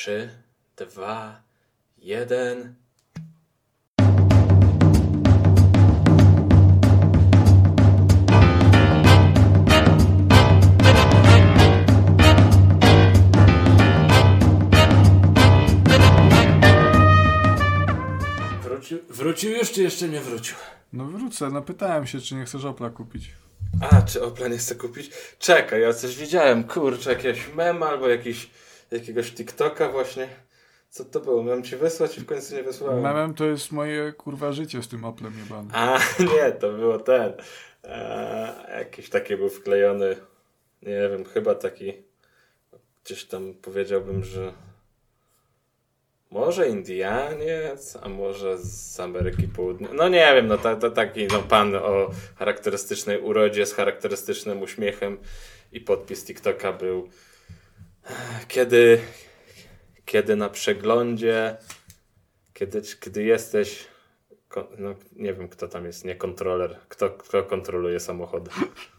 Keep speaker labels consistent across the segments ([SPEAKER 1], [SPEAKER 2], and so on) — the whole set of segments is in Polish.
[SPEAKER 1] 3, 2, 1. Wrócił już, czy jeszcze nie wrócił?
[SPEAKER 2] No wrócę, no pytałem się, czy nie chcesz Opla kupić.
[SPEAKER 1] A, czy Opla nie chce kupić? Czekaj, ja coś widziałem, kurczę, jakiegoś mema albo jakiegoś TikToka właśnie. Co to było? Miałem ci wysłać i w końcu nie wysłałem.
[SPEAKER 2] Memem to jest moje kurwa życie z tym Oplem jebane.
[SPEAKER 1] A, nie, to było ten. Jakiś taki był wklejony, nie wiem, chyba taki, gdzieś tam powiedziałbym, że może Indianiec, a może z Ameryki Południowej. No nie wiem, no to taki pan o charakterystycznej urodzie z charakterystycznym uśmiechem i podpis TikToka był kiedy na przeglądzie, kiedy jesteś, no nie wiem kto tam jest, nie kontroler, kto kontroluje samochody.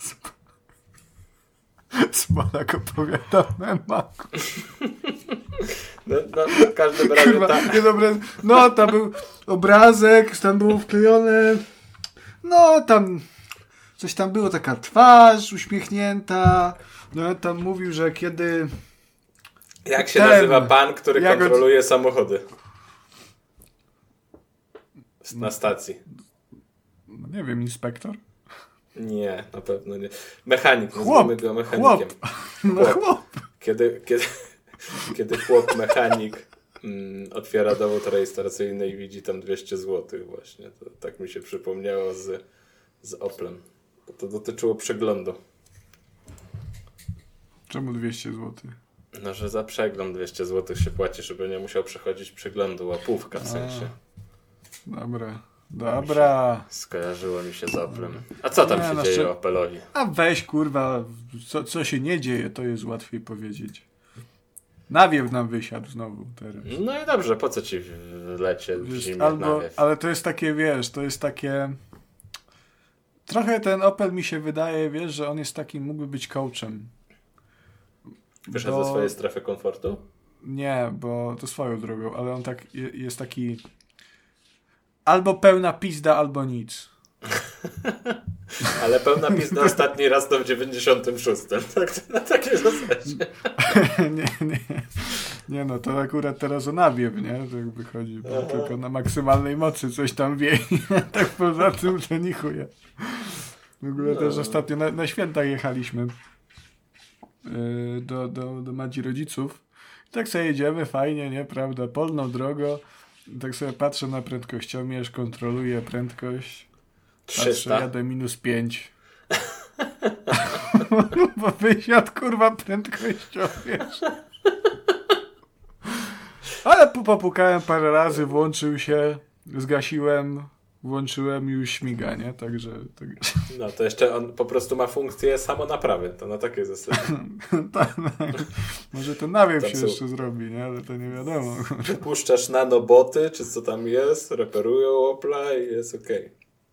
[SPEAKER 2] Smolak opowiada mema.
[SPEAKER 1] No, w każdym razie
[SPEAKER 2] kurwa, niedobre. No tam był obrazek, tam było wklejone. No tam coś tam było, taka twarz uśmiechnięta. No tam mówił, że kiedy...
[SPEAKER 1] Jak się nazywa pan, który kontroluje samochody? Na stacji.
[SPEAKER 2] No nie wiem, inspektor?
[SPEAKER 1] Nie, na pewno nie. Mechanik, nazwijmy go mechanikiem.
[SPEAKER 2] Chłop.
[SPEAKER 1] Kiedy chłop mechanik otwiera dowód rejestracyjny i widzi tam 200 zł właśnie. To tak mi się przypomniało z Oplem. Bo to dotyczyło przeglądu.
[SPEAKER 2] Czemu 200 zł?
[SPEAKER 1] No, że za przegląd 200 zł się płaci, żeby nie musiał przechodzić przeglądu. Łapówka w sensie.
[SPEAKER 2] Dobra.
[SPEAKER 1] Skojarzyło mi się z Oplem. A co tam się dzieje Opelowi?
[SPEAKER 2] A weź kurwa, co się nie dzieje, to jest łatwiej powiedzieć. Nawiew nam wysiadł znowu teraz.
[SPEAKER 1] No i dobrze, po co ci w lecie, w zimie nawiew?
[SPEAKER 2] Ale to jest takie, wiesz, to jest takie... Trochę ten Opel mi się wydaje, wiesz, że on jest taki, mógłby być coachem.
[SPEAKER 1] Wyszedł ze swojej strefy komfortu?
[SPEAKER 2] Nie, bo to swoją drogą, ale on tak jest taki albo pełna pizda, albo nic.
[SPEAKER 1] Ale pełna pizda ostatni raz to w 96. Tak, na takiej zasadzie.
[SPEAKER 2] Nie no, to akurat teraz o nawiew, nie? Tak wychodzi, bo tylko na maksymalnej mocy coś tam wieje. Tak poza tym to nie chuje. W ogóle też ostatnio na święta jechaliśmy do Madzi rodziców. Tak sobie jedziemy, fajnie, nie? Prawda? Polną drogą. Tak sobie patrzę na prędkościomierz, kontroluję prędkość.
[SPEAKER 1] 300.
[SPEAKER 2] Patrzę, jadę -5. Bo wysiadł, kurwa, prędkościomierz. Ale popukałem parę razy, włączył się, zgasiłem, włączyłem i już śmiga, nie? Także...
[SPEAKER 1] No to jeszcze on po prostu ma funkcję samonaprawy, to na takiej zasadzie.
[SPEAKER 2] Może ten nawiew się jeszcze zrobi, nie? Ale to nie wiadomo.
[SPEAKER 1] Puszczasz nanoboty, czy co tam jest, reperują Opla i jest okej.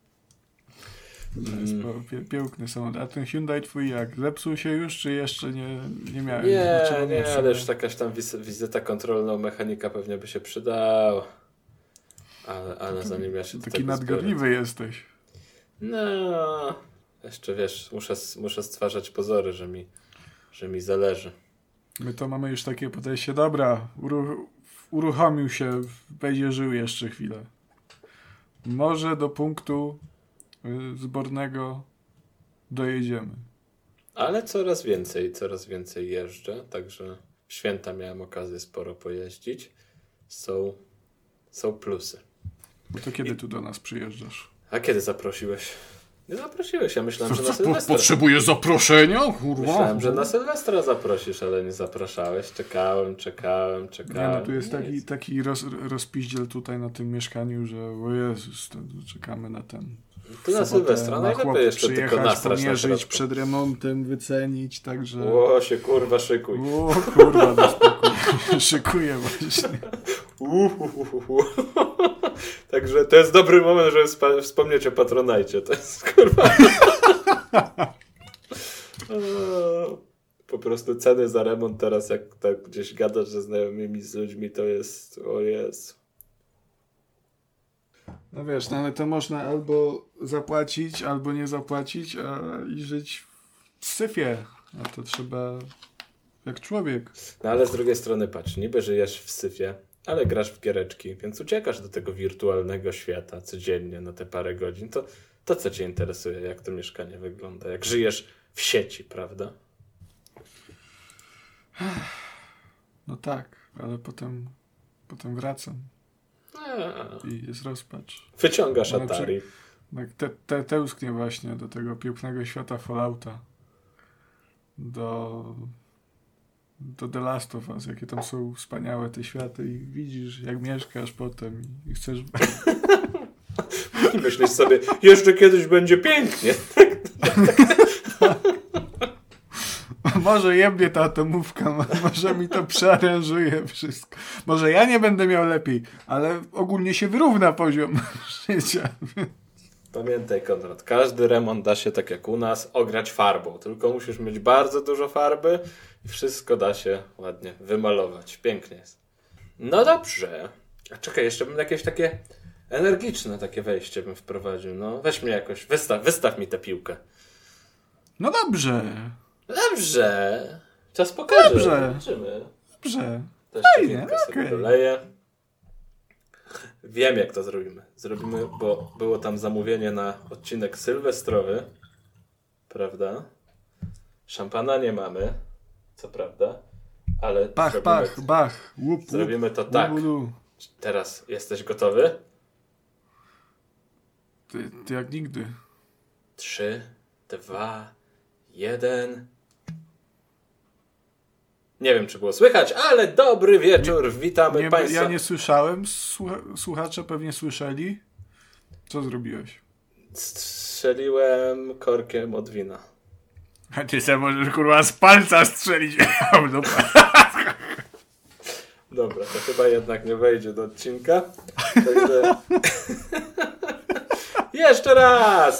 [SPEAKER 2] Piękny samochód. A ten Hyundai twój jak? Zepsuł się już, czy jeszcze nie miałem?
[SPEAKER 1] Nie, ale już jakaś tam wizyta kontrolna u mechanika pewnie by się przydała. Ale zanim ja się do
[SPEAKER 2] taki
[SPEAKER 1] tego
[SPEAKER 2] nadgorliwy jesteś.
[SPEAKER 1] No, jeszcze wiesz, muszę stwarzać pozory, że mi zależy.
[SPEAKER 2] My to mamy już takie podejście, dobra, uruchomił się, będzie żył jeszcze chwilę. Może do punktu zbornego dojedziemy.
[SPEAKER 1] Ale coraz więcej jeżdżę, także w święta miałem okazję sporo pojeździć. Są plusy.
[SPEAKER 2] Bo to kiedy tu do nas przyjeżdżasz?
[SPEAKER 1] A kiedy zaprosiłeś? Nie zaprosiłeś, ja myślałem, że na Sylwestra.
[SPEAKER 2] Potrzebujesz zaproszenia? Kurwa.
[SPEAKER 1] Myślałem, że na Sylwestra zaprosisz, ale nie zapraszałeś. Czekałem.
[SPEAKER 2] Nie, no tu jest taki rozpiździel tutaj na tym mieszkaniu, że o Jezus, to czekamy na ten...
[SPEAKER 1] Tu na Sylwestra najlepiej jeszcze tylko nastrać na
[SPEAKER 2] pomierzyć przed remontem, wycenić, także...
[SPEAKER 1] O, się kurwa szykuj.
[SPEAKER 2] O kurwa, do spokój. Szykuję właśnie.
[SPEAKER 1] Także to jest dobry moment, żeby wspomnieć o Patronajcie. To jest kurwa... Po prostu ceny za remont teraz, jak tak gdzieś gadasz ze znajomymi, z ludźmi, to jest, o Jezu.
[SPEAKER 2] No wiesz, no ale to można albo zapłacić, albo nie zapłacić, i żyć w syfie. A to trzeba jak człowiek.
[SPEAKER 1] No ale z drugiej strony patrz, niby żyjesz w syfie, ale grasz w giereczki, więc uciekasz do tego wirtualnego świata codziennie na te parę godzin. To co cię interesuje, jak to mieszkanie wygląda, jak żyjesz w sieci, prawda?
[SPEAKER 2] No tak, ale potem wracam i jest rozpacz.
[SPEAKER 1] Wyciągasz Atari.
[SPEAKER 2] Tęsknię właśnie do tego pięknego świata Fallouta. Do The Last of Us, jakie tam są wspaniałe te światy i widzisz, jak mieszkasz potem i chcesz...
[SPEAKER 1] I myślisz sobie, jeszcze kiedyś będzie pięknie.
[SPEAKER 2] Może jebnie ta atomówka, może mi to przearanżuje wszystko. Może ja nie będę miał lepiej, ale ogólnie się wyrówna poziom życia.
[SPEAKER 1] Pamiętaj, Konrad, każdy remont da się tak jak u nas ograć farbą. Tylko musisz mieć bardzo dużo farby i wszystko da się ładnie wymalować. Pięknie jest. No dobrze. A czekaj, jeszcze bym jakieś takie energiczne takie wejście bym wprowadził. No weź mnie jakoś, wystaw mi tę piłkę.
[SPEAKER 2] No dobrze.
[SPEAKER 1] Dobrze. Czas pokaże.
[SPEAKER 2] Dobrze.
[SPEAKER 1] Zobaczymy.
[SPEAKER 2] Dobrze.
[SPEAKER 1] Też winkę sobie doleję. Wiem, jak to zrobimy. Zrobimy, bo było tam zamówienie na odcinek sylwestrowy. Prawda? Szampana nie mamy. Co prawda. Ale
[SPEAKER 2] Bach. Łup,
[SPEAKER 1] zrobimy to tak. Teraz jesteś gotowy?
[SPEAKER 2] Ty jak nigdy.
[SPEAKER 1] 3, 2, 1. Nie wiem, czy było słychać, ale dobry wieczór, witamy Państwa.
[SPEAKER 2] Ja nie słyszałem, słuchacze pewnie słyszeli. Co zrobiłeś?
[SPEAKER 1] Strzeliłem korkiem od wina.
[SPEAKER 2] A ty sam możesz kurwa z palca strzelić.
[SPEAKER 1] Dobra, to chyba jednak nie wejdzie do odcinka. Także... Jeszcze raz!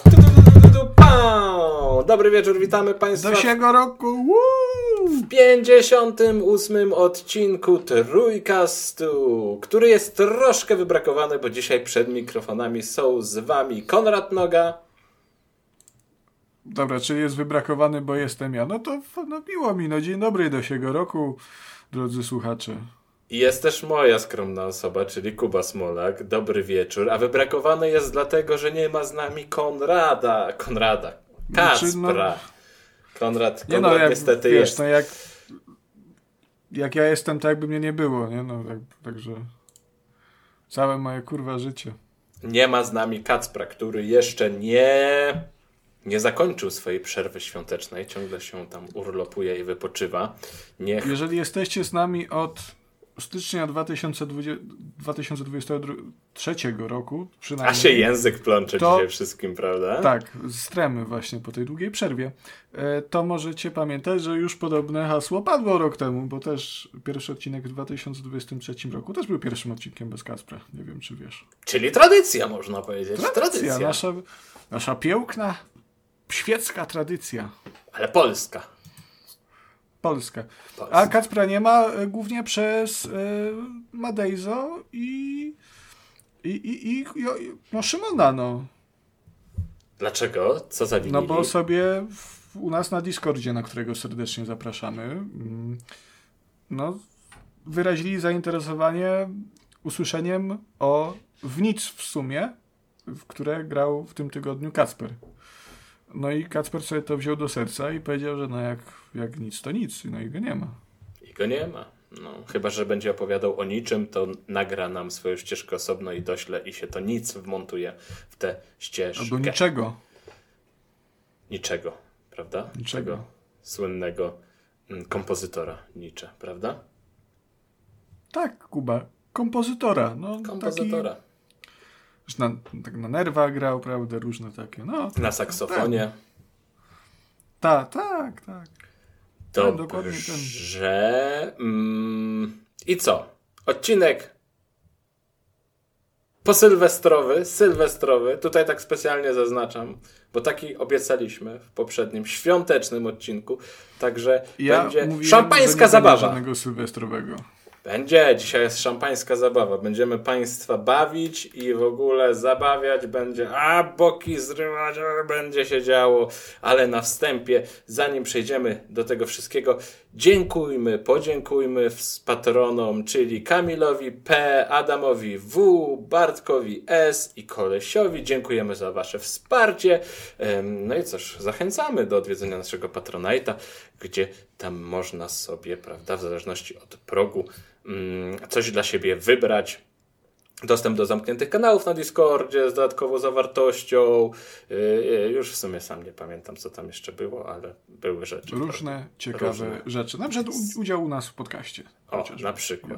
[SPEAKER 1] Dobry wieczór, witamy Państwa.
[SPEAKER 2] Do siego roku!
[SPEAKER 1] W 58. odcinku Trójkastu, który jest troszkę wybrakowany, bo dzisiaj przed mikrofonami są z Wami Konrad Noga.
[SPEAKER 2] Dobra, czyli jest wybrakowany, bo jestem ja. No to miło mi. No dzień dobry, do siego roku, drodzy słuchacze.
[SPEAKER 1] I jest też moja skromna osoba, czyli Kuba Smolak. Dobry wieczór. A wybrakowany jest dlatego, że nie ma z nami Konrada. Kacpra. Konrad niestety
[SPEAKER 2] wiesz,
[SPEAKER 1] jest.
[SPEAKER 2] No jak ja jestem, tak jakby mnie nie było, nie? No także całe moje kurwa życie.
[SPEAKER 1] Nie ma z nami Kacpra, który jeszcze nie zakończył swojej przerwy świątecznej. Ciągle się tam urlopuje i wypoczywa.
[SPEAKER 2] Jeżeli jesteście z nami od stycznia 2023 roku, przynajmniej.
[SPEAKER 1] A się język plącze dzisiaj wszystkim, prawda?
[SPEAKER 2] Tak, stremy właśnie po tej długiej przerwie. To możecie pamiętać, że już podobne hasło padło rok temu, bo też pierwszy odcinek w 2023 roku też był pierwszym odcinkiem bez Kacpra. Nie wiem, czy wiesz.
[SPEAKER 1] Czyli tradycja, można powiedzieć.
[SPEAKER 2] Tradycja. Nasza piękna, świecka tradycja.
[SPEAKER 1] Ale polska.
[SPEAKER 2] Polska. A Kacpra nie ma głównie przez Madejzo i Szymona, no.
[SPEAKER 1] Dlaczego? Co zawinili?
[SPEAKER 2] No bo sobie u nas na Discordzie, na którego serdecznie zapraszamy, wyrazili zainteresowanie usłyszeniem w nic w sumie, w które grał w tym tygodniu Kacper. No i Kacper sobie to wziął do serca i powiedział, że jak nic, to nic. No i go nie ma.
[SPEAKER 1] No, chyba że będzie opowiadał o niczym, to nagra nam swoją ścieżkę osobno i dośle i się to nic wmontuje w tę ścieżkę.
[SPEAKER 2] Albo niczego.
[SPEAKER 1] Niczego, prawda?
[SPEAKER 2] Niczego.
[SPEAKER 1] Tego słynnego kompozytora Nietzsche, prawda?
[SPEAKER 2] Tak, Kuba. Kompozytora.
[SPEAKER 1] Kompozytora.
[SPEAKER 2] Tak na nerwach grał, prawda? Różne takie. No,
[SPEAKER 1] na saksofonie.
[SPEAKER 2] Tak.
[SPEAKER 1] Dobrze. I co? Odcinek sylwestrowy, tutaj tak specjalnie zaznaczam, bo taki obiecaliśmy w poprzednim świątecznym odcinku, także będzie szampańska zabawa.
[SPEAKER 2] Żadnego sylwestrowego.
[SPEAKER 1] Dzisiaj jest szampańska zabawa. Będziemy Państwa bawić i w ogóle zabawiać. Będzie boki zrywać, będzie się działo. Ale na wstępie, zanim przejdziemy do tego wszystkiego, podziękujmy patronom, czyli Kamilowi P, Adamowi W, Bartkowi S i Kolesiowi. Dziękujemy za Wasze wsparcie. No i cóż, zachęcamy do odwiedzenia naszego Patronite'a, gdzie tam można sobie, prawda, w zależności od progu, coś dla siebie wybrać. Dostęp do zamkniętych kanałów na Discordzie z dodatkową zawartością. Już w sumie sam nie pamiętam, co tam jeszcze było, ale były rzeczy.
[SPEAKER 2] Różne ciekawe rzeczy. Na przykład udział u nas w podcaście.
[SPEAKER 1] Na przykład.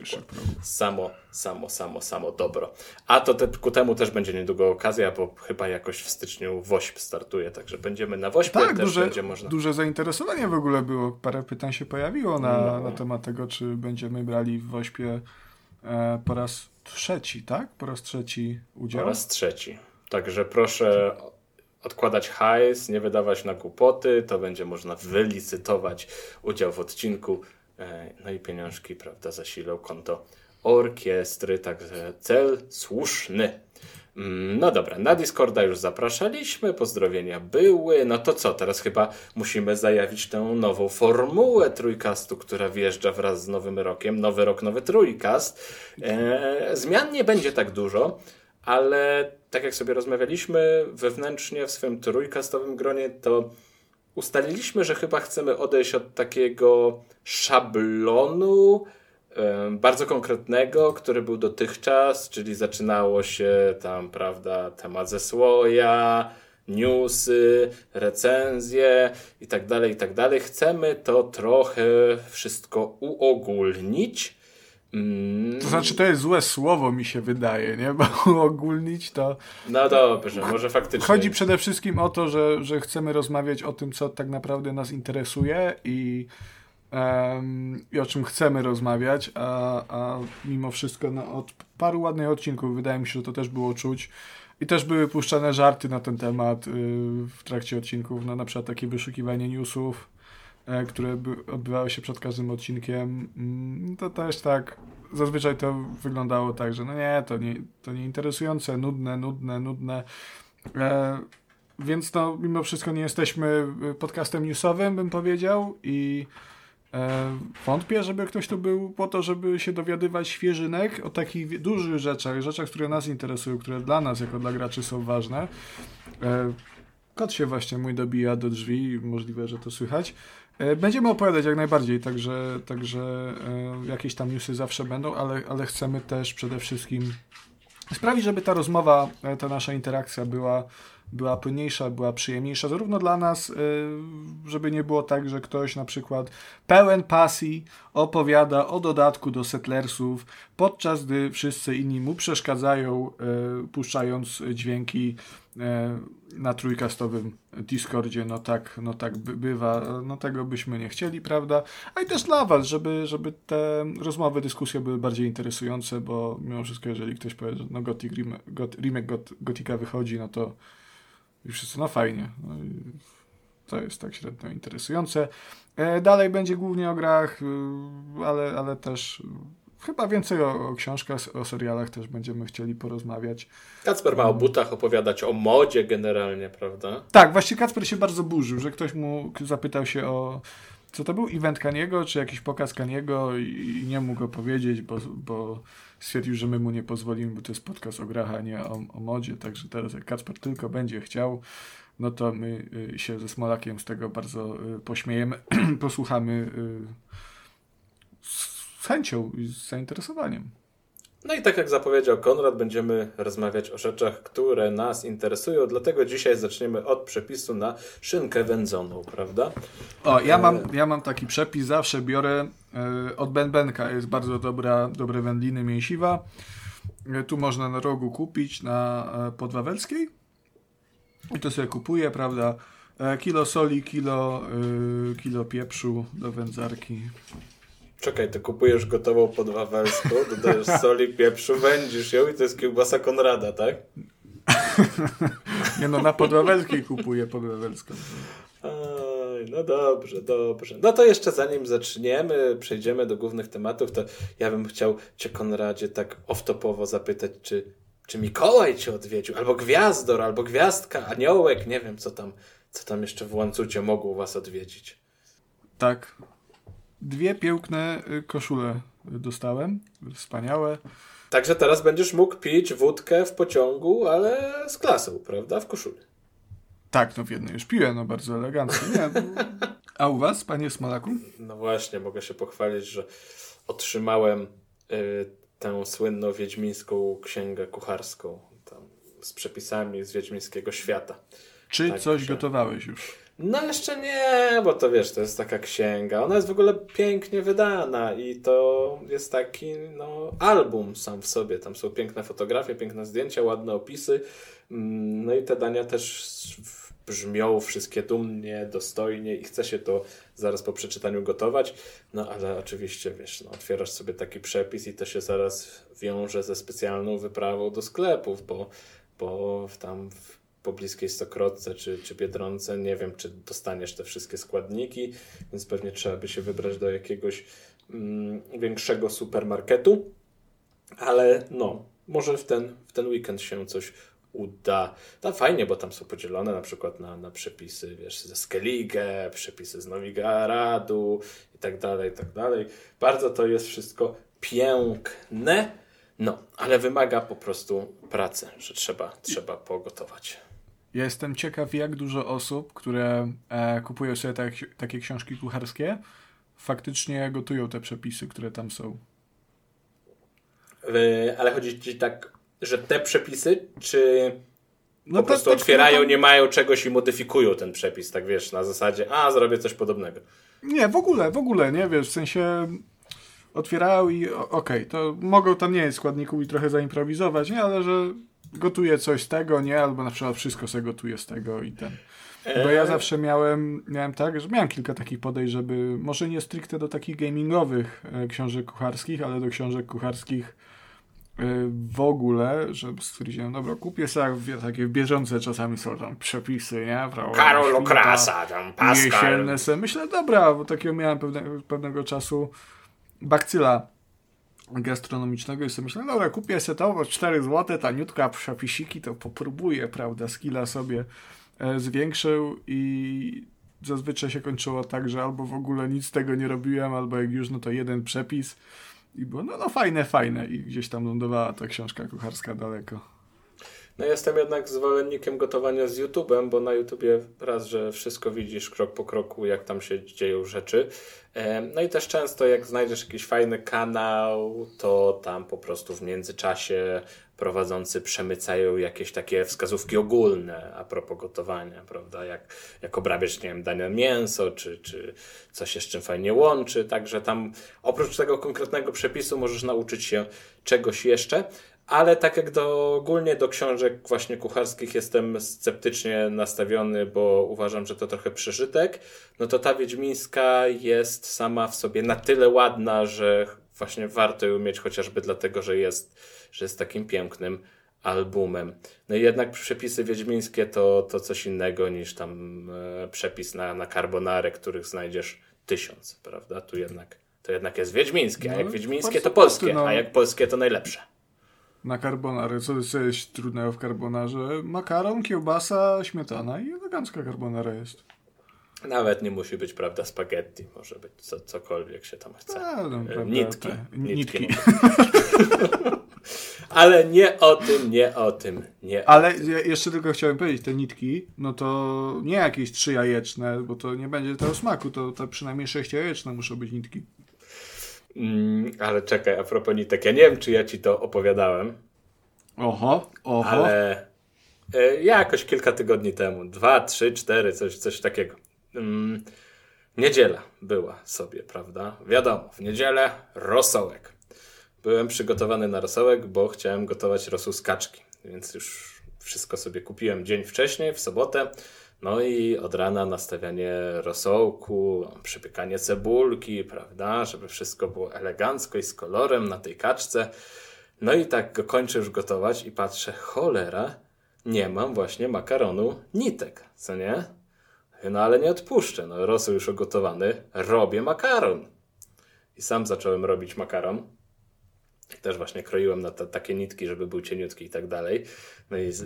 [SPEAKER 1] Samo dobro. A to ku temu też będzie niedługo okazja, bo chyba jakoś w styczniu WOŚP startuje, także będziemy na WOŚPie.
[SPEAKER 2] Tak,
[SPEAKER 1] też będzie można.
[SPEAKER 2] Duże zainteresowanie w ogóle było. Parę pytań się pojawiło na temat tego, czy będziemy brali w WOŚPie po raz trzeci, tak? Po raz trzeci udział?
[SPEAKER 1] Po raz trzeci. Także proszę odkładać hajs, nie wydawać na głupoty, to będzie można wylicytować udział w odcinku, no i pieniążki, prawda, zasilą konto orkiestry, także cel słuszny. No dobra, na Discorda już zapraszaliśmy, pozdrowienia były, no to co, teraz chyba musimy zajawić tę nową formułę Trójkastu, która wjeżdża wraz z Nowym Rokiem, Nowy Rok, Nowy Trójkast. Zmian nie będzie tak dużo, ale tak jak sobie rozmawialiśmy wewnętrznie w swoim trójkastowym gronie, to ustaliliśmy, że chyba chcemy odejść od takiego szablonu, bardzo konkretnego, który był dotychczas, czyli zaczynało się tam, prawda, temat ze słoja, newsy, recenzje i tak dalej. Chcemy to trochę wszystko uogólnić.
[SPEAKER 2] To znaczy, to jest złe słowo, mi się wydaje, nie? Bo uogólnić to...
[SPEAKER 1] No dobrze, może faktycznie.
[SPEAKER 2] Chodzi przede wszystkim o to, że chcemy rozmawiać o tym, co tak naprawdę nas interesuje i o czym chcemy rozmawiać, a mimo wszystko od paru ładnych odcinków wydaje mi się, że to też było czuć i też były puszczane żarty na ten temat w trakcie odcinków, no na przykład takie wyszukiwanie newsów, które odbywały się przed każdym odcinkiem, to też tak zazwyczaj to wyglądało tak, że no nie, to nie interesujące, nudne, więc no mimo wszystko nie jesteśmy podcastem newsowym, bym powiedział, i wątpię, żeby ktoś tu był po to, żeby się dowiadywać świeżynek o takich dużych rzeczach, które nas interesują, które dla nas, jako dla graczy są ważne. Kot się właśnie mój dobija do drzwi, możliwe, że to słychać. Będziemy opowiadać jak najbardziej, także jakieś tam newsy zawsze będą, ale chcemy też przede wszystkim sprawić, żeby ta rozmowa, ta nasza interakcja była płynniejsza, była przyjemniejsza, zarówno dla nas, żeby nie było tak, że ktoś na przykład pełen pasji opowiada o dodatku do Settlersów, podczas gdy wszyscy inni mu przeszkadzają, puszczając dźwięki na trójkastowym Discordzie. No tak bywa, no tego byśmy nie chcieli, prawda? A i też dla was, żeby te rozmowy, dyskusje były bardziej interesujące, bo mimo wszystko, jeżeli ktoś powie, że no remake Gotika wychodzi, no to i wszyscy, no fajnie. No i to jest tak średnio interesujące. Dalej będzie głównie o grach, ale też chyba więcej o książkach, o serialach też będziemy chcieli porozmawiać.
[SPEAKER 1] Kacper ma o butach opowiadać, o modzie generalnie, prawda?
[SPEAKER 2] Tak, właśnie Kacper się bardzo burzył, że ktoś mu zapytał się o... Co to był? Event Kaniego, czy jakiś pokaz Kaniego i nie mógł go powiedzieć, bo stwierdził, że my mu nie pozwolimy, bo to jest podcast o grach, a nie o modzie. Także teraz jak Kacper tylko będzie chciał, no to my się ze Smolakiem z tego bardzo pośmiejemy, posłuchamy z chęcią i z zainteresowaniem.
[SPEAKER 1] No i tak jak zapowiedział Konrad, będziemy rozmawiać o rzeczach, które nas interesują, dlatego dzisiaj zaczniemy od przepisu na szynkę wędzoną, prawda?
[SPEAKER 2] O, ja mam taki przepis, zawsze biorę od Benbenka, jest bardzo dobre wędliny mięsiwa. Tu można na rogu kupić na Podwawelskiej i to sobie kupuję, prawda? Kilo soli, kilo pieprzu do wędzarki.
[SPEAKER 1] Czekaj, ty kupujesz gotową podwawelską, dodajesz soli, pieprzu, wędzisz ją i to jest kiełbasa Konrada, tak?
[SPEAKER 2] Nie no, na podwawelskiej kupuję podwawelską.
[SPEAKER 1] Oj, no dobrze. No to jeszcze zanim zaczniemy, przejdziemy do głównych tematów, to ja bym chciał cię, Konradzie, tak off-topowo zapytać, czy Mikołaj cię odwiedził, albo Gwiazdor, albo Gwiazdka, Aniołek, nie wiem, co tam jeszcze w Łańcucie mogło was odwiedzić.
[SPEAKER 2] Tak. 2 piękne koszule dostałem. Wspaniałe.
[SPEAKER 1] Także teraz będziesz mógł pić wódkę w pociągu, ale z klasą, prawda? W koszuli.
[SPEAKER 2] Tak, no w jednej już piłem, no bardzo elegancko. Nie. A u was, panie Smolaku?
[SPEAKER 1] No właśnie, mogę się pochwalić, że otrzymałem tę słynną wiedźmińską księgę kucharską tam, z przepisami z wiedźmińskiego świata.
[SPEAKER 2] Czy
[SPEAKER 1] Tak,
[SPEAKER 2] coś
[SPEAKER 1] że...
[SPEAKER 2] gotowałeś już?
[SPEAKER 1] No jeszcze nie, bo to wiesz, to jest taka księga. Ona jest w ogóle pięknie wydana i to jest taki album sam w sobie. Tam są piękne fotografie, piękne zdjęcia, ładne opisy. No i te dania też brzmią wszystkie dumnie, dostojnie i chce się to zaraz po przeczytaniu gotować. No ale oczywiście, wiesz, otwierasz sobie taki przepis i to się zaraz wiąże ze specjalną wyprawą do sklepów, bo tam w pobliskiej Stokrotce czy Biedronce nie wiem, czy dostaniesz te wszystkie składniki, więc pewnie trzeba by się wybrać do jakiegoś większego supermarketu, ale może w ten weekend się coś uda. Tam fajnie, bo tam są podzielone na przykład na przepisy, wiesz, ze Skellige, przepisy z Nowigradu i tak dalej, i tak dalej. Bardzo to jest wszystko piękne, ale wymaga po prostu pracy, że trzeba pogotować.
[SPEAKER 2] Ja jestem ciekaw, jak dużo osób, które kupują sobie takie książki kucharskie, faktycznie gotują te przepisy, które tam są.
[SPEAKER 1] Ale chodzi ci tak, że te przepisy, czy
[SPEAKER 2] po
[SPEAKER 1] prostu otwierają, nie mają czegoś i modyfikują ten przepis, tak wiesz, na zasadzie, zrobię coś podobnego.
[SPEAKER 2] Nie, w ogóle, nie, wiesz, w sensie otwierają i okej, to mogą tam nie jest składników i trochę zaimprowizować, nie, ale że gotuję coś z tego, nie, albo na przykład wszystko sobie gotuję z tego i ten. Bo ja zawsze miałem tak, że miałem kilka takich podejść, żeby może nie stricte do takich gamingowych książek kucharskich, ale do książek kucharskich w ogóle, że stwierdziłem, dobra, kupię sobie takie bieżące czasami są tam przepisy, nie?
[SPEAKER 1] Karol Okrasa, tam Pascal.
[SPEAKER 2] Jesienne se. Myślę, dobra, bo takiego miałem pewnego czasu bakcyla gastronomicznego i sobie myślę, dobra, kupię sobie to, bo 4 zł, taniutka, przepisiki, to popróbuję, prawda, skilla sobie zwiększył i zazwyczaj się kończyło tak, że albo w ogóle nic z tego nie robiłem, albo jak już, to jeden przepis i było, fajne i gdzieś tam lądowała ta książka kucharska daleko.
[SPEAKER 1] No jestem jednak zwolennikiem gotowania z YouTube'em, bo na YouTubie raz, że wszystko widzisz krok po kroku, jak tam się dzieją rzeczy. No i też często jak znajdziesz jakiś fajny kanał, to tam po prostu w międzyczasie prowadzący przemycają jakieś takie wskazówki ogólne a propos gotowania, prawda? Jak obrabiać, nie wiem, dane mięso, czy coś się z czym fajnie łączy. Także tam oprócz tego konkretnego przepisu możesz nauczyć się czegoś jeszcze. Ale tak jak ogólnie do książek właśnie kucharskich jestem sceptycznie nastawiony, bo uważam, że to trochę przeżytek, to ta wiedźmińska jest sama w sobie na tyle ładna, że właśnie warto ją mieć chociażby dlatego, że jest takim pięknym albumem. No i jednak przepisy wiedźmińskie to coś innego niż tam przepis na carbonarę, których znajdziesz 1000, prawda? To jednak jest wiedźmińskie, a jak wiedźmińskie to polskie, a jak polskie to najlepsze.
[SPEAKER 2] Na carbonarę, co jest trudnego w carbonarze? Makaron, kiełbasa, śmietana i elegancka carbonara jest. Nawet nie musi być, prawda, spaghetti. Może być cokolwiek się tam chce. Nitki.
[SPEAKER 1] Ale nie o tym.
[SPEAKER 2] Ale jeszcze tylko chciałem powiedzieć, te nitki, to nie jakieś 3 jajeczne, bo to nie będzie tego smaku, to przynajmniej 6 jajeczne muszą być nitki.
[SPEAKER 1] Ale czekaj, a propos nitek, ja nie wiem, czy ja ci to opowiadałem.
[SPEAKER 2] Oho.
[SPEAKER 1] Ale jakoś kilka tygodni temu, 2, 3, 4, coś takiego. Niedziela była sobie, prawda? Wiadomo, w niedzielę rosołek. Byłem przygotowany na rosołek, bo chciałem gotować rosół z kaczki, więc już wszystko sobie kupiłem dzień wcześniej, w sobotę. No i od rana nastawianie rosołku, przypiekanie cebulki, prawda, żeby wszystko było elegancko i z kolorem na tej kaczce. No i tak go kończę już gotować i patrzę, cholera, nie mam właśnie makaronu nitek, co nie? No ale nie odpuszczę, no rosół już ugotowany, robię makaron. I sam zacząłem robić makaron. Też właśnie kroiłem na takie nitki, żeby był cieniutki i tak dalej. No i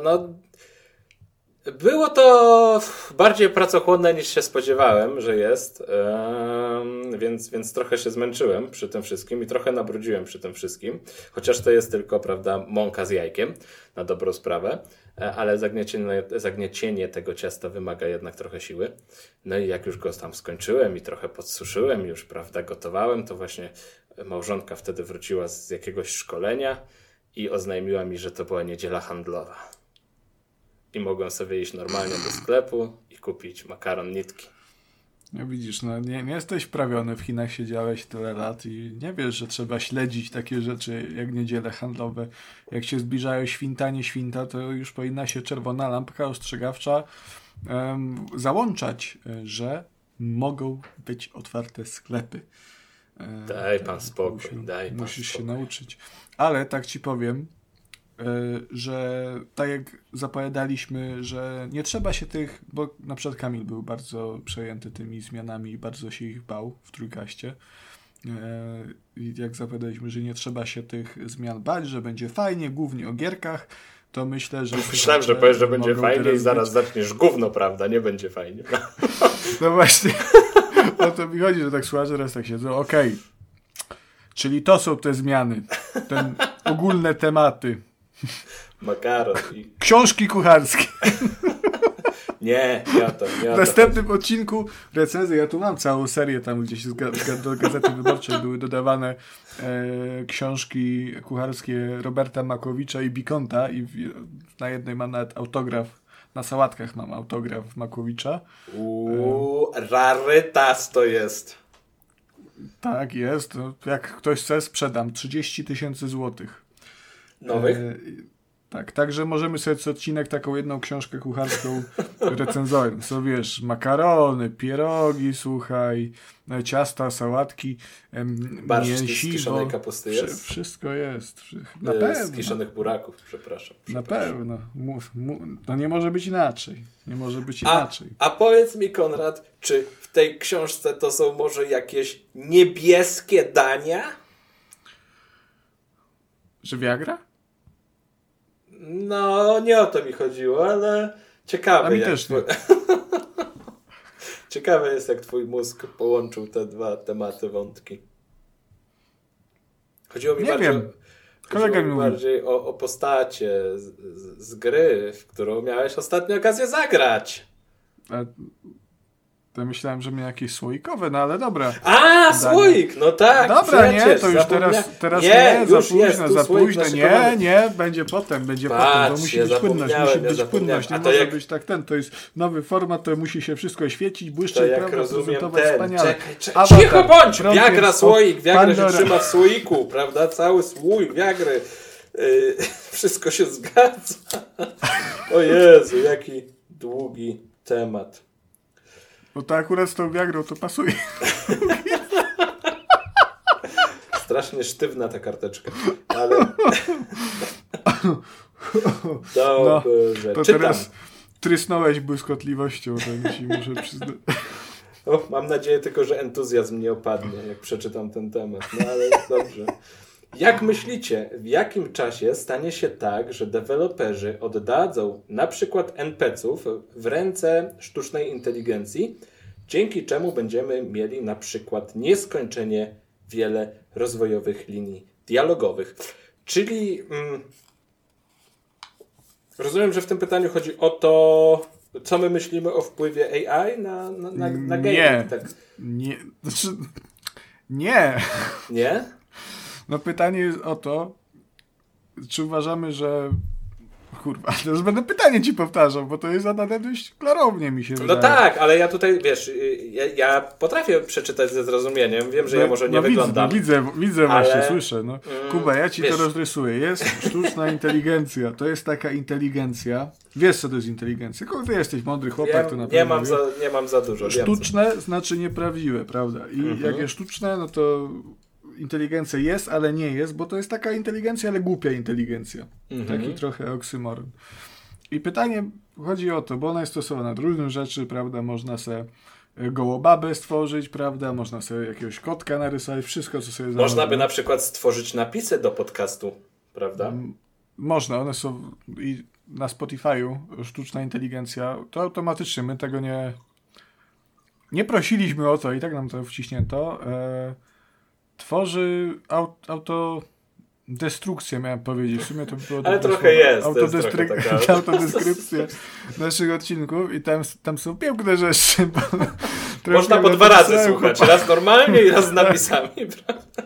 [SPEAKER 1] było to bardziej pracochłonne niż się spodziewałem, że jest, więc trochę się zmęczyłem przy tym wszystkim i trochę nabrudziłem przy tym wszystkim, chociaż to jest tylko, prawda, mąka z jajkiem, na dobrą sprawę, ale zagniecienie tego ciasta wymaga jednak trochę siły. No i jak już go tam skończyłem i trochę podsuszyłem, już, prawda, gotowałem, to właśnie małżonka wtedy wróciła z jakiegoś szkolenia i oznajmiła mi, że to była niedziela handlowa. I mogłem sobie iść normalnie do sklepu i kupić makaron nitki.
[SPEAKER 2] No widzisz, no nie jesteś wprawiony, w Chinach siedziałeś tyle lat i nie wiesz, że trzeba śledzić takie rzeczy jak niedziele handlowe. Jak się zbliżają święta, nie święta, to już powinna się czerwona lampka ostrzegawcza załączać, że mogą być otwarte sklepy.
[SPEAKER 1] Daj pan spokój,
[SPEAKER 2] musisz się nauczyć. Ale tak ci powiem, że tak jak zapowiadaliśmy, że nie trzeba się tych, bo na przykład Kamil był bardzo przejęty tymi zmianami i bardzo się ich bał w Trójkaście. I jak zapowiadaliśmy, że nie trzeba się tych zmian bać, że będzie fajnie, głównie o gierkach, to myślę, że...
[SPEAKER 1] Myślałem, że powiesz, że będzie fajnie i zaraz zaczniesz gówno, prawda? Nie będzie fajnie.
[SPEAKER 2] No właśnie. O to mi chodzi, że tak słuchacze raz tak siedzą. Okej. Czyli to są te zmiany. Te ogólne tematy.
[SPEAKER 1] Makaron.
[SPEAKER 2] Książki kucharskie.
[SPEAKER 1] Nie o to.
[SPEAKER 2] W następnym odcinku recenzji, ja tu mam całą serię tam gdzieś do Gazety Wyborczej były dodawane książki kucharskie Roberta Makowicza i Bikonta i na jednej mam nawet autograf, na sałatkach mam autograf Makowicza.
[SPEAKER 1] Rarytas to jest.
[SPEAKER 2] Tak jest. Jak ktoś chce, sprzedam 30 000 złotych.
[SPEAKER 1] Nowych?
[SPEAKER 2] Tak, także możemy sobie co odcinek taką jedną książkę kucharską recenzować. So wiesz, makarony, pierogi, słuchaj, ciasta, sałatki,
[SPEAKER 1] barszcz z kiszonej kapusty jest?
[SPEAKER 2] Wszystko jest. Na pewno.
[SPEAKER 1] Z kiszonych buraków, przepraszam.
[SPEAKER 2] Na pewno. No nie może być inaczej. Nie może być inaczej.
[SPEAKER 1] A powiedz mi, Konrad, czy w tej książce to są może jakieś niebieskie dania?
[SPEAKER 2] Że Viagra?
[SPEAKER 1] No, nie o to mi chodziło, ale ciekawe.
[SPEAKER 2] A mi też nie.
[SPEAKER 1] Ciekawe jest, jak twój mózg połączył te dwa tematy, wątki. Chodziło mi bardziej o postacie z gry, w którą miałeś ostatnio okazję zagrać.
[SPEAKER 2] To myślałem, że miał jakieś słoikowe, no ale dobra.
[SPEAKER 1] Słoik, no tak.
[SPEAKER 2] Dobra, przecież, nie, to już teraz nie, za późno. Nie, będzie potem, bo musi być płynność, nie może być tak to jest nowy format, to musi się wszystko świecić, błyszczeć,
[SPEAKER 1] prawda, prezentować
[SPEAKER 2] wspaniale.
[SPEAKER 1] Czekaj. Cicho bądź! Viagra słoik, Viagra się trzyma w słoiku, prawda, cały słój Viagry. Wszystko się zgadza. O Jezu, jaki długi temat.
[SPEAKER 2] Bo to akurat z tą Viagrą to pasuje.
[SPEAKER 1] Strasznie sztywna ta karteczka. Ale... Dobrze.
[SPEAKER 2] To teraz trysnąłeś błyskotliwością, to ci muszę przyznać.
[SPEAKER 1] Mam nadzieję tylko, że entuzjazm nie opadnie, jak przeczytam ten temat. No ale dobrze. Jak myślicie, w jakim czasie stanie się tak, że deweloperzy oddadzą na przykład NPC-ów w ręce sztucznej inteligencji, dzięki czemu będziemy mieli na przykład nieskończenie wiele rozwojowych linii dialogowych? Czyli rozumiem, że w tym pytaniu chodzi o to, co my myślimy o wpływie AI na gaming.
[SPEAKER 2] Nie. Tak? Nie. Znaczy, nie.
[SPEAKER 1] Nie?
[SPEAKER 2] No pytanie jest o to, czy uważamy, że Kurwa, teraz będę pytanie ci powtarzał, bo to jest zadane dość klarownie, mi się wydaje.
[SPEAKER 1] No tak, ale ja tutaj, wiesz, ja potrafię przeczytać ze zrozumieniem, wiem, że ja może nie wyglądam.
[SPEAKER 2] Widzę
[SPEAKER 1] ale...
[SPEAKER 2] właśnie, słyszę. No. Kuba, ja ci to rozrysuję. Jest sztuczna inteligencja. To jest taka inteligencja. Wiesz, co to jest inteligencja? Ty jesteś mądry chłopak, to na pewno
[SPEAKER 1] nie mam za dużo.
[SPEAKER 2] Sztuczne znaczy nieprawdziwe, prawda? I jak jest sztuczne, no to inteligencja jest, ale nie jest, bo to jest taka inteligencja, ale głupia inteligencja. Taki trochę oksymoron. I pytanie chodzi o to, bo ona jest stosowana do różnych rzeczy, prawda? Można sobie gołobabę stworzyć, prawda? Można sobie jakiegoś kotka narysować, wszystko, co sobie
[SPEAKER 1] Można by na przykład stworzyć napisy do podcastu, prawda?
[SPEAKER 2] Można, one są i na Spotify'u sztuczna inteligencja, to automatycznie, my tego nie prosiliśmy o to i tak nam to wciśnięto. Tworzy autodestrukcję, miałem powiedzieć. W sumie to było
[SPEAKER 1] ale trochę jest.
[SPEAKER 2] Autodeskrypcję naszych odcinków i tam są piękne rzeczy.
[SPEAKER 1] Można po 2 razy słuchać. Raz normalnie i raz z napisami, prawda?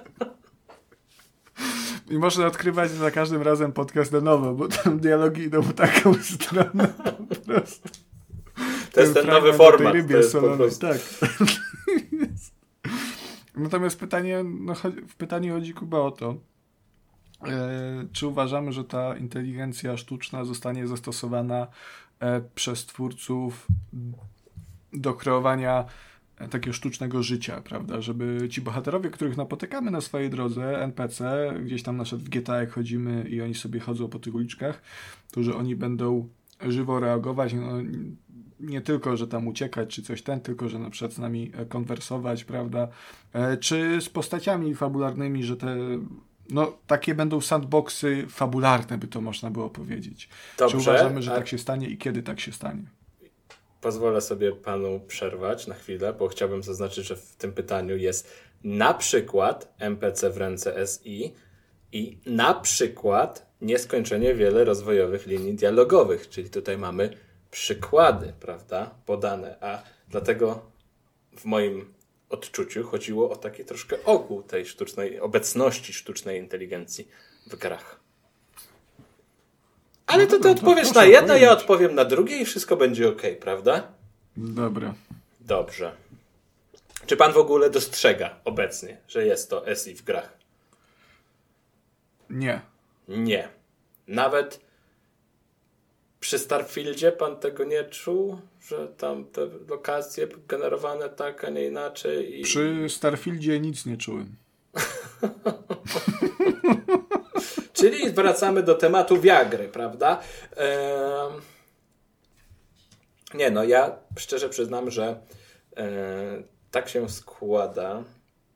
[SPEAKER 2] I można odkrywać za każdym razem podcast na nowo, bo tam dialogi idą w taką stronę po prostu.
[SPEAKER 1] To jest ten nowy format.
[SPEAKER 2] To jest po prostu... Tak. Natomiast w pytaniu chodzi, Kuba, o to, czy uważamy, że ta inteligencja sztuczna zostanie zastosowana przez twórców do kreowania takiego sztucznego życia, prawda? Żeby ci bohaterowie, których napotykamy na swojej drodze, NPC, gdzieś tam na przykład w GTA jak chodzimy i oni sobie chodzą po tych uliczkach, to że oni będą żywo reagować, no, nie tylko, że tam uciekać, czy coś tylko, że na przykład z nami konwersować, prawda? Czy z postaciami fabularnymi, że te takie będą sandboxy fabularne, by to można było powiedzieć.
[SPEAKER 1] Dobrze,
[SPEAKER 2] czy uważamy, że tak się stanie i kiedy tak się stanie?
[SPEAKER 1] Pozwolę sobie panu przerwać na chwilę, bo chciałbym zaznaczyć, że w tym pytaniu jest na przykład NPC w ręce SI i na przykład nieskończenie wiele rozwojowych linii dialogowych, czyli tutaj mamy przykłady, prawda, podane, a dlatego w moim odczuciu chodziło o taki troszkę ogół tej obecności sztucznej inteligencji w grach. Ale to ty odpowiesz na jedno, ja odpowiem na drugie i wszystko będzie okej, prawda?
[SPEAKER 2] Dobra.
[SPEAKER 1] Dobrze. Czy pan w ogóle dostrzega obecnie, że jest to SI w grach?
[SPEAKER 2] Nie.
[SPEAKER 1] Nie. Nawet przy Starfieldzie pan tego nie czuł? Że tam te lokacje generowane tak, a nie inaczej?
[SPEAKER 2] Przy Starfieldzie nic nie czułem.
[SPEAKER 1] Czyli wracamy do tematu Viagry, prawda? Nie, no ja szczerze przyznam, że tak się składa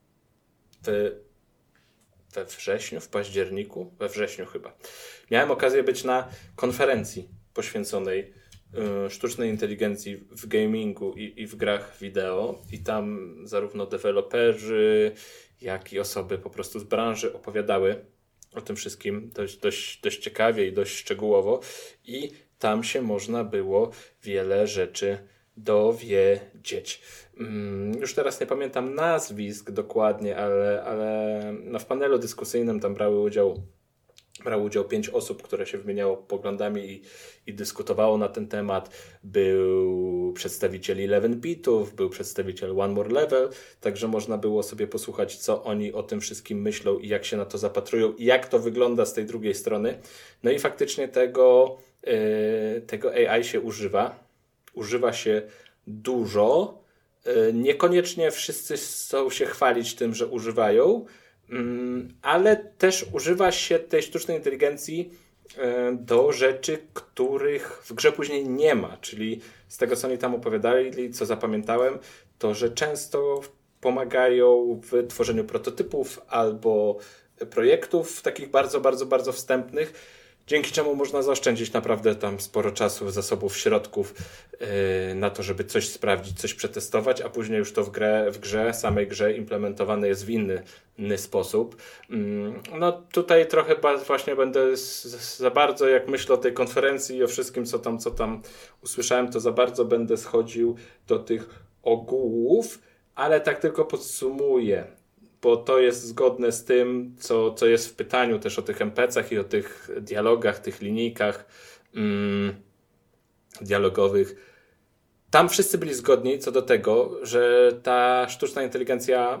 [SPEAKER 1] we wrześniu, w październiku, we wrześniu chyba. Miałem okazję być na konferencji poświęconej sztucznej inteligencji w gamingu i w grach wideo i tam zarówno deweloperzy, jak i osoby po prostu z branży opowiadały o tym wszystkim dość ciekawie i dość szczegółowo i tam się można było wiele rzeczy dowiedzieć. Już teraz nie pamiętam nazwisk dokładnie, ale w panelu dyskusyjnym tam brało udział 5 osób, które się wymieniało poglądami i dyskutowało na ten temat. Był przedstawiciel 11-bitów, był przedstawiciel One More Level, także można było sobie posłuchać, co oni o tym wszystkim myślą i jak się na to zapatrują i jak to wygląda z tej drugiej strony. No i faktycznie tego AI się używa. Używa się dużo. Niekoniecznie wszyscy chcą się chwalić tym, że używają, ale też używa się tej sztucznej inteligencji do rzeczy, których w grze później nie ma. Czyli z tego, co oni tam opowiadali, co zapamiętałem, to, że często pomagają w tworzeniu prototypów albo projektów takich bardzo, bardzo, bardzo wstępnych, dzięki czemu można zaoszczędzić naprawdę tam sporo czasu, zasobów, środków na to, żeby coś sprawdzić, coś przetestować, a później już to w samej grze implementowane jest w inny sposób. No tutaj trochę właśnie będę za bardzo, jak myślę o tej konferencji i o wszystkim, co tam usłyszałem, to za bardzo będę schodził do tych ogółów, ale tak tylko podsumuję, bo to jest zgodne z tym, co jest w pytaniu też o tych NPC-ach i o tych dialogach, tych linijkach, dialogowych. Tam wszyscy byli zgodni co do tego, że ta sztuczna inteligencja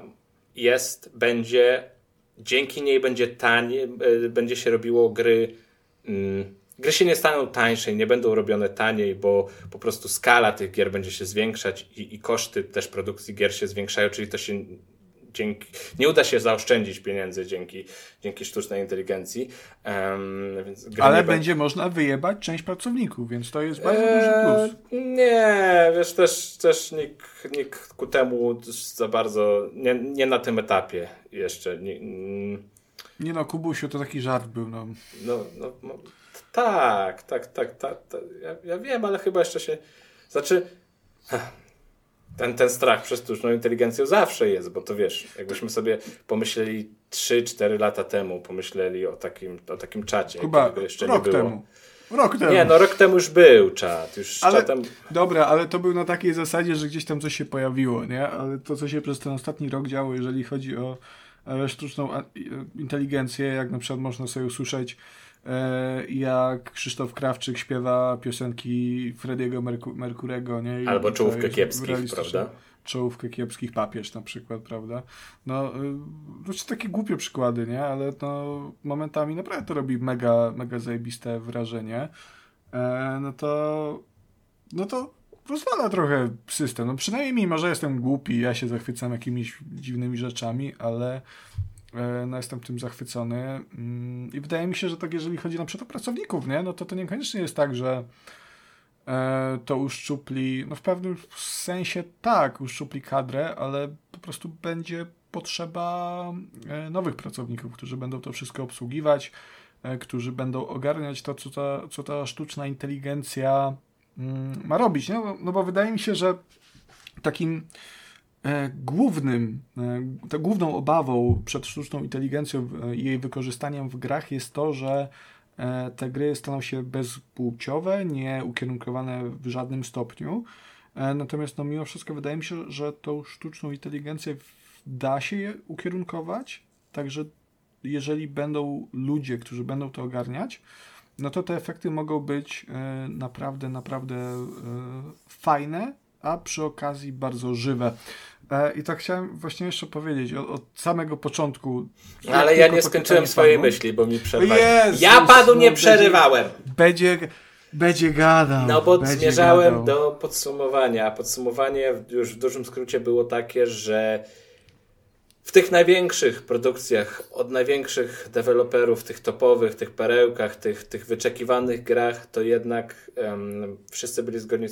[SPEAKER 1] dzięki niej będzie taniej, będzie się robiło gry. Gry się nie staną tańsze i nie będą robione taniej, bo po prostu skala tych gier będzie się zwiększać i koszty też produkcji gier się zwiększają, czyli to się nie uda się zaoszczędzić pieniędzy dzięki sztucznej inteligencji.
[SPEAKER 2] Ale będzie można wyjebać część pracowników, więc to jest bardzo duży plus.
[SPEAKER 1] Nie, wiesz, też nikt ku temu za bardzo nie na tym etapie jeszcze.
[SPEAKER 2] Nie no, Kubusiu, to taki żart był.
[SPEAKER 1] Tak. Ja wiem, ale chyba jeszcze się... Znaczy... Ten strach przed sztuczną inteligencją zawsze jest, bo to wiesz, jakbyśmy sobie pomyśleli 3-4 lata temu, pomyśleli o takim czacie,
[SPEAKER 2] chyba
[SPEAKER 1] którego jeszcze
[SPEAKER 2] rok
[SPEAKER 1] nie było.
[SPEAKER 2] Temu. Rok temu.
[SPEAKER 1] Nie, rok temu już był czat. Czatem...
[SPEAKER 2] Dobra, ale to był na takiej zasadzie, że gdzieś tam coś się pojawiło, nie? Ale to, co się przez ten ostatni rok działo, jeżeli chodzi o sztuczną inteligencję, jak na przykład można sobie usłyszeć, jak Krzysztof Krawczyk śpiewa piosenki Frediego Merkurego, nie?
[SPEAKER 1] Albo Czołówkę Kiepskich, prawda?
[SPEAKER 2] Czołówkę Kiepskich, Papież na przykład, prawda? No, to są takie głupie przykłady, nie? Ale no, momentami naprawdę to robi mega, mega zajebiste wrażenie. No to rozwala trochę system. No przynajmniej mimo, że jestem głupi, ja się zachwycam jakimiś dziwnymi rzeczami, ale no jestem tym zachwycony i wydaje mi się, że tak jeżeli chodzi na przykład o pracowników, nie? No to niekoniecznie jest tak, że to uszczupli, no w pewnym sensie tak, uszczupli kadrę, ale po prostu będzie potrzeba nowych pracowników, którzy będą to wszystko obsługiwać, którzy będą ogarniać to, co ta sztuczna inteligencja ma robić, nie? No bo wydaje mi się, że takim główną obawą przed sztuczną inteligencją i jej wykorzystaniem w grach jest to, że te gry staną się bezpłciowe, nie ukierunkowane w żadnym stopniu. Natomiast mimo wszystko wydaje mi się, że tą sztuczną inteligencję da się je ukierunkować, także jeżeli będą ludzie, którzy będą to ogarniać, no to te efekty mogą być naprawdę fajne, a przy okazji bardzo żywe. I tak chciałem właśnie jeszcze powiedzieć od samego początku.
[SPEAKER 1] Ale ja nie skończyłem swojej myśli, bo mi przerwałeś. Ja panu nie przerywałem.
[SPEAKER 2] Będzie gadał.
[SPEAKER 1] No bo zmierzałem do podsumowania. A podsumowanie już w dużym skrócie było takie, że w tych największych produkcjach, od największych deweloperów, tych topowych, tych perełkach, tych wyczekiwanych grach, to jednak wszyscy byli zgodni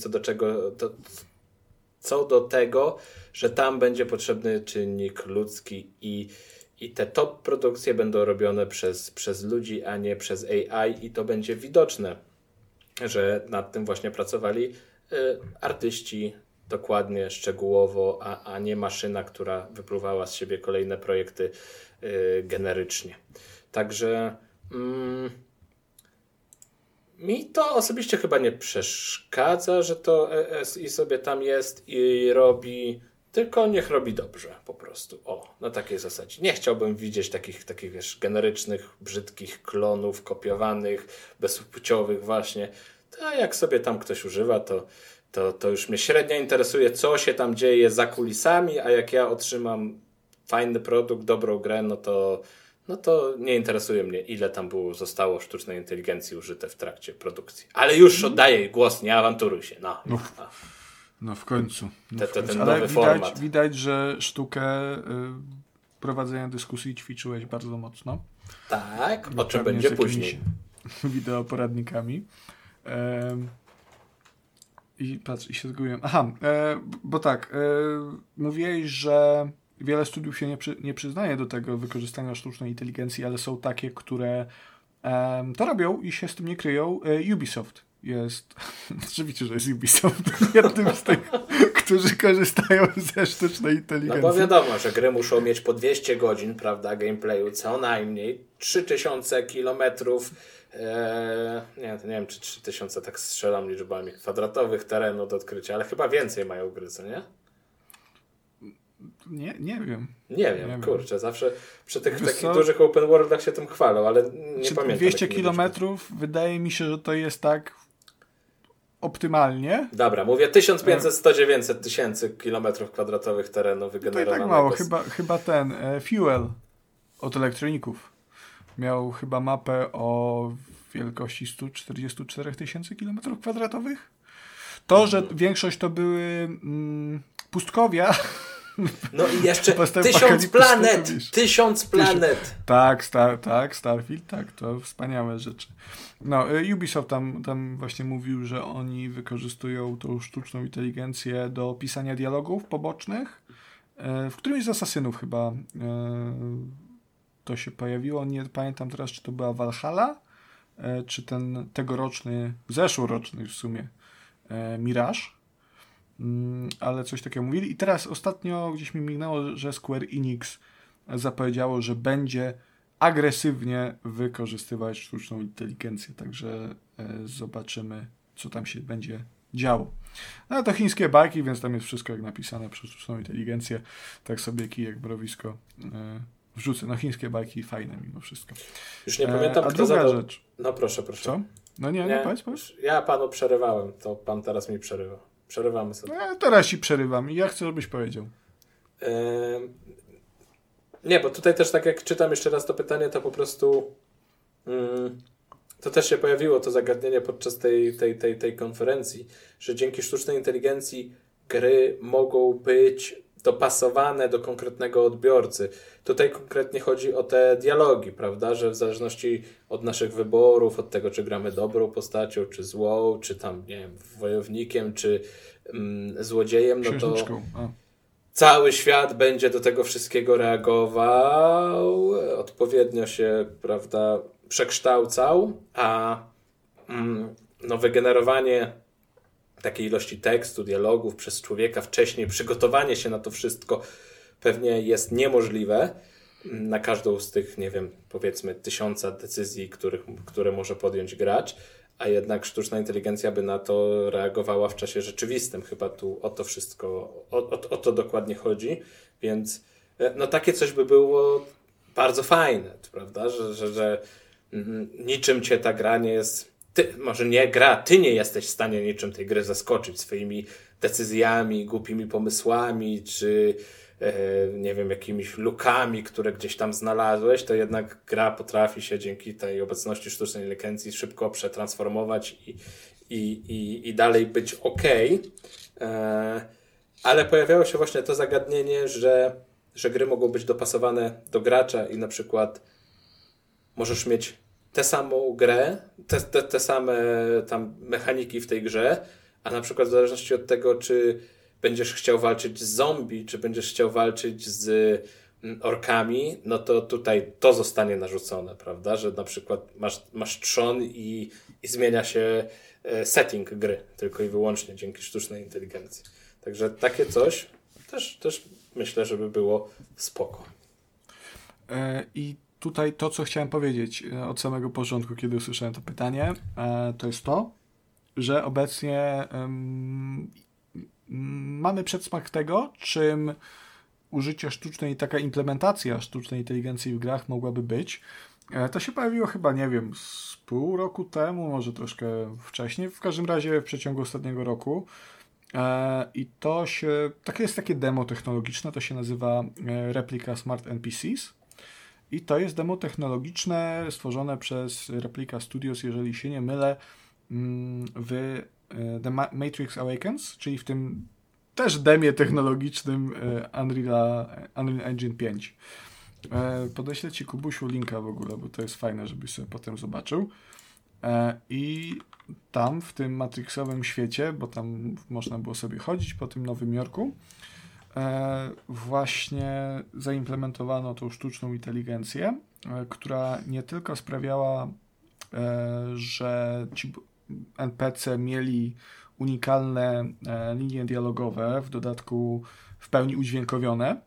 [SPEAKER 1] co do tego, że tam będzie potrzebny czynnik ludzki i te top produkcje będą robione przez ludzi, a nie przez AI i to będzie widoczne, że nad tym właśnie pracowali artyści dokładnie, szczegółowo, a nie maszyna, która wypluwała z siebie kolejne projekty generycznie. Także mi to osobiście chyba nie przeszkadza, że to ESI sobie tam jest i robi, tylko niech robi dobrze po prostu. Na takiej zasadzie. Nie chciałbym widzieć takich wiesz, generycznych, brzydkich klonów, kopiowanych, bezpłciowych właśnie. A jak sobie tam ktoś używa, to już mnie średnio interesuje, co się tam dzieje za kulisami, a jak ja otrzymam fajny produkt, dobrą grę, no to nie interesuje mnie, ile tam zostało sztucznej inteligencji użyte w trakcie produkcji. Ale już oddaję głos, nie awanturuj się.
[SPEAKER 2] No w końcu.
[SPEAKER 1] Ten nowy format.
[SPEAKER 2] Widać, że sztukę prowadzenia dyskusji ćwiczyłeś bardzo mocno.
[SPEAKER 1] Tak, o czym będzie później.
[SPEAKER 2] Wideoporadnikami. I patrz, i się zgubiłem. Bo tak, mówiłeś, że wiele studiów się nie przyznaje do tego wykorzystania sztucznej inteligencji, ale są takie, które to robią i się z tym nie kryją. Ubisoft jest, oczywiście, że jest Ubisoft jednym z tych, którzy korzystają ze sztucznej inteligencji.
[SPEAKER 1] No bo wiadomo, że gry muszą mieć po 200 godzin, prawda, gameplayu co najmniej, 3000 kilometrów, nie wiem, czy 3000, tak strzelam liczbami kwadratowych terenu do odkrycia, ale chyba więcej mają gry, co nie?
[SPEAKER 2] Nie wiem.
[SPEAKER 1] Nie wiem, kurczę, zawsze przy tych
[SPEAKER 2] Wiesz
[SPEAKER 1] takich
[SPEAKER 2] co?
[SPEAKER 1] dużych open worldach się tym chwalą, ale nie pamiętam.
[SPEAKER 2] 200 kilometrów, wydaje mi się, że to jest tak optymalnie.
[SPEAKER 1] Dobra, mówię 1500, 100, 900 tysięcy kilometrów kwadratowych terenu
[SPEAKER 2] To i
[SPEAKER 1] wygenerowanego.
[SPEAKER 2] tak mało, chyba ten Fuel od Elektroników miał chyba mapę o wielkości 144 tysięcy kilometrów kwadratowych. To, że większość to były pustkowia.
[SPEAKER 1] No i jeszcze 1000 planet! 1000 planet!
[SPEAKER 2] Tak, Starfield, tak, to wspaniałe rzeczy. No, Ubisoft tam właśnie mówił, że oni wykorzystują tą sztuczną inteligencję do pisania dialogów pobocznych. W którymś z Asasynów chyba to się pojawiło. Nie pamiętam teraz, czy to była Valhalla, czy ten zeszłoroczny w sumie Mirage. Ale coś takiego mówili. I teraz ostatnio gdzieś mi mignęło, że Square Enix zapowiedziało, że będzie agresywnie wykorzystywać sztuczną inteligencję. Także zobaczymy, co tam się będzie działo. No to chińskie bajki, więc tam jest wszystko jak napisane przez sztuczną inteligencję. Tak sobie kijek mrowisko wrzucę. No chińskie bajki fajne mimo wszystko.
[SPEAKER 1] Już nie pamiętam,
[SPEAKER 2] a
[SPEAKER 1] kto
[SPEAKER 2] druga
[SPEAKER 1] zadał...
[SPEAKER 2] rzecz.
[SPEAKER 1] No proszę.
[SPEAKER 2] Co? No nie, powiedz.
[SPEAKER 1] Ja panu przerywałem, to pan teraz mi przerywa. Przerywamy sobie.
[SPEAKER 2] No, ja teraz ci przerywam i ja chcę, żebyś powiedział.
[SPEAKER 1] Nie, bo tutaj też tak jak czytam jeszcze raz to pytanie, to po prostu to też się pojawiło to zagadnienie podczas tej konferencji, że dzięki sztucznej inteligencji gry mogą być dopasowane do konkretnego odbiorcy. Tutaj konkretnie chodzi o te dialogi, prawda, że w zależności od naszych wyborów, od tego, czy gramy dobrą postacią, czy złą, czy tam, nie wiem, wojownikiem, czy złodziejem, no to cały świat będzie do tego wszystkiego reagował, odpowiednio się, prawda, przekształcał, a no, wygenerowanie takiej ilości tekstu, dialogów przez człowieka wcześniej, przygotowanie się na to wszystko pewnie jest niemożliwe na każdą z tych, nie wiem, powiedzmy 1000 decyzji, które może podjąć gracz, a jednak sztuczna inteligencja by na to reagowała w czasie rzeczywistym. Chyba tu o to wszystko, o to dokładnie chodzi, więc no takie coś by było bardzo fajne, prawda, że niczym cię ta gra nie jest... Ty nie jesteś w stanie niczym tej gry zaskoczyć swoimi decyzjami, głupimi pomysłami, czy nie wiem, jakimiś lukami, które gdzieś tam znalazłeś, to jednak gra potrafi się dzięki tej obecności sztucznej inteligencji szybko przetransformować i dalej ok. Ale pojawiało się właśnie to zagadnienie, że gry mogą być dopasowane do gracza i na przykład możesz mieć tę samą grę, te same tam mechaniki w tej grze, a na przykład w zależności od tego, czy będziesz chciał walczyć z zombie, czy będziesz chciał walczyć z orkami, no to tutaj to zostanie narzucone, prawda, że na przykład masz trzon i zmienia się setting gry, tylko i wyłącznie dzięki sztucznej inteligencji. Także takie coś też myślę, żeby było spoko.
[SPEAKER 2] I tutaj to, co chciałem powiedzieć od samego początku, kiedy usłyszałem to pytanie, to jest to, że obecnie mamy przedsmak tego, czym użycie taka implementacja sztucznej inteligencji w grach mogłaby być. To się pojawiło chyba, nie wiem, z pół roku temu, może troszkę wcześniej, w każdym razie w przeciągu ostatniego roku. I to jest takie demo technologiczne, to się nazywa Replika Smart NPCs. I to jest demo technologiczne stworzone przez Replika Studios, jeżeli się nie mylę, w The Matrix Awakens, czyli w tym też demie technologicznym Unreal Engine 5. Podeślę ci, Kubusiu, linka w ogóle, bo to jest fajne, żebyś sobie potem zobaczył. I tam w tym matrixowym świecie, bo tam można było sobie chodzić po tym Nowym Jorku, właśnie zaimplementowano tą sztuczną inteligencję, która nie tylko sprawiała, że ci NPC mieli unikalne linie dialogowe, w dodatku w pełni udźwiękowione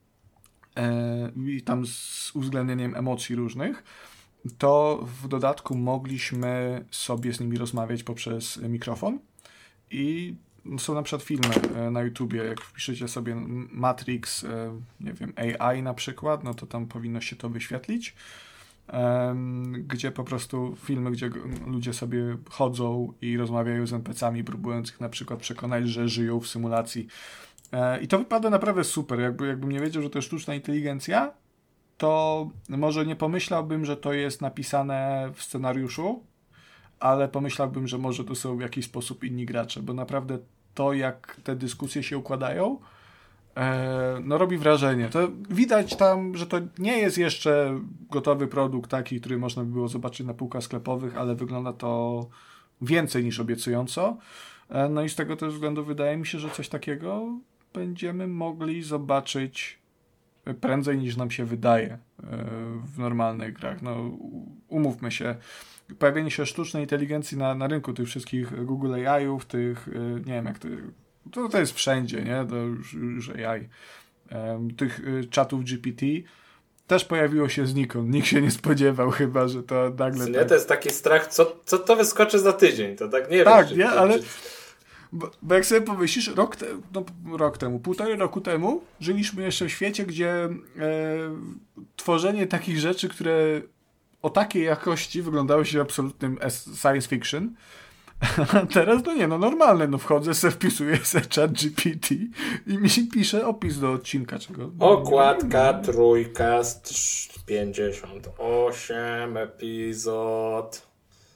[SPEAKER 2] i tam z uwzględnieniem emocji różnych, to w dodatku mogliśmy sobie z nimi rozmawiać poprzez mikrofon i są na przykład filmy na YouTubie, jak wpiszecie sobie Matrix, nie wiem, AI na przykład, no to tam powinno się to wyświetlić, gdzie po prostu filmy, gdzie ludzie sobie chodzą i rozmawiają z NPC-ami, próbując ich na przykład przekonać, że żyją w symulacji. I to wypada naprawdę super. Jakbym nie wiedział, że to jest sztuczna inteligencja, to może nie pomyślałbym, że to jest napisane w scenariuszu, ale pomyślałbym, że może to są w jakiś sposób inni gracze, bo naprawdę to, jak te dyskusje się układają, no robi wrażenie. To widać tam, że to nie jest jeszcze gotowy produkt taki, który można by było zobaczyć na półkach sklepowych, ale wygląda to więcej niż obiecująco. No i z tego też względu wydaje mi się, że coś takiego będziemy mogli zobaczyć prędzej niż nam się wydaje w normalnych grach. No umówmy się, pojawienie się sztucznej inteligencji na rynku tych wszystkich Google AI-ów, tych, nie wiem jak to jest wszędzie, nie? To już AI. Tych czatów GPT też pojawiło się znikąd. Nikt się nie spodziewał chyba, że to nagle...
[SPEAKER 1] Nie, to jest taki strach, co to wyskoczy za tydzień, to tak nie
[SPEAKER 2] tak,
[SPEAKER 1] wiem.
[SPEAKER 2] Nie, ale... Bo jak sobie pomyślisz, półtorej roku temu żyliśmy jeszcze w świecie, gdzie tworzenie takich rzeczy, które o takiej jakości wyglądały się absolutnym science fiction. A teraz normalne, wchodzę, wpisuję chat GPT i mi pisze opis do odcinka.
[SPEAKER 1] Okładka, trójka, 58 epizod.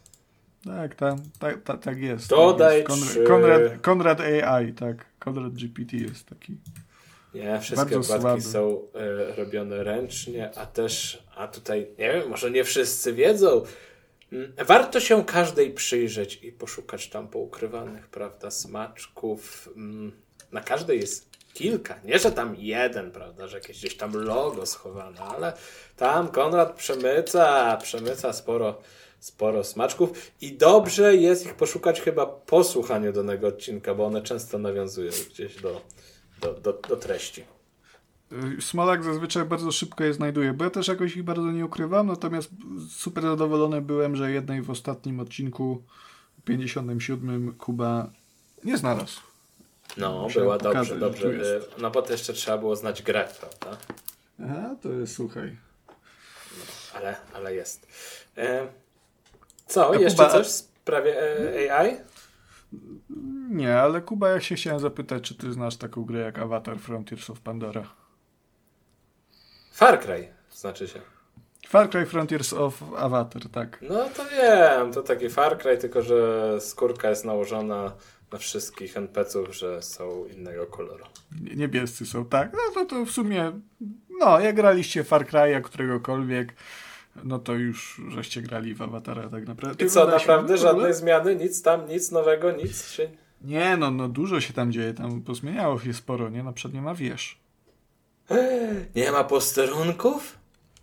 [SPEAKER 2] Tak jest.
[SPEAKER 1] Dodaj
[SPEAKER 2] Konrad AI, tak. Konrad GPT jest taki.
[SPEAKER 1] Nie, wszystkie okładki są robione ręcznie, a tutaj, nie wiem, może nie wszyscy wiedzą. Warto się każdej przyjrzeć i poszukać tam poukrywanych, prawda, smaczków. Na każdej jest kilka. Nie, że tam jeden, prawda, że jakieś gdzieś tam logo schowane, ale tam Konrad przemyca sporo smaczków i dobrze jest ich poszukać chyba po słuchaniu danego odcinka, bo one często nawiązują gdzieś do treści.
[SPEAKER 2] Smolak zazwyczaj bardzo szybko je znajduje, bo ja też jakoś ich bardzo nie ukrywam, natomiast super zadowolony byłem, że jednej w ostatnim odcinku 57 Kuba nie znalazł.
[SPEAKER 1] No, była dobrze. No bo to jeszcze trzeba było znać grę, prawda?
[SPEAKER 2] Aha, to jest, słuchaj.
[SPEAKER 1] No, ale jest. Co? Jeszcze Kuba, coś w sprawie AI?
[SPEAKER 2] Nie, ale Kuba, jak się chciałem zapytać, czy ty znasz taką grę jak Avatar Frontiers of Pandora?
[SPEAKER 1] Far Cry, znaczy się.
[SPEAKER 2] Far Cry Frontiers of Avatar, tak.
[SPEAKER 1] No to wiem, to taki Far Cry, tylko że skórka jest nałożona na wszystkich NPC-ów, że są innego koloru.
[SPEAKER 2] Niebiescy są, tak. No to w sumie, no jak graliście Far Cry'a któregokolwiek, no to już żeście grali w Awatara tak naprawdę.
[SPEAKER 1] I co, naprawdę żadnej zmiany? Nic nowego, nic się...
[SPEAKER 2] Nie, no dużo się tam dzieje, tam pozmieniało się sporo, nie? Na przykład nie ma wież.
[SPEAKER 1] Nie ma posterunków?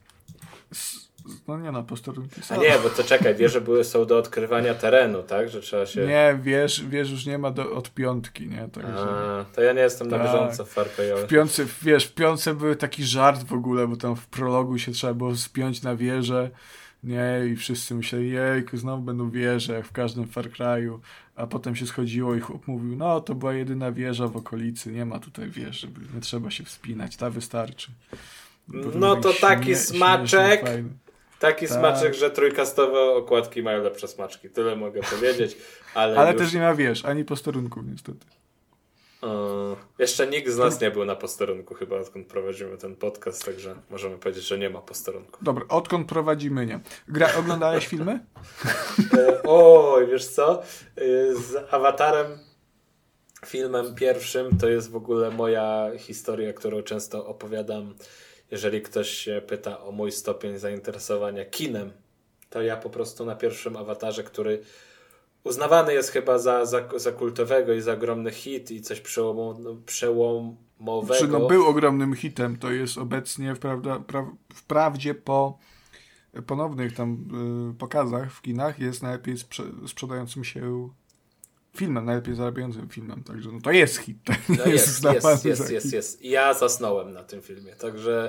[SPEAKER 2] No nie, posterunki są.
[SPEAKER 1] A nie, bo to czekaj, wieże są do odkrywania terenu, tak? Że trzeba się...
[SPEAKER 2] Nie, wież już nie ma od piątki, nie? Także...
[SPEAKER 1] to ja nie jestem na bieżąco w Far Cry'owe.
[SPEAKER 2] W piątce był taki żart w ogóle, bo tam w prologu się trzeba było wspiąć na wieżę, nie? I wszyscy myśleli, jejku, znowu będą wieże, jak w każdym Far Cry'u. A potem się schodziło i chłop mówił, no to była jedyna wieża w okolicy, nie ma tutaj wieży, nie trzeba się wspinać, ta wystarczy.
[SPEAKER 1] No to taki smaczek, smaczek, że trójkastowe okładki mają lepsze smaczki, tyle mogę powiedzieć.
[SPEAKER 2] Ale już... też nie ma wież, ani posterunków niestety.
[SPEAKER 1] Jeszcze nikt z nas nie był na posterunku chyba, odkąd prowadzimy ten podcast, także możemy powiedzieć, że nie ma posterunku.
[SPEAKER 2] Dobra, odkąd prowadzimy, nie. Oglądałeś filmy?
[SPEAKER 1] Oj, wiesz co? Z Awatarem, filmem pierwszym, to jest w ogóle moja historia, którą często opowiadam. Jeżeli ktoś się pyta o mój stopień zainteresowania kinem, to ja po prostu na pierwszym Awatarze, który uznawany jest chyba za kultowego i za ogromny hit i coś przełomowego.
[SPEAKER 2] No był ogromnym hitem, to jest obecnie wprawdzie po ponownych tam pokazach w kinach jest najlepiej sprzedającym się filmem, najlepiej zarabiającym filmem, także no to jest hit.
[SPEAKER 1] No jest. Ja zasnąłem na tym filmie, także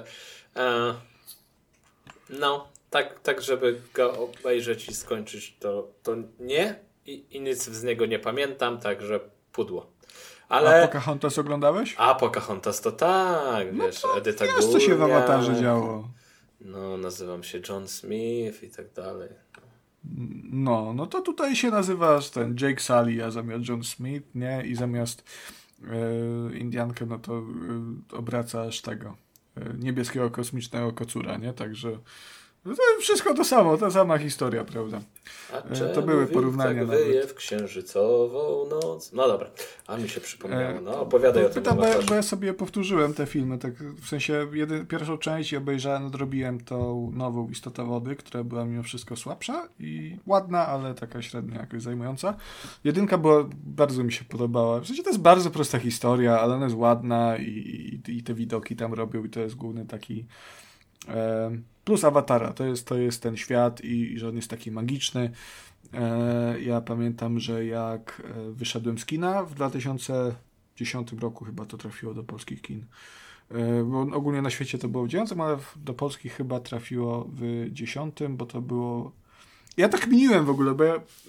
[SPEAKER 1] tak żeby go obejrzeć i skończyć, to nie i nic z niego nie pamiętam, także pudło. Ale...
[SPEAKER 2] A Pocahontas oglądałeś?
[SPEAKER 1] A Pocahontas to tak, wiesz, Edyta
[SPEAKER 2] Wiesz,
[SPEAKER 1] Górniak.
[SPEAKER 2] co się w Awatarze działo.
[SPEAKER 1] No, nazywam się John Smith i tak dalej.
[SPEAKER 2] No to tutaj się nazywasz ten Jake Sully, a zamiast John Smith, nie? I zamiast Indiankę, no to obracasz tego niebieskiego kosmicznego kocura, nie? Także to wszystko to samo, ta sama historia, prawda? To były porównania.
[SPEAKER 1] Tak wyje w księżycową noc. No dobra, a mi się przypomniało. No, opowiadaj o tym.
[SPEAKER 2] Bo ja sobie powtórzyłem te filmy, tak w sensie pierwszą część obejrzałem, nadrobiłem tą nową Istotę Wody, która była mimo wszystko słabsza i ładna, ale taka średnio jakoś zajmująca. Jedynka bardzo mi się podobała. W sensie to jest bardzo prosta historia, ale ona jest ładna i te widoki tam robią i to jest główny taki... Plus Awatara, to jest ten świat i że on jest taki magiczny. Ja pamiętam, że jak wyszedłem z kina w 2010 roku chyba to trafiło do polskich kin. Bo ogólnie na świecie to było w 9, ale do polskich chyba trafiło w 10, bo to było... Ja tak kminiłem w ogóle,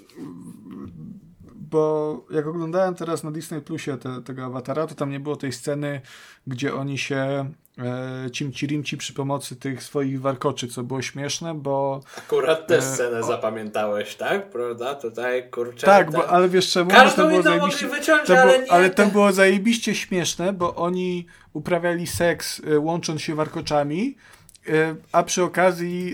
[SPEAKER 2] bo jak oglądałem teraz na Disney Plusie tego Awatara, to tam nie było tej sceny, gdzie oni się cimci-rimci przy pomocy tych swoich warkoczy, co było śmieszne, bo...
[SPEAKER 1] Akurat tę scenę zapamiętałeś, tak? Prawda? Tutaj, kurczę...
[SPEAKER 2] Tak, ale wiesz czemu?
[SPEAKER 1] Każdą inną mogli wyciąć,
[SPEAKER 2] ale to było zajebiście śmieszne, bo oni uprawiali seks łącząc się warkoczami, a przy okazji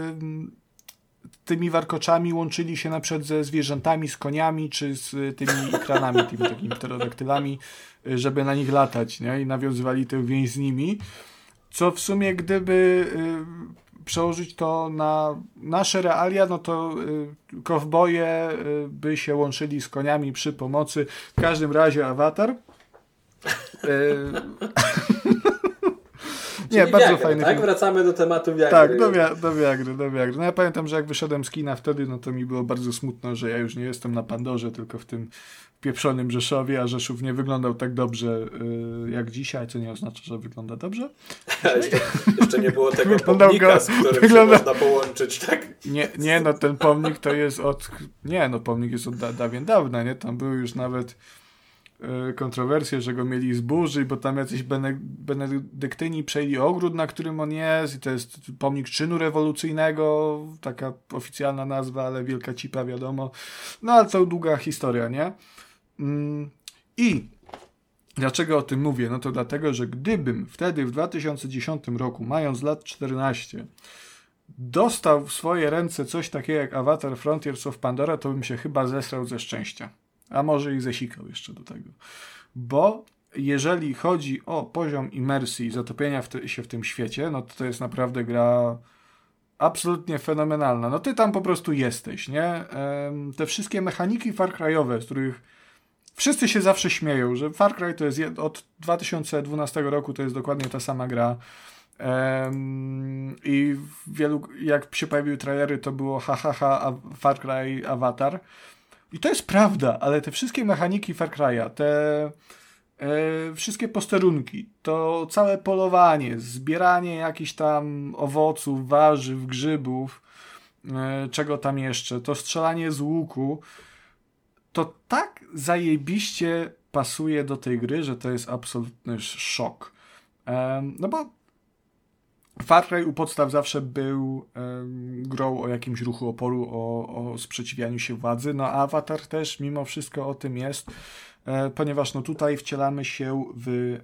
[SPEAKER 2] tymi warkoczami łączyli się na przykład ze zwierzętami, z koniami, czy z tymi ikranami, tymi takimi pterodaktylami, żeby na nich latać, nie? I nawiązywali tę więź z nimi. Co w sumie, gdyby przełożyć to na nasze realia, no to kowboje by się łączyli z koniami przy pomocy. W każdym razie Awatar.
[SPEAKER 1] Nie, bardzo fajny tak? Film. Wracamy do tematu Viagry.
[SPEAKER 2] Tak, do Viagry. No ja pamiętam, że jak wyszedłem z kina wtedy, no to mi było bardzo smutno, że ja już nie jestem na Pandorze, tylko w tym pieprzonym Rzeszowie, a Rzeszów nie wyglądał tak dobrze jak dzisiaj, co nie oznacza, że wygląda dobrze.
[SPEAKER 1] Jeszcze nie było tego pomnika, z którym się można połączyć, tak?
[SPEAKER 2] Nie, no ten pomnik to jest pomnik jest od dawien dawna, nie? Tam były już nawet kontrowersje, że go mieli zburzyć, bo tam jacyś benedyktyni przejęli ogród, na którym on jest i to jest pomnik czynu rewolucyjnego, taka oficjalna nazwa, ale wielka cipa, wiadomo. No ale to długa historia, nie? I dlaczego o tym mówię? No to dlatego, że gdybym wtedy w 2010 roku, mając lat 14, dostał w swoje ręce coś takiego jak Avatar Frontiers of Pandora, to bym się chyba zesrał ze szczęścia. A może i zesikał jeszcze do tego. Bo jeżeli chodzi o poziom imersji, zatopienia się w tym świecie, no to jest naprawdę gra absolutnie fenomenalna. No ty tam po prostu jesteś, nie? Te wszystkie mechaniki Far Cry'owe, z których wszyscy się zawsze śmieją, że Far Cry to jest od 2012 roku to jest dokładnie ta sama gra. I jak się pojawiły trailery, to było Far Cry Avatar. I to jest prawda, ale te wszystkie mechaniki Far Cry'a, te wszystkie posterunki, to całe polowanie, zbieranie jakichś tam owoców, warzyw, grzybów, czego tam jeszcze, to strzelanie z łuku, to tak zajebiście pasuje do tej gry, że to jest absolutny szok. No bo Far Cry u podstaw zawsze był grą o jakimś ruchu oporu, o sprzeciwianiu się władzy, no a Avatar też mimo wszystko o tym jest, ponieważ no tutaj wcielamy się w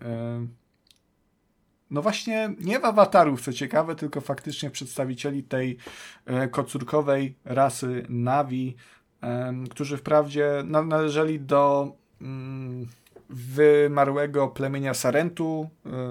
[SPEAKER 2] no właśnie nie w awatarów, co ciekawe, tylko faktycznie przedstawicieli tej kocurkowej rasy Navi, którzy wprawdzie należeli do wymarłego plemienia Sarentu,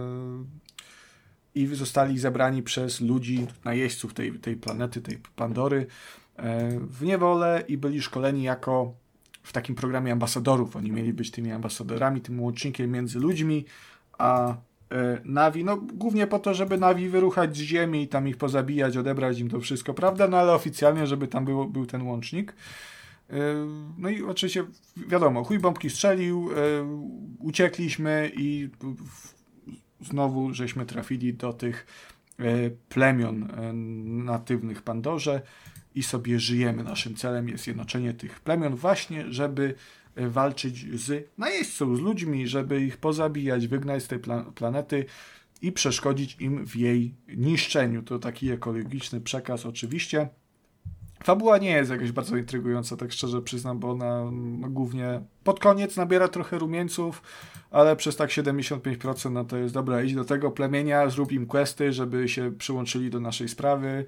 [SPEAKER 2] i zostali zebrani przez ludzi, najeźdźców tej planety, tej Pandory w niewolę i byli szkoleni jako w takim programie ambasadorów. Oni mieli być tymi ambasadorami, tym łącznikiem między ludźmi a Navi, no głównie po to, żeby Navi wyruchać z ziemi i tam ich pozabijać, odebrać im to wszystko, prawda? No ale oficjalnie, żeby tam był ten łącznik. No i oczywiście wiadomo, chuj bombki strzelił, uciekliśmy i znowu żeśmy trafili do tych plemion natywnych Pandorze i sobie żyjemy. Naszym celem jest zjednoczenie tych plemion właśnie, żeby walczyć z najeźdźcą, z ludźmi, żeby ich pozabijać, wygnać z tej planety i przeszkodzić im w jej niszczeniu. To taki ekologiczny przekaz oczywiście. Fabuła nie jest jakaś bardzo intrygująca, tak szczerze przyznam, bo ona głównie pod koniec nabiera trochę rumieńców, ale przez tak 75% no to jest dobra, idź do tego plemienia, zrób im questy, żeby się przyłączyli do naszej sprawy.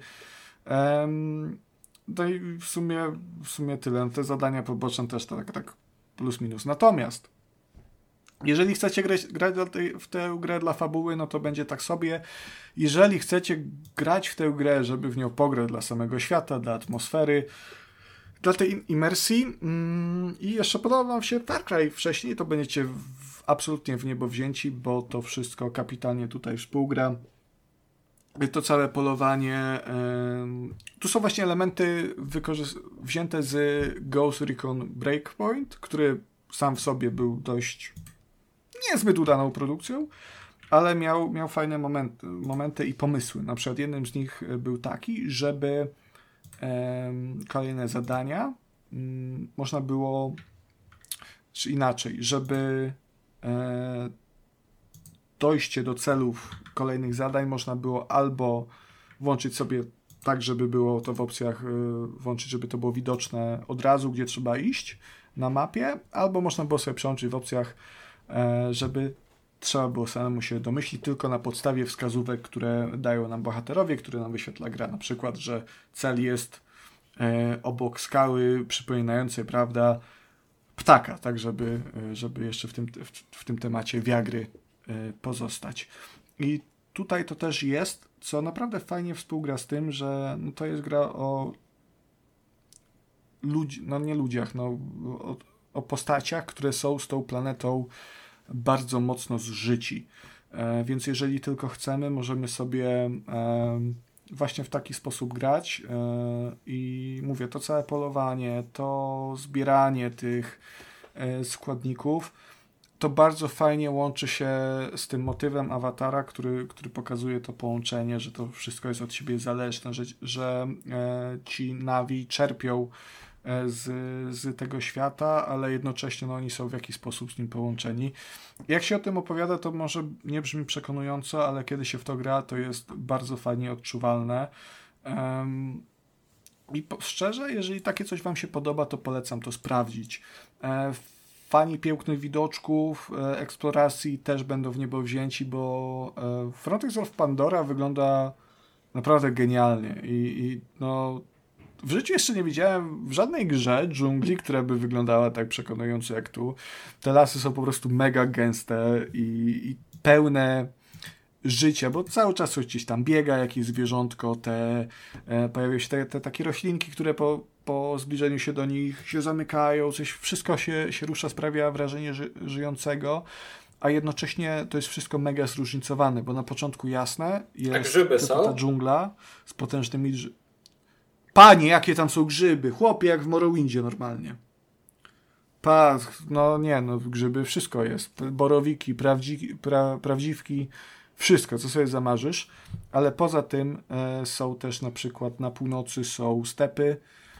[SPEAKER 2] No i w sumie tyle. Te zadania poboczne też tak plus minus. Natomiast jeżeli chcecie grać w tę grę dla fabuły, no to będzie tak sobie. Jeżeli chcecie grać w tę grę, żeby w nią pograć dla samego świata, dla atmosfery, dla tej imersji i jeszcze podoba wam się Far Cry wcześniej, to będziecie absolutnie w niebo wzięci, bo to wszystko kapitalnie tutaj współgra. To całe polowanie. Tu są właśnie elementy wzięte z Ghost Recon Breakpoint, który sam w sobie był dość niezbyt udaną produkcją, ale miał fajne momenty i pomysły. Na przykład jednym z nich był taki, żeby kolejne zadania można było, czy inaczej, żeby dojście do celów kolejnych zadań można było albo włączyć sobie tak, żeby było to w opcjach włączyć, żeby to było widoczne od razu, gdzie trzeba iść na mapie, albo można było sobie przełączyć w opcjach, żeby trzeba było samemu się domyślić tylko na podstawie wskazówek, które dają nam bohaterowie, które nam wyświetla gra. Na przykład, że cel jest obok skały przypominającej, prawda, ptaka, tak żeby jeszcze w tym temacie wiagry pozostać. I tutaj to też jest, co naprawdę fajnie współgra z tym, że no to jest gra o nie ludziach, o postaciach, które są z tą planetą bardzo mocno zżyci. Więc jeżeli tylko chcemy, możemy sobie właśnie w taki sposób grać i mówię, to całe polowanie, to zbieranie tych składników, to bardzo fajnie łączy się z tym motywem awatara, który pokazuje to połączenie, że to wszystko jest od siebie zależne, że ci Navi czerpią z tego świata, ale jednocześnie oni są w jakiś sposób z nim połączeni. Jak się o tym opowiada, to może nie brzmi przekonująco, ale kiedy się w to gra, to jest bardzo fajnie odczuwalne. I szczerze, jeżeli takie coś wam się podoba, to polecam to sprawdzić. Fani pięknych widoczków, eksploracji też będą w niebo wzięci, bo Frontiers of Pandora wygląda naprawdę genialnie i w życiu jeszcze nie widziałem w żadnej grze dżungli, która by wyglądała tak przekonująco jak tu. Te lasy są po prostu mega gęste i pełne życia, bo cały czas coś gdzieś tam biega, jakieś zwierzątko, pojawiają się te takie roślinki, które po zbliżeniu się do nich się zamykają, wszystko się rusza, sprawia wrażenie żyjącego, a jednocześnie to jest wszystko mega zróżnicowane, bo na początku jasne jest ta dżungla z potężnymi Panie, jakie tam są grzyby, chłopie, jak w Morrowindzie normalnie. Grzyby, wszystko jest. Borowiki, prawdziwki, wszystko, co sobie zamarzysz, ale poza tym są też na przykład na północy są stepy,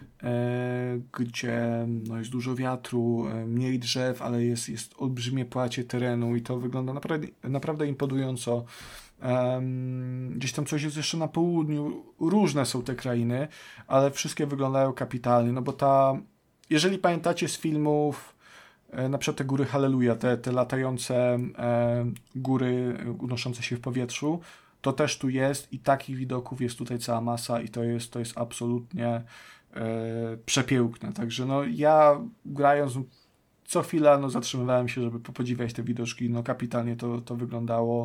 [SPEAKER 2] gdzie jest dużo wiatru, mniej drzew, ale jest olbrzymie płacie terenu i to wygląda naprawdę imponująco. Gdzieś tam coś jest jeszcze na południu, różne są te krainy, ale wszystkie wyglądają kapitalnie, bo jeżeli pamiętacie z filmów na przykład te góry Halleluja, te latające góry unoszące się w powietrzu, to też tu jest i takich widoków jest tutaj cała masa i to jest absolutnie przepiękne, także ja grając co chwila zatrzymywałem się, żeby podziwiać te widoczki, kapitalnie to wyglądało.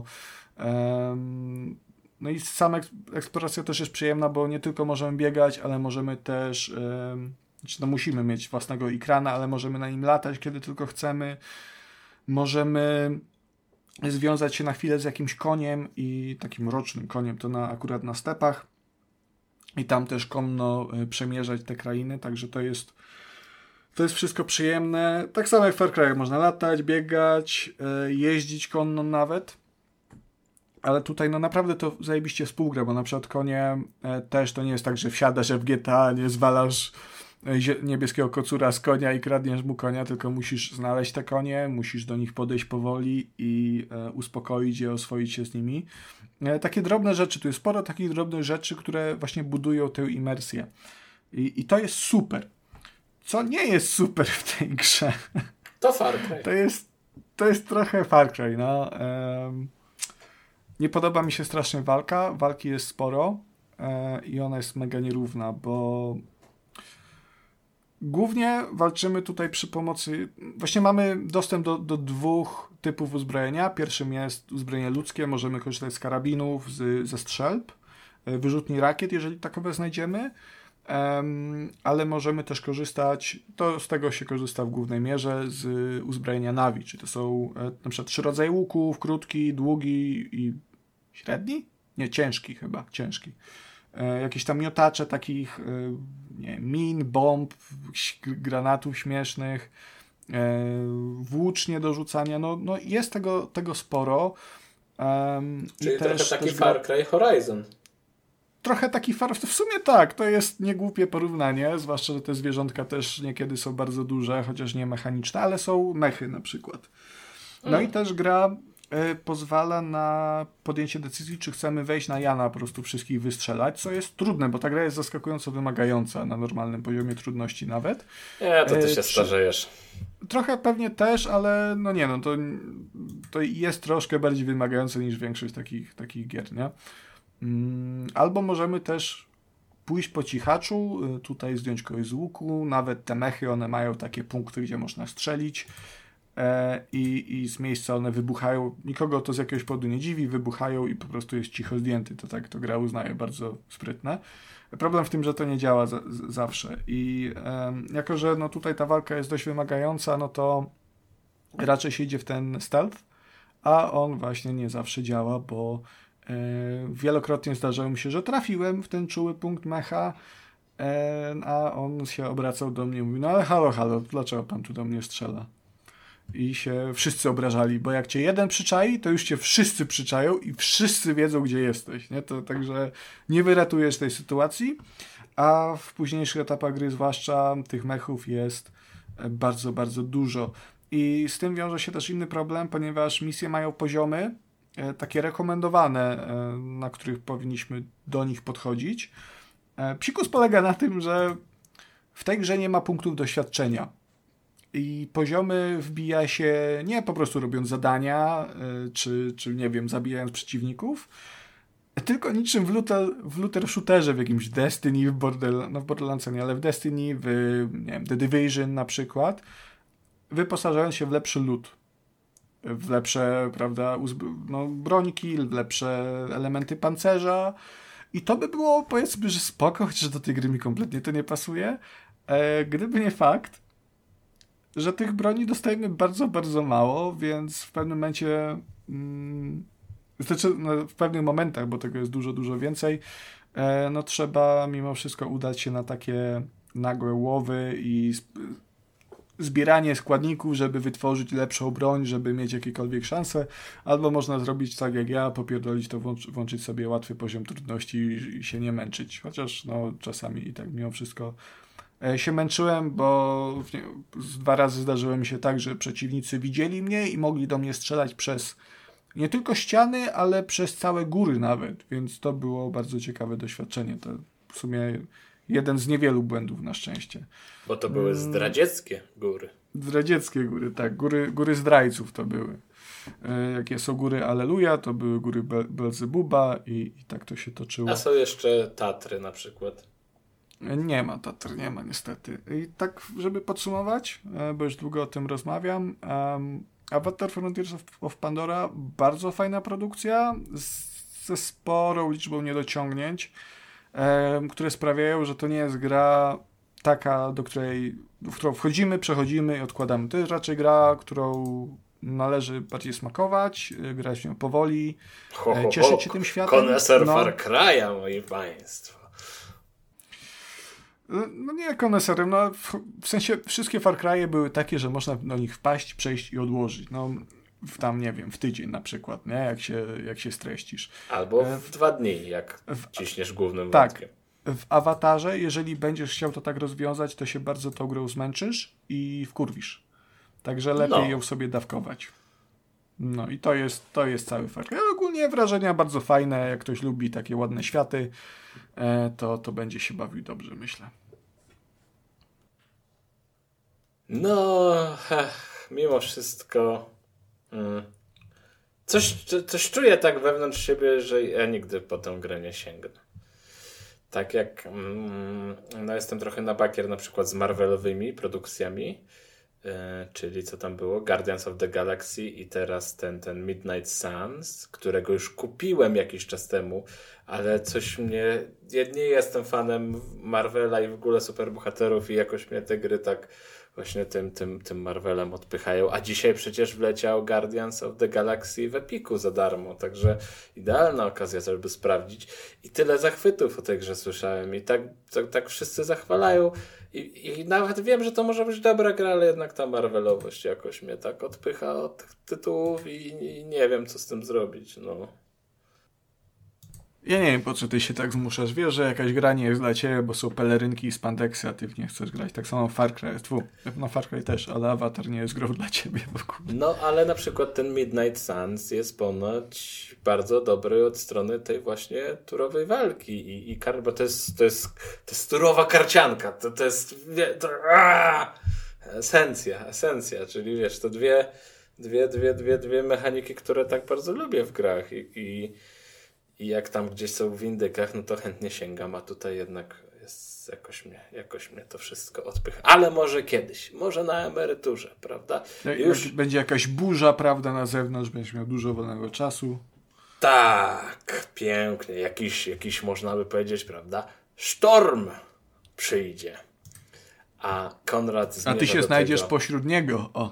[SPEAKER 2] No i sama eksploracja też jest przyjemna, bo nie tylko możemy biegać, ale możemy też musimy mieć własnego ekrana, ale możemy na nim latać, kiedy tylko chcemy. Możemy związać się na chwilę z jakimś koniem i takim rocznym koniem, to akurat na stepach i tam też konno przemierzać te krainy, także to jest wszystko przyjemne. Tak samo jak w Far Cry, można latać, biegać, jeździć konno nawet. Ale tutaj naprawdę to zajebiście współgra, bo na przykład konie też to nie jest tak, że wsiadasz jak w GTA, nie zwalasz niebieskiego kocura z konia i kradniesz mu konia, tylko musisz znaleźć te konie, musisz do nich podejść powoli i uspokoić je, oswoić się z nimi. Takie drobne rzeczy, tu jest sporo takich drobnych rzeczy, które właśnie budują tę imersję. I to jest super. Co nie jest super w tej grze,
[SPEAKER 1] to Far Cry.
[SPEAKER 2] To jest trochę Far Cry, no. Nie podoba mi się strasznie walka. Walki jest sporo i ona jest mega nierówna, bo głównie walczymy tutaj przy pomocy... Właśnie mamy dostęp do dwóch typów uzbrojenia. Pierwszym jest uzbrojenie ludzkie. Możemy korzystać z karabinów, ze strzelb, wyrzutni rakiet, jeżeli takowe znajdziemy. Ale możemy też korzystać, z tego się korzysta w głównej mierze, z uzbrojenia Navi, czyli to są na przykład 3 rodzaje łuków, krótki, długi i średni? Nie, ciężki chyba, ciężki. Jakieś tam miotacze takich min, bomb, granatów śmiesznych, włócznie do rzucania, no jest tego sporo.
[SPEAKER 1] Czyli trochę taki Far Cry Horizon.
[SPEAKER 2] Trochę taki w sumie tak, to jest niegłupie porównanie, zwłaszcza, że te zwierzątka też niekiedy są bardzo duże, chociaż nie mechaniczne, ale są mechy na przykład. No i też gra pozwala na podjęcie decyzji, czy chcemy wejść na Jana, po prostu wszystkich wystrzelać, co jest trudne, bo ta gra jest zaskakująco wymagająca na normalnym poziomie trudności nawet.
[SPEAKER 1] Nie, to ty się starzejesz.
[SPEAKER 2] Trochę pewnie też, ale to jest troszkę bardziej wymagające niż większość takich gier, nie? Albo możemy też pójść po cichaczu, tutaj zdjąć kogoś z łuku, nawet te mechy, one mają takie punkty, gdzie można strzelić i z miejsca one wybuchają, nikogo to z jakiegoś powodu nie dziwi, wybuchają i po prostu jest cicho zdjęty, to tak to gra uznaje, bardzo sprytne. Problem w tym, że to nie działa zawsze i jako, że tutaj ta walka jest dość wymagająca, no to raczej się idzie w ten stealth, a on właśnie nie zawsze działa, bo wielokrotnie zdarzało mi się, że trafiłem w ten czuły punkt mecha, a on się obracał do mnie i mówi, no ale halo, dlaczego pan tu do mnie strzela? I się wszyscy obrażali, bo jak cię jeden przyczai, to już cię wszyscy przyczają i wszyscy wiedzą, gdzie jesteś, nie? To także nie wyratujesz tej sytuacji, a w późniejszych etapach gry zwłaszcza tych mechów jest bardzo, bardzo dużo. I z tym wiąże się też inny problem, ponieważ misje mają poziomy takie rekomendowane, na których powinniśmy do nich podchodzić. Psikus polega na tym, że w tej grze nie ma punktów doświadczenia i poziomy wbija się nie po prostu robiąc zadania, czy nie wiem, zabijając przeciwników, tylko niczym w looter shooterze, w jakimś Destiny, w Borderlandsach nie, ale w Destiny, w nie wiem, The Division na przykład, wyposażając się w lepszy loot, w lepsze, prawda, brońki, w lepsze elementy pancerza i to by było, powiedzmy, że spoko, chociaż do tej gry mi kompletnie to nie pasuje, gdyby nie fakt, że tych broni dostajemy bardzo, bardzo mało, więc w pewnym momencie w pewnych momentach, bo tego jest dużo, dużo więcej, trzeba mimo wszystko udać się na takie nagłe łowy i zbieranie składników, żeby wytworzyć lepszą broń, żeby mieć jakiekolwiek szanse, albo można zrobić tak jak ja, popierdolić to, włączyć sobie łatwy poziom trudności i się nie męczyć, chociaż czasami i tak mimo wszystko się męczyłem, bo 2 razy zdarzyło mi się tak, że przeciwnicy widzieli mnie i mogli do mnie strzelać przez nie tylko ściany, ale przez całe góry nawet, więc to było bardzo ciekawe doświadczenie. To w sumie jeden z niewielu błędów na szczęście.
[SPEAKER 1] Bo to były zdradzieckie góry.
[SPEAKER 2] Zdradzieckie góry, tak. Góry zdrajców to były. Jakie są góry Alleluja, to były góry Belzebuba i tak to się toczyło.
[SPEAKER 1] A są jeszcze Tatry na przykład.
[SPEAKER 2] Nie ma Tatr, nie ma niestety. I tak, żeby podsumować, bo już długo o tym rozmawiam, Avatar Frontiers of Pandora, bardzo fajna produkcja ze sporą liczbą niedociągnięć, które sprawiają, że to nie jest gra taka, w którą wchodzimy, przechodzimy i odkładamy. To jest raczej gra, którą należy bardziej smakować, grać w nią powoli, cieszyć się tym światem.
[SPEAKER 1] Koneser Far Cry'a, moi państwo.
[SPEAKER 2] No nie koneserem, w sensie wszystkie Far Cry'e były takie, że można do nich wpaść, przejść i odłożyć. W tydzień na przykład, nie? Jak się streścisz.
[SPEAKER 1] Albo w 2 dni, jak ciśniesz głównym
[SPEAKER 2] wątkiem. w awatarze, jeżeli będziesz chciał to tak rozwiązać, to się bardzo tą grą zmęczysz i wkurwisz. Także lepiej ją sobie dawkować. No i to jest cały fakt. Ogólnie wrażenia bardzo fajne. Jak ktoś lubi takie ładne światy, to będzie się bawił dobrze, myślę.
[SPEAKER 1] No, mimo wszystko coś czuję tak wewnątrz siebie, że ja nigdy po tę grę nie sięgnę. Tak jak no jestem trochę na bakier na przykład z Marvelowymi produkcjami, czyli co tam było? Guardians of the Galaxy i teraz ten Midnight Suns, którego już kupiłem jakiś czas temu, ale coś mnie... Ja nie jestem fanem Marvela i w ogóle superbohaterów i jakoś mnie te gry tak właśnie tym Marvelem odpychają. A dzisiaj przecież wleciał Guardians of the Galaxy w Epiku za darmo, także idealna okazja, żeby sprawdzić. I tyle zachwytów o tej grze słyszałem i tak wszyscy zachwalają. I nawet wiem, że to może być dobra gra, ale jednak ta Marvelowość jakoś mnie tak odpycha od tych tytułów i nie wiem, co z tym zrobić. No.
[SPEAKER 2] Ja nie wiem, po co ty się tak zmuszasz. Wiesz, że jakaś gra nie jest dla ciebie, bo są pelerynki i spandeksy, a ty w nie chcesz grać. Tak samo Far Cry. No Far Cry też, ale Avatar nie jest grą dla ciebie w ogóle.
[SPEAKER 1] No, ale na przykład ten Midnight Suns jest ponoć bardzo dobry od strony tej właśnie turowej walki. Bo to jest turowa karcianka. To jest esencja, czyli wiesz, to dwie mechaniki, które tak bardzo lubię w grach i jak tam gdzieś są w indykach, no to chętnie sięgam, a tutaj jednak jest jakoś mnie to wszystko odpycha. Ale może kiedyś, może na emeryturze, prawda?
[SPEAKER 2] Jak będzie jakaś burza, prawda, na zewnątrz, będziesz miał dużo wolnego czasu.
[SPEAKER 1] Tak, pięknie. Jakiś można by powiedzieć, prawda, sztorm przyjdzie. A Konrad zmierza
[SPEAKER 2] A ty się
[SPEAKER 1] do
[SPEAKER 2] znajdziesz
[SPEAKER 1] tego...
[SPEAKER 2] pośród niego, o.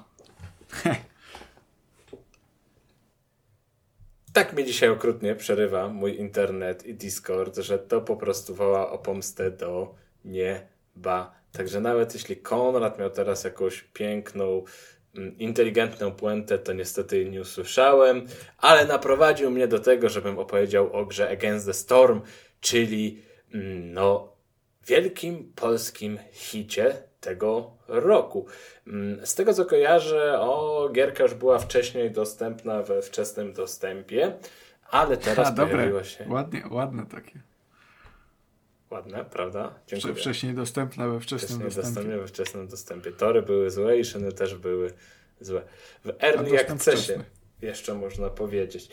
[SPEAKER 1] Tak mnie dzisiaj okrutnie przerywa mój internet i Discord, że to po prostu woła o pomstę do nieba. Także nawet jeśli Konrad miał teraz jakąś piękną, inteligentną puentę, to niestety jej nie usłyszałem, ale naprowadził mnie do tego, żebym opowiedział o grze Against the Storm, czyli wielkim polskim hicie tego roku. Z tego co kojarzę, gierka już była wcześniej dostępna we wczesnym dostępie, ale teraz pojawiła się...
[SPEAKER 2] Ładne takie.
[SPEAKER 1] Ładne, prawda? Dziękuję.
[SPEAKER 2] Wcześniej dostępna we wczesnym dostępie.
[SPEAKER 1] We wczesnym dostępie. Tory były złe i szyny też były złe. W early accessie jeszcze można powiedzieć.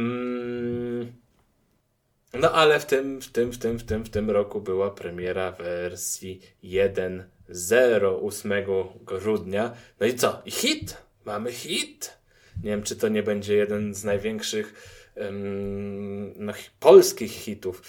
[SPEAKER 1] No ale w tym roku była premiera wersji 1.0 8 grudnia. No i co? I hit? Mamy hit? Nie wiem, czy to nie będzie jeden z największych polskich hitów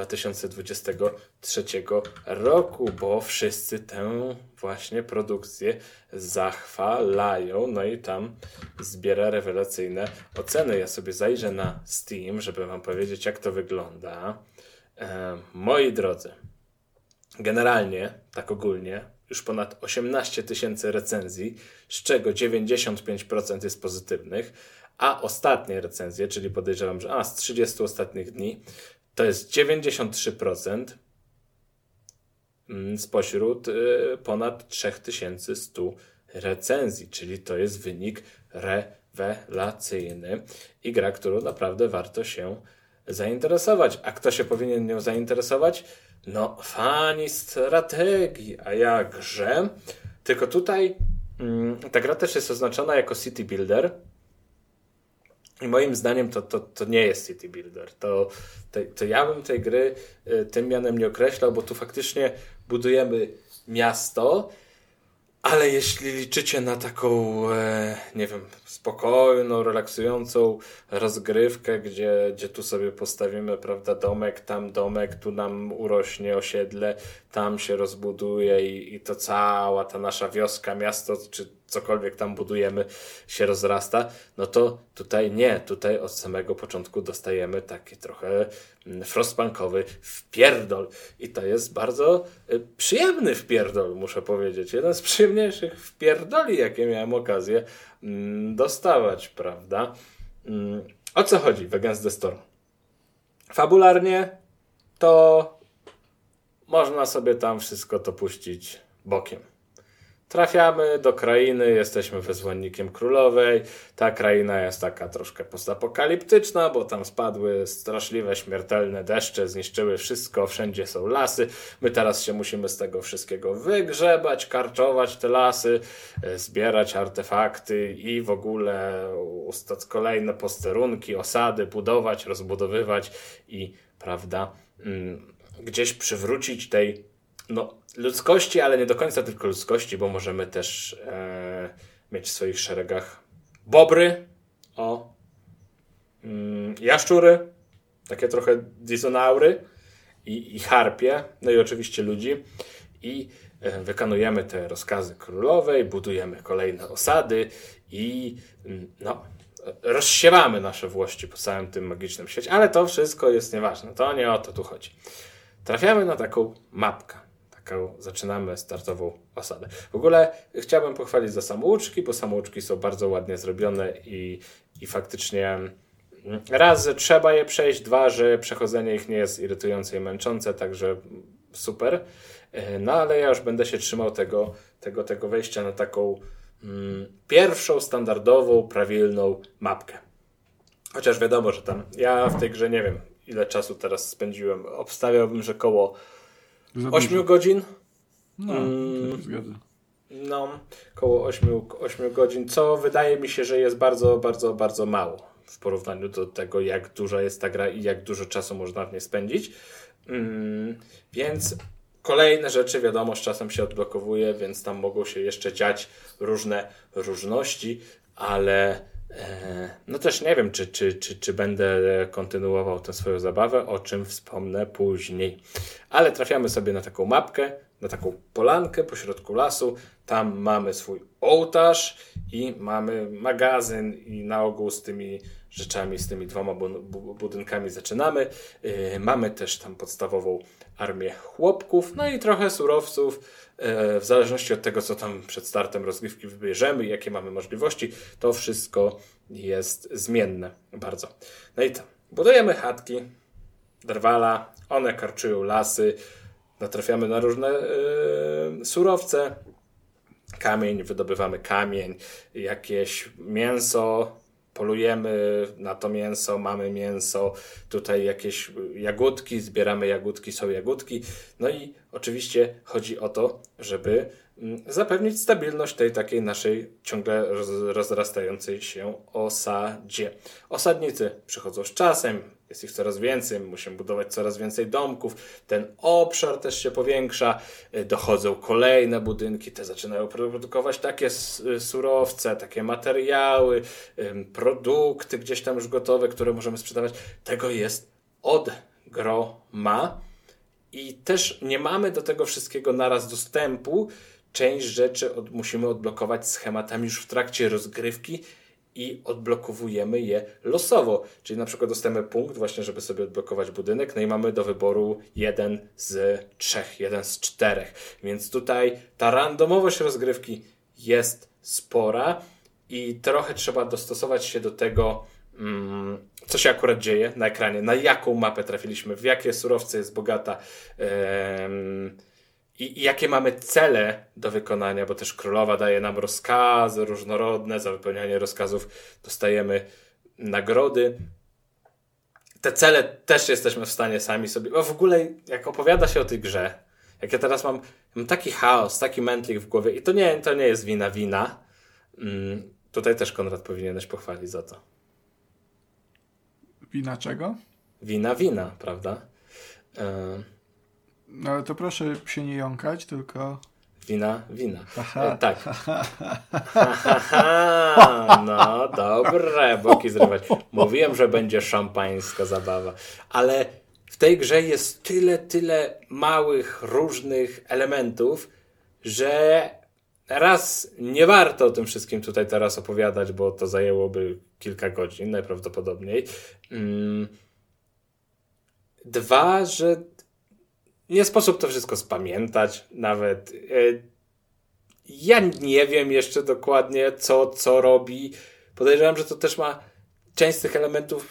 [SPEAKER 1] 2023 roku, bo wszyscy tę właśnie produkcję zachwalają, no i tam zbiera rewelacyjne oceny. Ja sobie zajrzę na Steam, żeby wam powiedzieć, jak to wygląda. Moi drodzy, generalnie, tak ogólnie, już ponad 18 000 recenzji, z czego 95% jest pozytywnych, a ostatnie recenzje, czyli podejrzewam, że z 30 ostatnich dni, to jest 93% spośród ponad 3100 recenzji, czyli to jest wynik rewelacyjny i gra, którą naprawdę warto się zainteresować. A kto się powinien nią zainteresować? No, fani strategii, a jakże? Tylko tutaj ta gra też jest oznaczona jako City Builder i moim zdaniem to nie jest City Builder. To ja bym tej gry tym mianem nie określał, bo tu faktycznie budujemy miasto, ale jeśli liczycie na taką, nie wiem, spokojną, relaksującą rozgrywkę, gdzie tu sobie postawimy, prawda, domek, tu nam urośnie osiedle, tam się rozbuduje i to cała ta nasza wioska, miasto, czy cokolwiek tam budujemy, się rozrasta, no to tutaj nie. Tutaj od samego początku dostajemy taki trochę frostpunkowy wpierdol. I to jest bardzo przyjemny wpierdol, muszę powiedzieć. Jeden z przyjemniejszych wpierdoli, jakie miałem okazję dostawać, prawda? O co chodzi w Against the Storm? Fabularnie to można sobie tam wszystko to puścić bokiem. Trafiamy do krainy, jesteśmy wysłannikiem królowej. Ta kraina jest taka troszkę postapokaliptyczna, bo tam spadły straszliwe, śmiertelne deszcze, zniszczyły wszystko, wszędzie są lasy. My teraz się musimy z tego wszystkiego wygrzebać, karczować te lasy, zbierać artefakty i w ogóle ustać kolejne posterunki, osady, budować, rozbudowywać i, prawda, gdzieś przywrócić tej ludzkości, ale nie do końca tylko ludzkości, bo możemy też mieć w swoich szeregach bobry, jaszczury, takie trochę dizonaury i harpie, no i oczywiście ludzi. I wykonujemy te rozkazy królowej, budujemy kolejne osady i rozsiewamy nasze włości po całym tym magicznym świecie, ale to wszystko jest nieważne, to nie o to tu chodzi. Trafiamy na taką mapkę. Zaczynamy startową osadę. W ogóle chciałbym pochwalić za samouczki, bo samouczki są bardzo ładnie zrobione i faktycznie raz, że trzeba je przejść, dwa, że przechodzenie ich nie jest irytujące i męczące, także super. No ale ja już będę się trzymał tego wejścia na taką pierwszą, standardową, prawilną mapkę. Chociaż wiadomo, że tam ja w tej grze nie wiem, ile czasu teraz spędziłem. Obstawiałbym, że koło 8 godzin?
[SPEAKER 2] No, zgadza.
[SPEAKER 1] No, koło 8 godzin, co wydaje mi się, że jest bardzo, bardzo, bardzo mało w porównaniu do tego, jak duża jest ta gra i jak dużo czasu można w niej spędzić. Więc kolejne rzeczy, wiadomo, z czasem się odblokowuje, więc tam mogą się jeszcze dziać różne różności, ale no też nie wiem, czy będę kontynuował tę swoją zabawę, o czym wspomnę później. Ale trafiamy sobie na taką mapkę, na taką polankę pośrodku lasu. Tam mamy swój ołtarz i mamy magazyn i na ogół z tymi rzeczami, z tymi 2 budynkami zaczynamy. Mamy też tam podstawową armię chłopków, no i trochę surowców. W zależności od tego, co tam przed startem rozgrywki wybierzemy i jakie mamy możliwości, to wszystko jest zmienne bardzo. No i to, budujemy chatki, drwala, one karczują lasy, natrafiamy na różne surowce, kamień, wydobywamy kamień, jakieś mięso, polujemy na to mięso, mamy mięso, tutaj jakieś jagódki, zbieramy jagódki, są jagódki. No i oczywiście chodzi o to, żeby zapewnić stabilność tej takiej naszej ciągle rozrastającej się osadzie. Osadnicy przychodzą z czasem, jest ich coraz więcej, musimy budować coraz więcej domków, ten obszar też się powiększa, dochodzą kolejne budynki, te zaczynają produkować takie surowce, takie materiały, produkty gdzieś tam już gotowe, które możemy sprzedawać. Tego jest od groma i też nie mamy do tego wszystkiego naraz dostępu. Część rzeczy musimy odblokować schematami już w trakcie rozgrywki i odblokowujemy je losowo. Czyli na przykład dostajemy punkt właśnie, żeby sobie odblokować budynek, no i mamy do wyboru 1 z 3, 1 z 4. Więc tutaj ta randomowość rozgrywki jest spora i trochę trzeba dostosować się do tego, co się akurat dzieje na ekranie, na jaką mapę trafiliśmy, w jakie surowce jest bogata, i jakie mamy cele do wykonania, bo też królowa daje nam rozkazy różnorodne, za wypełnianie rozkazów dostajemy nagrody. Te cele też jesteśmy w stanie sami sobie... Bo w ogóle jak opowiada się o tej grze, jak ja teraz mam taki chaos, taki mętlik w głowie i to nie jest wina. Tutaj też Konrad powinieneś pochwalić za to.
[SPEAKER 2] Wina czego?
[SPEAKER 1] Wina, prawda?
[SPEAKER 2] No ale to proszę się nie jąkać, tylko...
[SPEAKER 1] Wina.
[SPEAKER 2] Aha.
[SPEAKER 1] Tak. No, dobre, boki zrywać. Mówiłem, że będzie szampańska zabawa. Ale w tej grze jest tyle małych, różnych elementów, że raz nie warto o tym wszystkim tutaj teraz opowiadać, bo to zajęłoby kilka godzin najprawdopodobniej. 2, że nie sposób to wszystko spamiętać nawet. Ja nie wiem jeszcze dokładnie, co robi. Podejrzewam, że to też ma część z tych elementów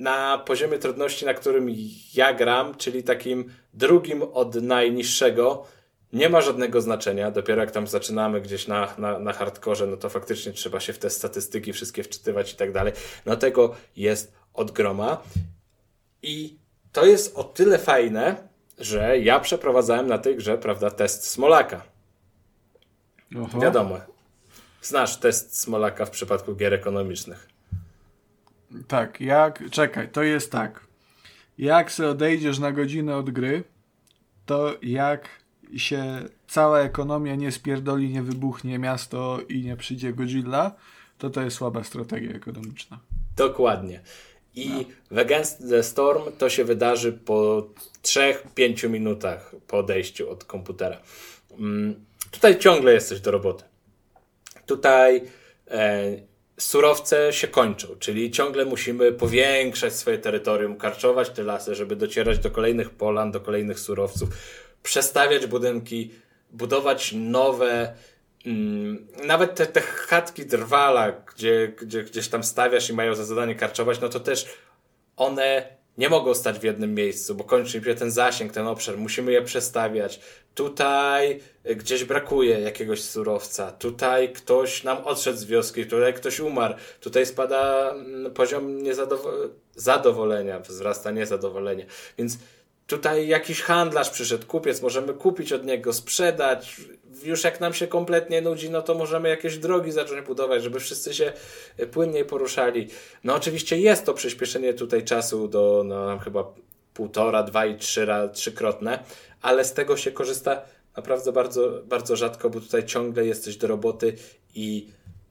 [SPEAKER 1] na poziomie trudności, na którym ja gram, czyli takim drugim od najniższego, nie ma żadnego znaczenia. Dopiero jak tam zaczynamy gdzieś na hardkorze, no to faktycznie trzeba się w te statystyki wszystkie wczytywać i tak dalej. No tego jest od groma. I to jest o tyle fajne, że ja przeprowadzałem na tej grze, prawda, test Smolaka.
[SPEAKER 2] Oho.
[SPEAKER 1] Wiadomo. Znasz test Smolaka w przypadku gier ekonomicznych.
[SPEAKER 2] Tak, czekaj, to jest tak. Jak se odejdziesz na godzinę od gry, to jak się cała ekonomia nie spierdoli, nie wybuchnie miasto i nie przyjdzie Godzilla, to jest słaba strategia ekonomiczna.
[SPEAKER 1] Dokładnie. I w Against the Storm to się wydarzy po 3-5 minutach po odejściu od komputera. Tutaj ciągle jest coś do roboty. Tutaj surowce się kończą, czyli ciągle musimy powiększać swoje terytorium, karczować te lasy, żeby docierać do kolejnych polan, do kolejnych surowców, przestawiać budynki, budować nowe, nawet te chatki drwala, gdzie gdzieś tam stawiasz i mają za zadanie karczować, no to też one nie mogą stać w jednym miejscu, bo kończy się ten zasięg, ten obszar, musimy je przestawiać. Tutaj gdzieś brakuje jakiegoś surowca, tutaj ktoś nam odszedł z wioski, tutaj ktoś umarł, tutaj spada poziom zadowolenia, wzrasta niezadowolenie. Więc tutaj jakiś handlarz przyszedł, kupiec, możemy kupić od niego, sprzedać. Już jak nam się kompletnie nudzi, no to możemy jakieś drogi zacząć budować, żeby wszyscy się płynniej poruszali. No oczywiście jest to przyspieszenie tutaj czasu do chyba 1,5, 2 i 3-krotne, ale z tego się korzysta naprawdę bardzo, bardzo rzadko, bo tutaj ciągle jest coś do roboty i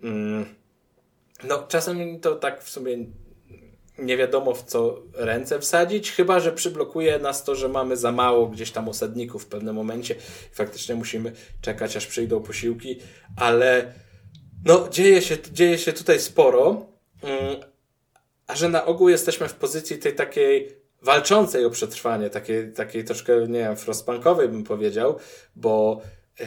[SPEAKER 1] no czasem to tak w sumie nie wiadomo w co ręce wsadzić, chyba że przyblokuje nas to, że mamy za mało gdzieś tam osadników w pewnym momencie i faktycznie musimy czekać, aż przyjdą posiłki, ale no dzieje się tutaj sporo, a że na ogół jesteśmy w pozycji tej takiej walczącej o przetrwanie, takiej troszkę, nie wiem, frostpunkowej bym powiedział, bo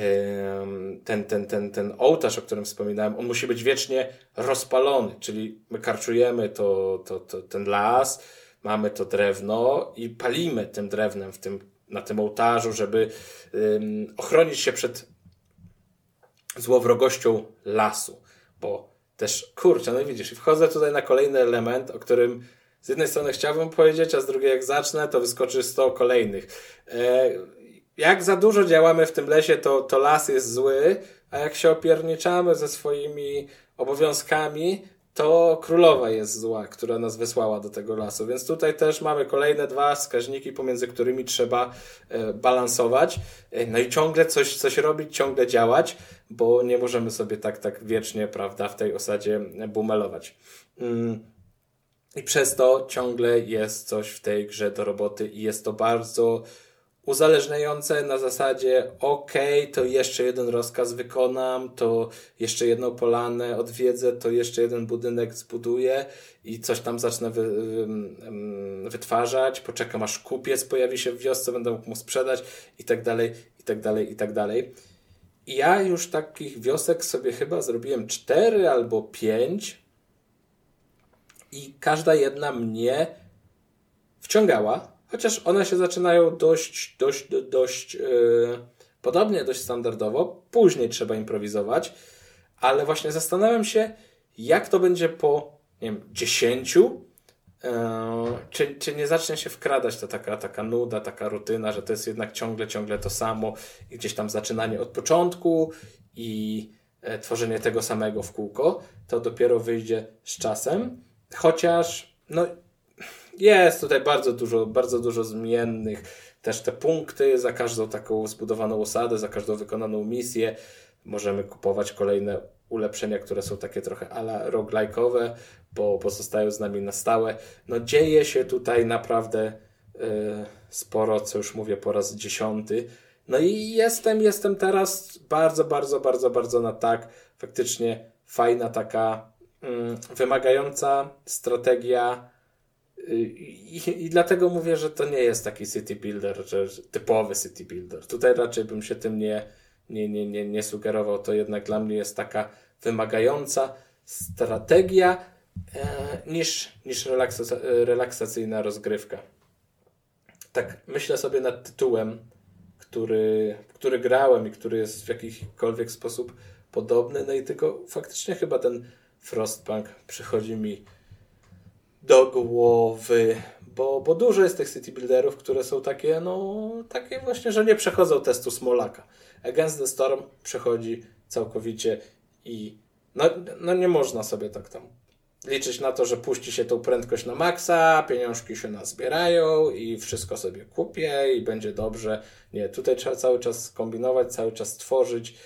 [SPEAKER 1] ten ołtarz, o którym wspominałem, on musi być wiecznie rozpalony, czyli my karczujemy ten las, mamy to drewno i palimy tym drewnem na tym ołtarzu, żeby ochronić się przed złowrogością lasu, bo też, kurczę, no widzisz, wchodzę tutaj na kolejny element, o którym z jednej strony chciałbym powiedzieć, a z drugiej jak zacznę, to wyskoczy 100 kolejnych. Jak za dużo działamy w tym lesie, to las jest zły, a jak się opierniczamy ze swoimi obowiązkami, to królowa jest zła, która nas wysłała do tego lasu. Więc tutaj też mamy kolejne 2 wskaźniki, pomiędzy którymi trzeba balansować. No i ciągle coś robić, ciągle działać, bo nie możemy sobie tak wiecznie, prawda, w tej osadzie bumelować. I przez to ciągle jest coś w tej grze do roboty i jest to bardzo uzależniające na zasadzie to jeszcze jeden rozkaz wykonam, to jeszcze jedną polanę odwiedzę, to jeszcze jeden budynek zbuduję i coś tam zacznę wytwarzać, poczekam aż kupiec pojawi się w wiosce, będę mógł mu sprzedać i tak dalej, i tak dalej, i tak dalej. I ja już takich wiosek sobie chyba zrobiłem 4 albo 5 i każda jedna mnie wciągała. Chociaż one się zaczynają dość podobnie, dość standardowo. Później trzeba improwizować. Ale właśnie zastanawiam się, jak to będzie po, nie wiem, 10. Czy nie zacznie się wkradać to taka nuda, taka rutyna, że to jest jednak ciągle to samo i gdzieś tam zaczynanie od początku i tworzenie tego samego w kółko. To dopiero wyjdzie z czasem. Chociaż, no, jest tutaj bardzo dużo zmiennych. Też te punkty za każdą taką zbudowaną osadę, za każdą wykonaną misję. Możemy kupować kolejne ulepszenia, które są takie trochę ala roguelike'owe, bo pozostają z nami na stałe. No dzieje się tutaj naprawdę sporo, co już mówię po raz 10. No i jestem teraz bardzo na tak. Faktycznie fajna taka wymagająca strategia. I dlatego mówię, że to nie jest taki city builder, że typowy city builder. Tutaj raczej bym się tym nie sugerował. To jednak dla mnie jest taka wymagająca strategia, niż relaksacyjna rozgrywka. Tak, myślę sobie nad tytułem, który grałem i który jest w jakikolwiek sposób podobny, no i tylko faktycznie chyba ten Frostpunk przychodzi mi do głowy, bo dużo jest tych city builderów, które są takie, takie właśnie, że nie przechodzą testu Smolaka. Against the Storm przechodzi całkowicie i nie można sobie tak tam liczyć na to, że puści się tą prędkość na maksa, pieniążki się nazbierają i wszystko sobie kupię i będzie dobrze. Nie, tutaj trzeba cały czas kombinować, cały czas tworzyć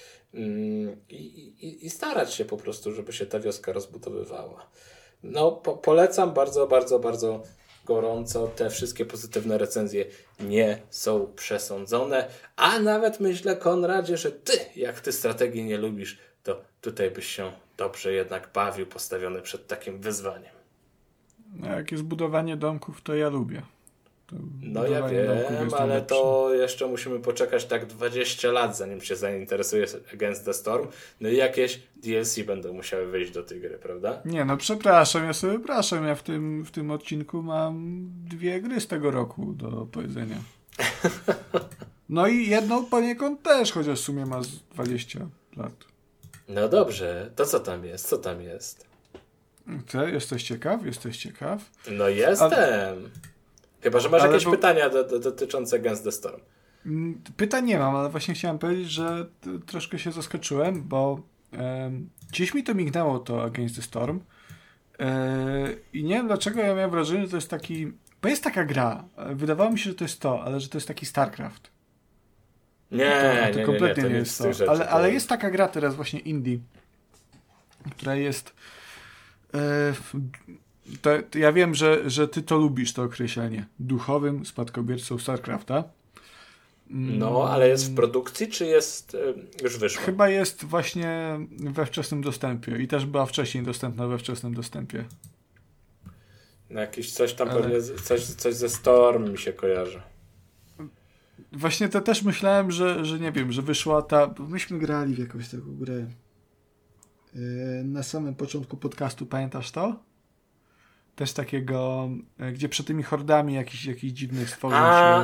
[SPEAKER 1] i starać się po prostu, żeby się ta wioska rozbudowywała. Polecam bardzo, bardzo, bardzo gorąco. Te wszystkie pozytywne recenzje nie są przesądzone, a nawet myślę, Konradzie, że jak ty strategii nie lubisz, to tutaj byś się dobrze jednak bawił, postawiony przed takim wyzwaniem.
[SPEAKER 2] Jak jest budowanie domków, to ja lubię.
[SPEAKER 1] Ja wiem, ale to jeszcze musimy poczekać tak 20 lat, zanim się zainteresujesz Against the Storm. No i jakieś DLC będą musiały wejść do tej gry, prawda?
[SPEAKER 2] Nie, przepraszam, ja sobie wypraszam. Ja w tym odcinku mam 2 gry z tego roku do powiedzenia. No i jedną poniekąd też, chociaż w sumie ma 20 lat.
[SPEAKER 1] No dobrze, to co tam jest? Co tam jest?
[SPEAKER 2] Jesteś ciekaw?
[SPEAKER 1] No jestem. Chyba, że masz jakieś pytania dotyczące Against the Storm.
[SPEAKER 2] Pytań nie mam, ale właśnie chciałem powiedzieć, że troszkę się zaskoczyłem, bo gdzieś mi to mignęło, to Against the Storm. I nie wiem dlaczego ja miałem wrażenie, że to jest taki... Bo jest taka gra. Wydawało mi się, że to jest to, ale że to jest taki StarCraft.
[SPEAKER 1] To
[SPEAKER 2] kompletnie nie jest to.
[SPEAKER 1] Rzeczy,
[SPEAKER 2] ale jest taka gra teraz właśnie indie, która jest... ja wiem, że ty to lubisz, to określenie. Duchowym spadkobiercą StarCrafta.
[SPEAKER 1] Ale jest w produkcji, czy jest już wyszła?
[SPEAKER 2] Chyba jest właśnie we wczesnym dostępie i też była wcześniej dostępna we wczesnym dostępie.
[SPEAKER 1] Jakieś coś tam pewnie, coś ze Storm mi się kojarzy.
[SPEAKER 2] Właśnie to też myślałem, że nie wiem, że wyszła ta... Myśmy grali w jakąś taką grę na samym początku podcastu, pamiętasz to? Też takiego, gdzie przed tymi hordami jakichś dziwnych stworzeń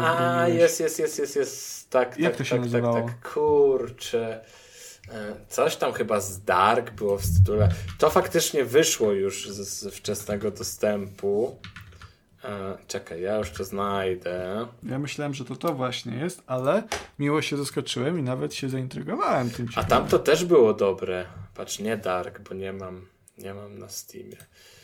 [SPEAKER 1] jest. Tak,
[SPEAKER 2] jak to się nazywało?
[SPEAKER 1] Tak. Kurczę. Coś tam chyba z Dark było w tytule. To faktycznie wyszło już z wczesnego dostępu. Czekaj, ja już to znajdę.
[SPEAKER 2] Ja myślałem, że to właśnie jest, ale miło się zaskoczyłem i nawet się zaintrygowałem tym.
[SPEAKER 1] A tam to też było dobre. Patrz, nie Dark, bo nie mam na Steamie.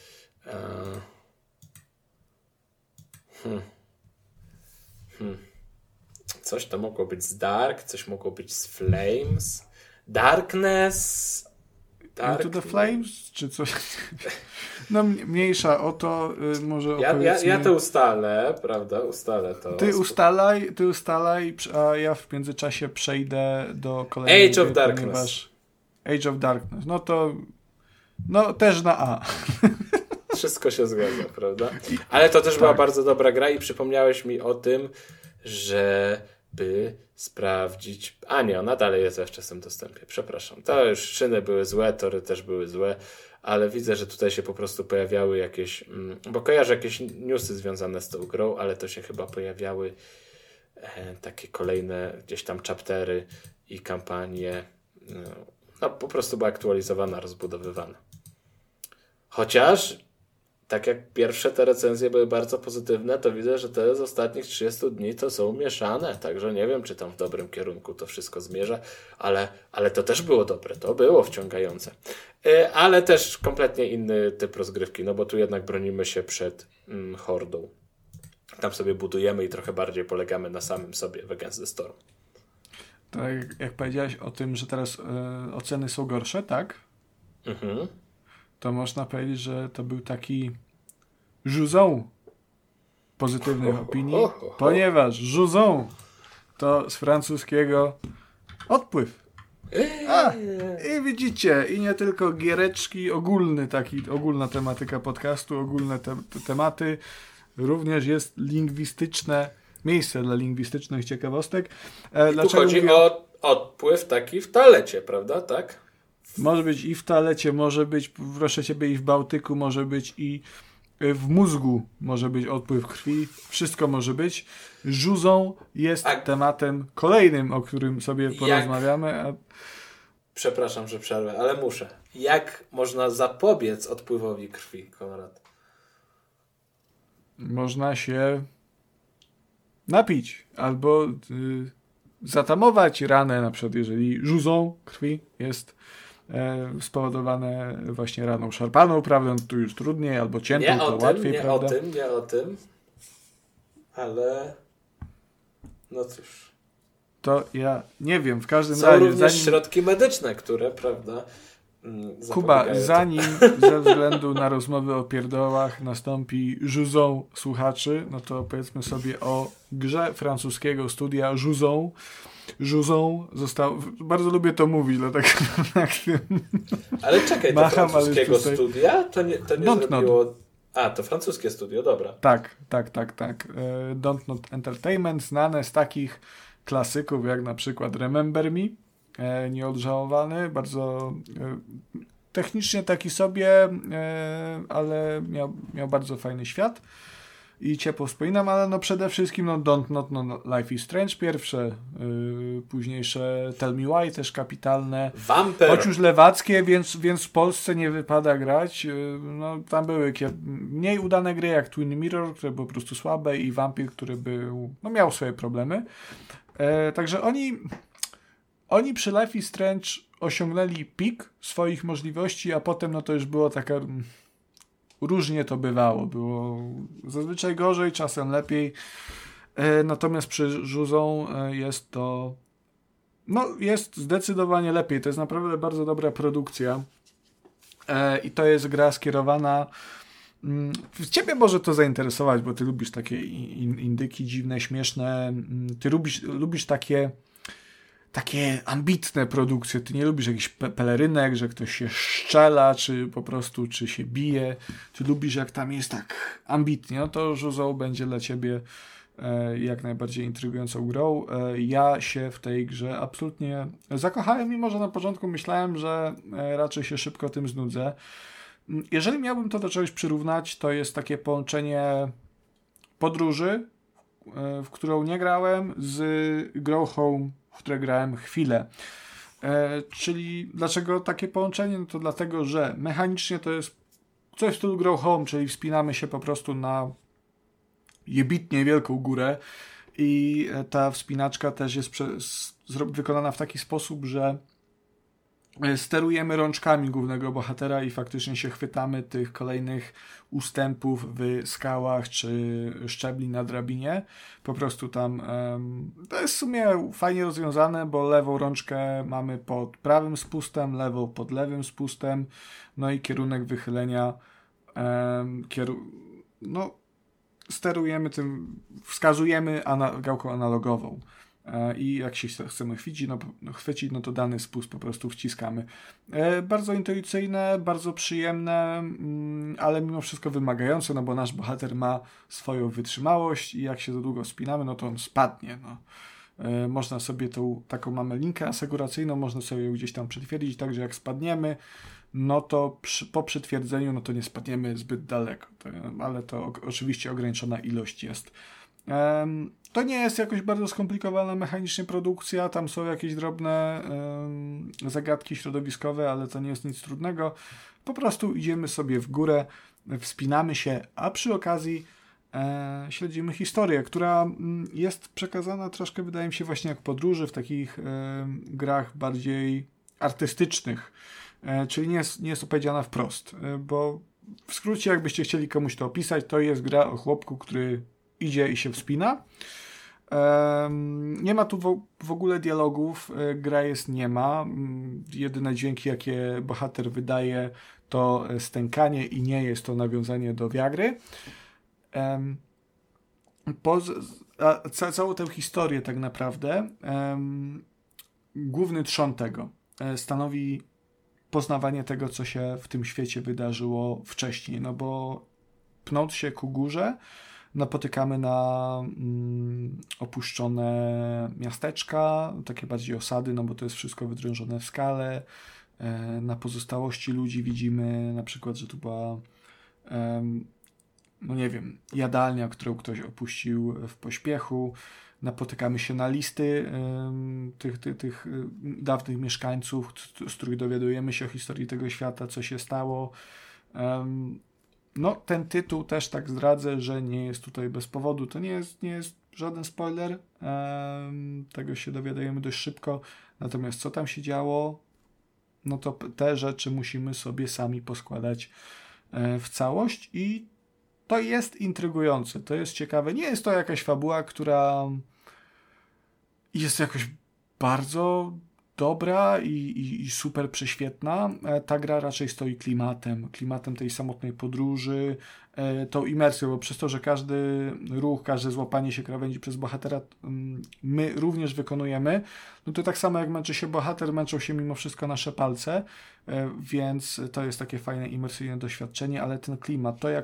[SPEAKER 1] Coś to mogło być z Dark, coś mogło być z Flames. Darkness.
[SPEAKER 2] Into the Flames, czy coś? Mniejsza o to, może
[SPEAKER 1] ja to ustalę, prawda? Ustalę to.
[SPEAKER 2] Ty ustalaj, a ja w międzyczasie przejdę do kolejnego.
[SPEAKER 1] Age of Darkness.
[SPEAKER 2] Age of Darkness. Też na A.
[SPEAKER 1] Wszystko się zgadza, prawda? Ale to też była bardzo dobra gra i przypomniałeś mi o tym, żeby sprawdzić... A nie, ona dalej jest we wczesnym dostępie. Przepraszam. To już szyny były złe, tory też były złe, ale widzę, że tutaj się po prostu pojawiały jakieś... Bo kojarzę jakieś newsy związane z tą grą, ale to się chyba pojawiały takie kolejne gdzieś tam chaptery i kampanie. Po prostu była aktualizowana, rozbudowywana. Chociaż tak jak pierwsze te recenzje były bardzo pozytywne, to widzę, że te z ostatnich 30 dni to są mieszane, także nie wiem, czy tam w dobrym kierunku to wszystko zmierza, ale to też było dobre, to było wciągające. Ale też kompletnie inny typ rozgrywki, bo tu jednak bronimy się przed hordą. Tam sobie budujemy i trochę bardziej polegamy na samym sobie w Against the Storm.
[SPEAKER 2] Tak jak powiedziałeś o tym, że teraz oceny są gorsze, tak?
[SPEAKER 1] Mhm.
[SPEAKER 2] To można powiedzieć, że to był taki Jouzon pozytywnych opinii, ponieważ Jouzon to z francuskiego odpływ. I widzicie, i nie tylko giereczki, ogólna tematyka podcastu, ogólne tematy, również jest lingwistyczne miejsce dla lingwistycznych ciekawostek.
[SPEAKER 1] Tu chodzi o odpływ taki w toalecie, prawda? Tak?
[SPEAKER 2] Może być i w toalecie, może być, proszę ciebie, i w Bałtyku, może być i w mózgu, może być odpływ krwi. Wszystko może być. Żuzą jest tematem kolejnym, o którym sobie porozmawiamy.
[SPEAKER 1] Przepraszam, że przerwę, ale muszę. Jak można zapobiec odpływowi krwi, Konrad?
[SPEAKER 2] Można się napić albo zatamować ranę, na przykład jeżeli żuzą krwi jest spowodowane właśnie raną szarpaną, prawda, to już trudniej, albo ciętą, to łatwiej, prawda?
[SPEAKER 1] Nie o tym, ale no cóż.
[SPEAKER 2] To ja nie wiem, w każdym
[SPEAKER 1] Są
[SPEAKER 2] razie...
[SPEAKER 1] również środki medyczne, które, prawda,
[SPEAKER 2] Kuba, zanim ze względu na rozmowy o pierdołach nastąpi żuzą słuchaczy, no to powiedzmy sobie o grze francuskiego studia Żuzą. Żuzą został... Bardzo lubię to mówić, dlatego tak tym...
[SPEAKER 1] Ale czekaj, to francuskiego studia? To nie zrobiło... to francuskie studio, dobra.
[SPEAKER 2] Tak. Don't Not Entertainment, znane z takich klasyków jak na przykład Remember Me, nieodżałowany, bardzo technicznie taki sobie, ale miał bardzo fajny świat i ciepło wspominam, ale no przede wszystkim Don't Not, Life is Strange pierwsze, późniejsze Tell Me Why też kapitalne.
[SPEAKER 1] Vampire.
[SPEAKER 2] Choć już lewackie, więc w Polsce nie wypada grać. No, tam były mniej udane gry jak Twin Mirror, które były po prostu słabe, i Vampire, który miał swoje problemy. Także oni przy Life is Strange osiągnęli pik swoich możliwości, a potem to już było taka... Różnie to bywało. Było zazwyczaj gorzej, czasem lepiej. Natomiast przy Żuzą jest to... jest zdecydowanie lepiej. To jest naprawdę bardzo dobra produkcja. I to jest gra skierowana... Ciebie może to zainteresować, bo ty lubisz takie indyki dziwne, śmieszne. Ty lubisz takie ambitne produkcje. Ty nie lubisz jakichś pelerynek, że ktoś się szczela, czy po prostu, czy się bije. Ty lubisz, jak tam jest tak ambitnie. No to Żuzą będzie dla ciebie jak najbardziej intrygującą grą. Ja się w tej grze absolutnie zakochałem, mimo że na początku myślałem, że raczej się szybko tym znudzę. Jeżeli miałbym to do czegoś przyrównać, to jest takie połączenie podróży, w którą nie grałem, z grą Home, w której grałem chwilę. Czyli dlaczego takie połączenie? No to dlatego, że mechanicznie to jest coś w stylu Grow Home, czyli wspinamy się po prostu na jebitnie wielką górę i ta wspinaczka też jest wykonana w taki sposób, że sterujemy rączkami głównego bohatera i faktycznie się chwytamy tych kolejnych ustępów w skałach czy szczebli na drabinie. Po prostu tam to jest w sumie fajnie rozwiązane, bo lewą rączkę mamy pod prawym spustem, lewą pod lewym spustem, no i kierunek wychylenia sterujemy tym, wskazujemy gałką analogową. I jak się chcemy chwycić, no to dany spust po prostu wciskamy. Bardzo intuicyjne, bardzo przyjemne, ale mimo wszystko wymagające, no bo nasz bohater ma swoją wytrzymałość i jak się za długo spinamy, no to on spadnie. No. Można sobie taką mamy linkę asekuracyjną, można sobie ją gdzieś tam przytwierdzić, tak że jak spadniemy, no to po przytwierdzeniu, no to nie spadniemy zbyt daleko. Ale to oczywiście ograniczona ilość jest. To nie jest jakoś bardzo skomplikowana mechanicznie produkcja, tam są jakieś drobne zagadki środowiskowe, ale to nie jest nic trudnego. Po prostu idziemy sobie w górę, wspinamy się, a przy okazji śledzimy historię, która jest przekazana troszkę, wydaje mi się, właśnie jak podróży w takich grach bardziej artystycznych, czyli nie jest opowiedziana wprost, bo w skrócie, jakbyście chcieli komuś to opisać, to jest gra o chłopku, który idzie i się wspina. Nie ma tu w ogóle dialogów, gra jest niema. Jedyne dźwięki, jakie bohater wydaje, to stękanie i nie jest to nawiązanie do Viagry. Całą tę historię tak naprawdę główny trzon tego stanowi poznawanie tego, co się w tym świecie wydarzyło wcześniej, no bo pnąc się ku górze, napotykamy na opuszczone miasteczka, takie bardziej osady, no bo to jest wszystko wydrążone w skale. Na pozostałości ludzi widzimy na przykład, że tu była no nie wiem, jadalnia, którą ktoś opuścił w pośpiechu. Napotykamy się na listy tych dawnych mieszkańców, z których dowiadujemy się o historii tego świata, co się stało. No, ten tytuł też tak zdradzę, że nie jest tutaj bez powodu. To nie jest żaden spoiler. Tego się dowiadujemy dość szybko. Natomiast co tam się działo, no to te rzeczy musimy sobie sami poskładać w całość i to jest intrygujące, to jest ciekawe. Nie jest to jakaś fabuła, która jest jakoś bardzo dobra i super prześwietna. Ta gra raczej stoi klimatem tej samotnej podróży, tą imersją, bo przez to, że każdy ruch, każde złapanie się krawędzi przez bohatera my również wykonujemy, no to tak samo jak męczy się bohater, męczą się mimo wszystko nasze palce, więc to jest takie fajne, imersyjne doświadczenie, ale ten klimat, to jak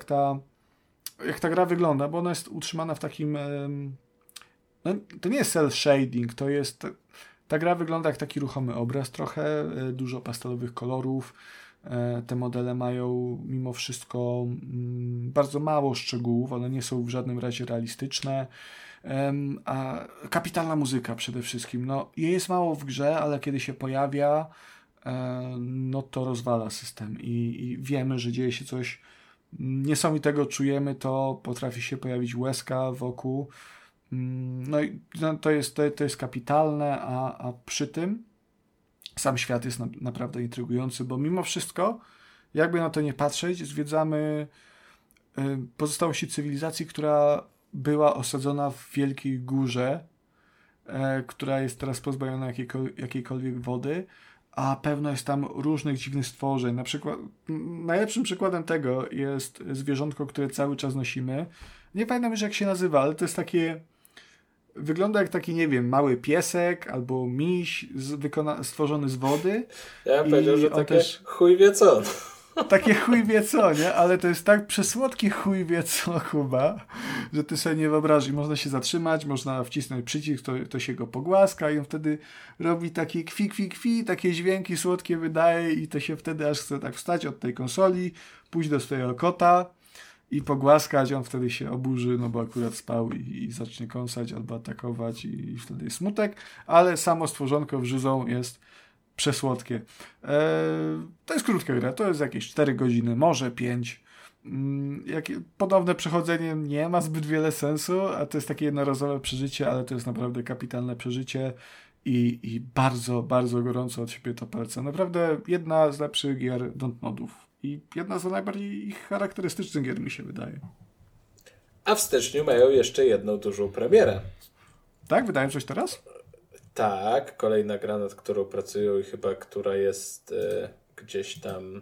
[SPEAKER 2] ta gra wygląda, bo ona jest utrzymana w takim no, to nie jest cel shading, to jest ta gra wygląda jak taki ruchomy obraz trochę, dużo pastelowych kolorów, te modele mają mimo wszystko bardzo mało szczegółów, one nie są w żadnym razie realistyczne, a kapitalna muzyka przede wszystkim, no jej jest mało w grze, ale kiedy się pojawia, no to rozwala system i wiemy, że dzieje się coś niesamowitego, czujemy to, potrafi się pojawić łezka wokół. No i to jest kapitalne, a przy tym sam świat jest naprawdę intrygujący, bo mimo wszystko, jakby na to nie patrzeć, zwiedzamy pozostałości cywilizacji, która była osadzona w wielkiej górze, która jest teraz pozbawiona jakiejkolwiek wody, a pełno jest tam różnych dziwnych stworzeń. Na przykład, najlepszym przykładem tego jest zwierzątko, które cały czas nosimy. Nie pamiętam już jak się nazywa, ale to jest takie... Wygląda jak taki, nie wiem, mały piesek albo miś stworzony z wody.
[SPEAKER 1] Ja bym powiedział, że takie chuj wie co.
[SPEAKER 2] Takie chuj wie co, nie? Ale to jest tak przesłodkie chuj wie co, Kuba, że ty sobie nie wyobrażasz. Można się zatrzymać, można wcisnąć przycisk, to się go pogłaska i on wtedy robi takie kwi, takie dźwięki słodkie wydaje i to się wtedy aż chce tak wstać od tej konsoli, pójść do swojego kota i pogłaskać, on wtedy się oburzy, no bo akurat spał i zacznie kąsać albo atakować i wtedy jest smutek, ale samo stworzonko wrzyzą jest przesłodkie. To jest krótka gra, to jest jakieś 4 godziny, może 5. Ponowne przechodzenie nie ma zbyt wiele sensu, a to jest takie jednorazowe przeżycie, ale to jest naprawdę kapitalne przeżycie i bardzo, bardzo gorąco od siebie to polecam. Naprawdę jedna z lepszych gier Dontnodów i jedna z najbardziej charakterystycznych gier, mi się wydaje.
[SPEAKER 1] A w styczniu mają jeszcze jedną dużą premierę.
[SPEAKER 2] Tak? Wydają coś teraz?
[SPEAKER 1] Tak, kolejna gra, nad którą pracują i chyba która jest gdzieś tam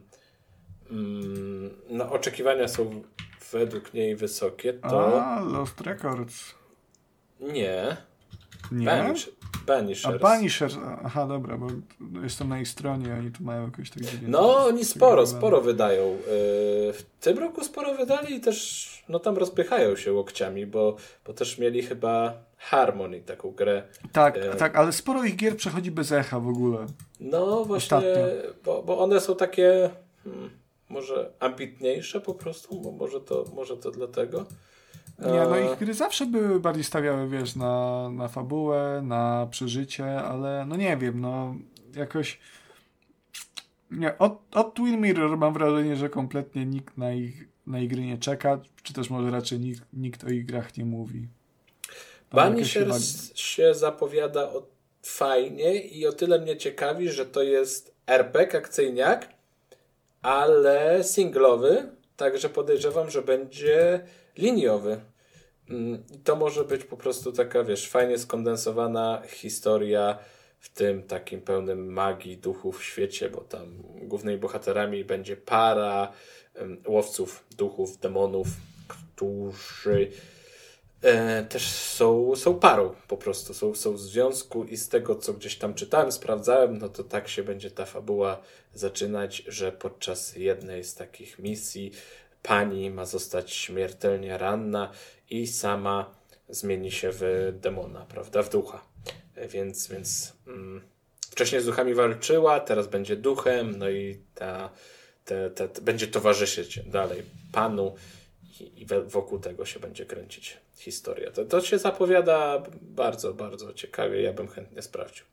[SPEAKER 1] no oczekiwania są według niej wysokie, to...
[SPEAKER 2] Lost Records.
[SPEAKER 1] Nie.
[SPEAKER 2] Banishers. Banishers. Aha, dobra, bo jestem na ich stronie, oni tu mają jakieś takie...
[SPEAKER 1] No, oni sporo wydają. W tym roku sporo wydali i też no tam rozpychają się łokciami, bo też mieli chyba Harmony, taką grę.
[SPEAKER 2] Tak, ale sporo ich gier przechodzi bez echa w ogóle.
[SPEAKER 1] No właśnie, bo one są takie może ambitniejsze po prostu, bo może to dlatego.
[SPEAKER 2] Nie, no ich gry zawsze były bardziej stawiały, wiesz, na fabułę, na przeżycie, ale no nie wiem, no jakoś nie, od Twin Mirror mam wrażenie, że kompletnie nikt na ich gry nie czeka, czy też może raczej nikt o ich grach nie mówi.
[SPEAKER 1] Banishers się zapowiada fajnie i o tyle mnie ciekawi, że to jest RPG, akcyjniak, ale singlowy, także podejrzewam, że będzie liniowy. To może być po prostu taka, wiesz, fajnie skondensowana historia w tym takim pełnym magii, duchów w świecie, bo tam głównymi bohaterami będzie para łowców, duchów, demonów, którzy też są parą po prostu, są w związku i z tego, co gdzieś tam czytałem, sprawdzałem, no to tak się będzie ta fabuła zaczynać, że podczas jednej z takich misji pani ma zostać śmiertelnie ranna i sama zmieni się w demona, prawda, w ducha. Więc wcześniej z duchami walczyła, teraz będzie duchem, no i będzie towarzyszyć dalej panu i wokół tego się będzie kręcić historia. To się zapowiada bardzo, bardzo ciekawie. Ja bym chętnie sprawdził.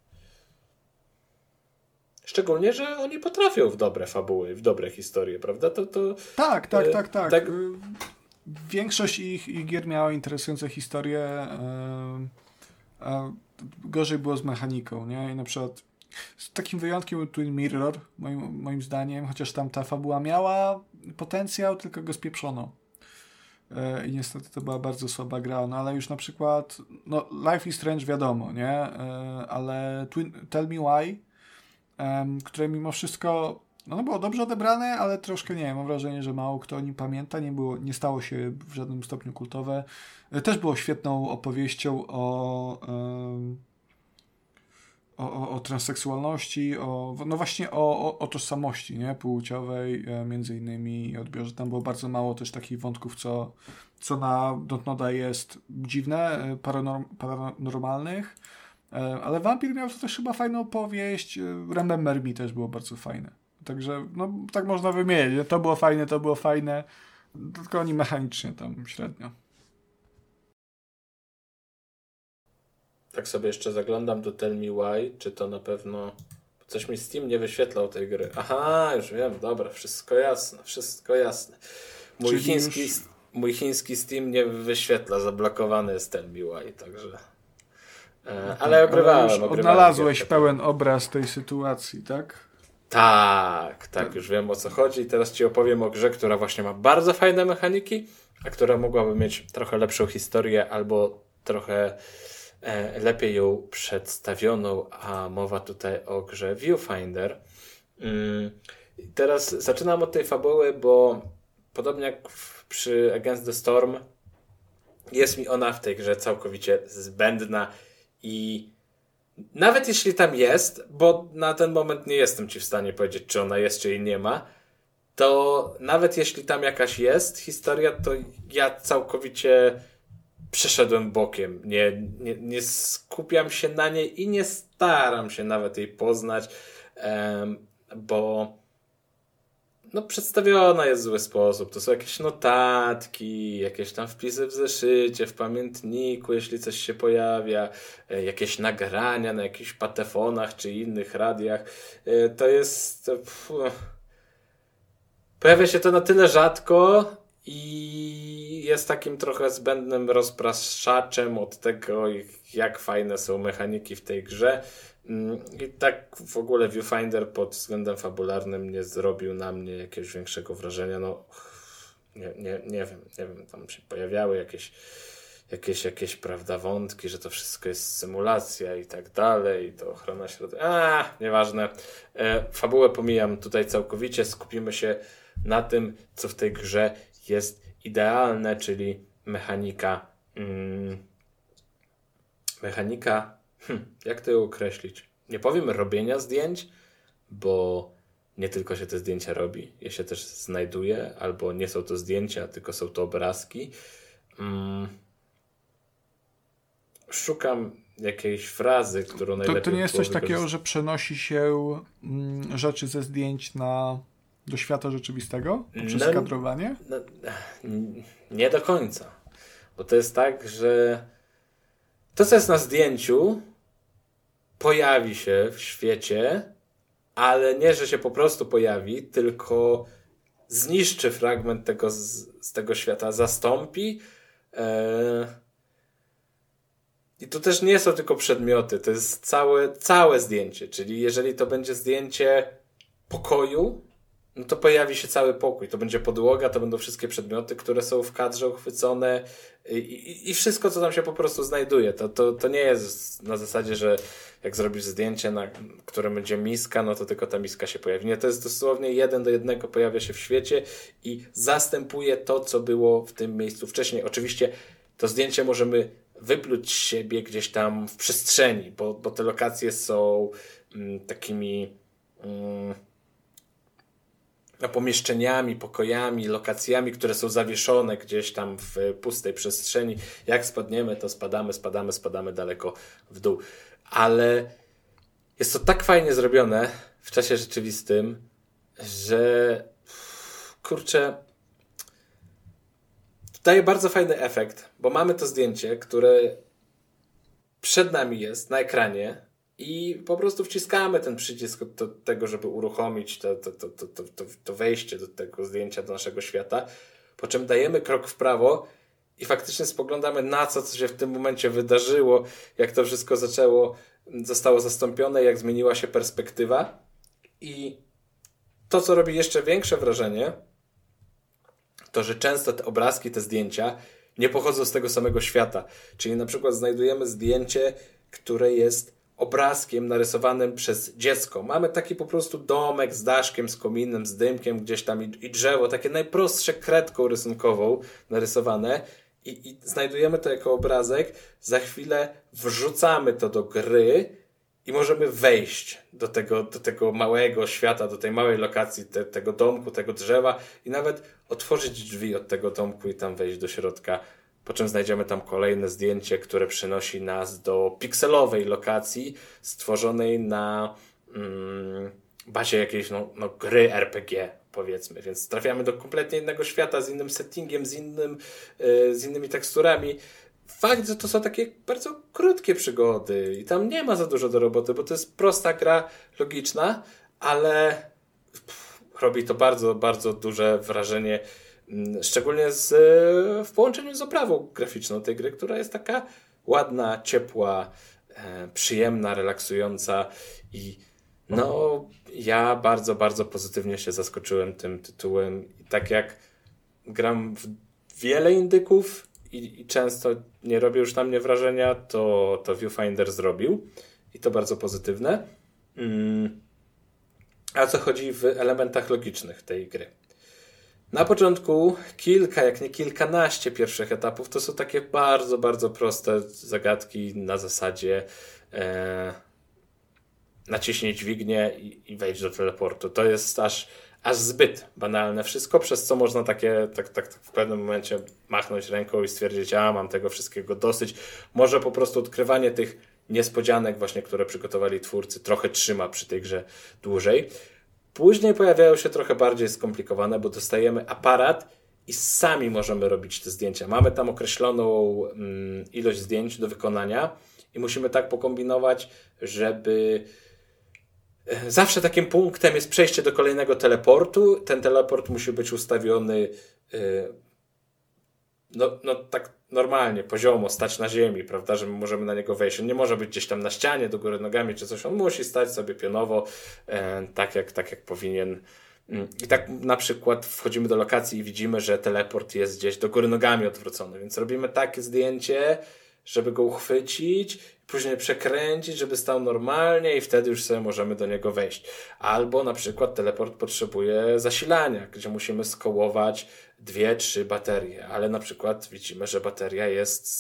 [SPEAKER 1] Szczególnie, że oni potrafią w dobre fabuły, w dobre historie, prawda?
[SPEAKER 2] Tak. Większość ich gier miała interesujące historie, a gorzej było z mechaniką, nie? I na przykład z takim wyjątkiem był Twin Mirror, moim zdaniem, chociaż tam ta fabuła miała potencjał, tylko go spieprzono. I niestety to była bardzo słaba gra, no ale już na przykład Life is Strange wiadomo, nie? Ale Tell Me Why, które mimo wszystko było dobrze odebrane, ale troszkę nie, mam wrażenie, że mało kto o nim pamięta, nie stało się w żadnym stopniu kultowe. Też było świetną opowieścią o transseksualności, właśnie o tożsamości, nie? Płciowej między innymi i odbiorze. Tam było bardzo mało też takich wątków, co na Dontnoda jest dziwne, paranormalnych, ale Vampir miał to też chyba fajną opowieść, Remember Me też było bardzo fajne. Także, tak można wymienić. To było fajne, tylko oni mechanicznie tam średnio.
[SPEAKER 1] Tak sobie jeszcze zaglądam do Tell Me Why, czy to na pewno... Coś mi Steam nie wyświetlał tej gry. Aha, już wiem, dobra, wszystko jasne. Mój chiński Steam nie wyświetla, zablokowany jest Tell Me Why, także... Ale ogrywałem.
[SPEAKER 2] Odnalazłeś pełen obraz tej sytuacji, tak?
[SPEAKER 1] Tak, już wiem o co chodzi i teraz ci opowiem o grze, która właśnie ma bardzo fajne mechaniki, a która mogłaby mieć trochę lepszą historię albo trochę lepiej ją przedstawioną, a mowa tutaj o grze Viewfinder. Teraz zaczynam od tej fabuły, bo podobnie jak przy Against the Storm jest mi ona w tej grze całkowicie zbędna i nawet jeśli tam jest, bo na ten moment nie jestem ci w stanie powiedzieć, czy ona jest, czy jej nie ma, to nawet jeśli tam jakaś jest historia, to ja całkowicie przeszedłem bokiem. Nie skupiam się na niej i nie staram się nawet jej poznać, bo przedstawiona jest w zły sposób. To są jakieś notatki, jakieś tam wpisy w zeszycie, w pamiętniku, jeśli coś się pojawia, jakieś nagrania na jakichś patefonach czy innych radiach. To jest... Pojawia się to na tyle rzadko i jest takim trochę zbędnym rozpraszaczem od tego, jak fajne są mechaniki w tej grze. I tak w ogóle Viewfinder pod względem fabularnym nie zrobił na mnie jakiegoś większego wrażenia. Nie wiem, tam się pojawiały jakieś prawda, wątki, że to wszystko jest symulacja i tak dalej, i to ochrona środowiska. Nieważne. Fabułę pomijam tutaj całkowicie, skupimy się na tym, co w tej grze jest idealne, czyli mechanika. Jak to ją określić? Nie powiem robienia zdjęć, bo nie tylko się te zdjęcia robi, je się też znajduje, albo nie są to zdjęcia, tylko są to obrazki. Szukam jakiejś frazy, którą najlepiej...
[SPEAKER 2] To nie jest coś takiego, że przenosi się rzeczy ze zdjęć do świata rzeczywistego? Poprzez kadrowanie?
[SPEAKER 1] Nie do końca. Bo to jest tak, że to, co jest na zdjęciu, pojawi się w świecie, ale nie, że się po prostu pojawi, tylko zniszczy fragment z tego świata, zastąpi. I to też nie są tylko przedmioty, to jest całe zdjęcie. Czyli jeżeli to będzie zdjęcie pokoju, no to pojawi się cały pokój. To będzie podłoga, to będą wszystkie przedmioty, które są w kadrze uchwycone i wszystko, co tam się po prostu znajduje. To nie jest na zasadzie, że jak zrobisz zdjęcie, na którym będzie miska, no to tylko ta miska się pojawi. Nie, to jest dosłownie 1:1 pojawia się w świecie i zastępuje to, co było w tym miejscu wcześniej. Oczywiście to zdjęcie możemy wypluć z siebie gdzieś tam w przestrzeni, bo te lokacje są takimi... pomieszczeniami, pokojami, lokacjami, które są zawieszone gdzieś tam w pustej przestrzeni. Jak spadniemy, to spadamy daleko w dół. Ale jest to tak fajnie zrobione w czasie rzeczywistym, że kurczę, daje bardzo fajny efekt, bo mamy to zdjęcie, które przed nami jest na ekranie i po prostu wciskamy ten przycisk do tego, żeby uruchomić to wejście do tego zdjęcia, do naszego świata, po czym dajemy krok w prawo i faktycznie spoglądamy na co się w tym momencie wydarzyło, jak to wszystko zostało zastąpione, jak zmieniła się perspektywa. I to, co robi jeszcze większe wrażenie, to, że często te obrazki, te zdjęcia nie pochodzą z tego samego świata. Czyli na przykład znajdujemy zdjęcie, które jest obrazkiem narysowanym przez dziecko. Mamy taki po prostu domek z daszkiem, z kominem, z dymkiem gdzieś tam i drzewo, takie najprostsze kredką rysunkową narysowane i znajdujemy to jako obrazek. Za chwilę wrzucamy to do gry i możemy wejść do tego małego świata, do tej małej lokacji, tego domku, tego drzewa i nawet otworzyć drzwi od tego domku i tam wejść do środka. Po czym znajdziemy tam kolejne zdjęcie, które przynosi nas do pikselowej lokacji stworzonej na bazie jakiejś gry RPG, powiedzmy. Więc trafiamy do kompletnie innego świata, z innym settingiem, z innymi teksturami. Fakt, że to są takie bardzo krótkie przygody i tam nie ma za dużo do roboty, bo to jest prosta gra, logiczna, ale robi to bardzo, bardzo duże wrażenie, szczególnie w połączeniu z oprawą graficzną tej gry, która jest taka ładna, ciepła, przyjemna, relaksująca i ja bardzo, bardzo pozytywnie się zaskoczyłem tym tytułem i tak jak gram w wiele indyków i często nie robi już na mnie wrażenia, to Viewfinder zrobił i to bardzo pozytywne. A co chodzi w elementach logicznych tej gry? Na początku kilka, jak nie kilkanaście pierwszych etapów to są takie bardzo, bardzo proste zagadki na zasadzie naciśnij dźwignię i wejdź do teleportu. To jest aż zbyt banalne wszystko, przez co można tak w pewnym momencie machnąć ręką i stwierdzić, mam tego wszystkiego dosyć. Może po prostu odkrywanie tych niespodzianek właśnie, które przygotowali twórcy, trochę trzyma przy tej grze dłużej. Później pojawiają się trochę bardziej skomplikowane, bo dostajemy aparat i sami możemy robić te zdjęcia. Mamy tam określoną ilość zdjęć do wykonania i musimy tak pokombinować, żeby zawsze takim punktem jest przejście do kolejnego teleportu. Ten teleport musi być ustawiony tak normalnie, poziomo, stać na ziemi, prawda, że my możemy na niego wejść. On nie może być gdzieś tam na ścianie, do góry nogami czy coś. On musi stać sobie pionowo, tak jak powinien. I tak na przykład wchodzimy do lokacji i widzimy, że teleport jest gdzieś do góry nogami odwrócony, więc robimy takie zdjęcie, żeby go uchwycić, później przekręcić, żeby stał normalnie i wtedy już sobie możemy do niego wejść. Albo na przykład teleport potrzebuje zasilania, gdzie musimy skołować 2-3 baterie, ale na przykład widzimy, że bateria jest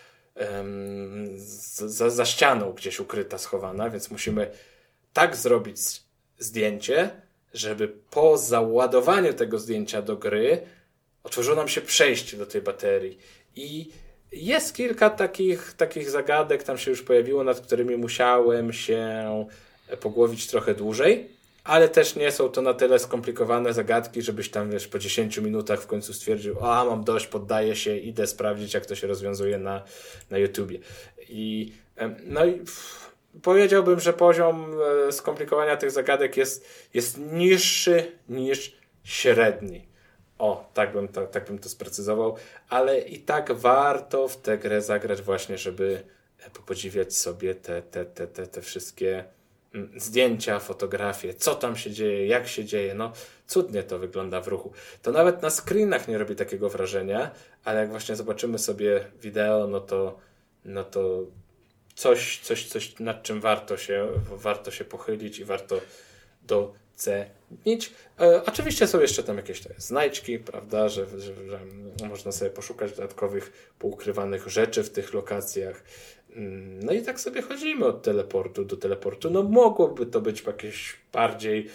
[SPEAKER 1] za ścianą gdzieś ukryta, schowana, więc musimy tak zrobić zdjęcie, żeby po załadowaniu tego zdjęcia do gry otworzyło nam się przejście do tej baterii. I jest kilka takich zagadek, tam się już pojawiło, nad którymi musiałem się pogłowić trochę dłużej, ale też nie są to na tyle skomplikowane zagadki, żebyś tam po 10 minutach w końcu stwierdził, mam dość, poddaję się, idę sprawdzić, jak to się rozwiązuje na YouTubie. I powiedziałbym, że poziom skomplikowania tych zagadek jest niższy niż średni. Tak bym to sprecyzował, ale i tak warto w tę grę zagrać właśnie, żeby podziwiać sobie te wszystkie zdjęcia, fotografie, co tam się dzieje, jak się dzieje, cudnie to wygląda w ruchu. To nawet na screenach nie robi takiego wrażenia, ale jak właśnie zobaczymy sobie wideo, no to coś nad czym warto się pochylić i warto docenić. Oczywiście są jeszcze tam jakieś znajdźki, prawda, że można sobie poszukać dodatkowych poukrywanych rzeczy w tych lokacjach. No i tak sobie chodzimy od teleportu do teleportu. Mogłoby to być jakieś bardziej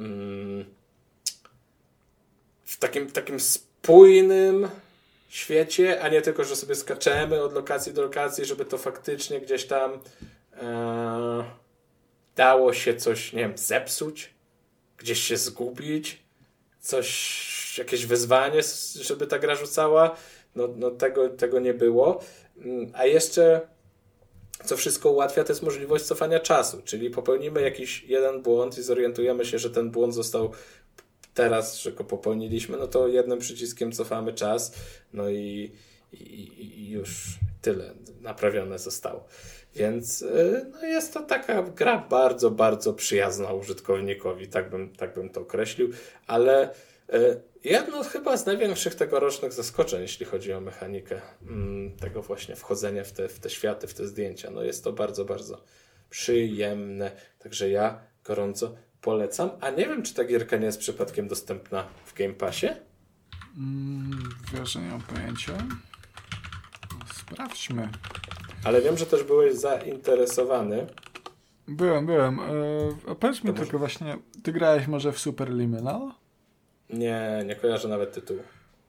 [SPEAKER 1] w takim spójnym świecie, a nie tylko, że sobie skaczemy od lokacji do lokacji, żeby to faktycznie gdzieś tam dało się coś, nie wiem, zepsuć, gdzieś się zgubić, jakieś wyzwanie, żeby ta gra rzucała, no tego nie było. A jeszcze, co wszystko ułatwia, to jest możliwość cofania czasu, czyli popełnimy jakiś jeden błąd i zorientujemy się, że ten błąd został teraz, że go popełniliśmy, no to jednym przyciskiem cofamy czas, no i już tyle naprawione zostało. Więc no jest to taka gra bardzo, bardzo przyjazna użytkownikowi, tak bym to określił, ale jedno chyba z największych tegorocznych zaskoczeń, jeśli chodzi o mechanikę tego właśnie wchodzenia w te światy, w te zdjęcia. No jest to bardzo, bardzo przyjemne, także ja gorąco polecam. A nie wiem, czy ta gierka nie jest przypadkiem dostępna w Game Passie?
[SPEAKER 2] Wiesz, że nie mam pojęcia. Sprawdźmy.
[SPEAKER 1] Ale wiem, że też byłeś zainteresowany.
[SPEAKER 2] Byłem. Powiedz mi tylko właśnie, ty grałeś może w Superliminal?
[SPEAKER 1] Nie kojarzę nawet tytułu.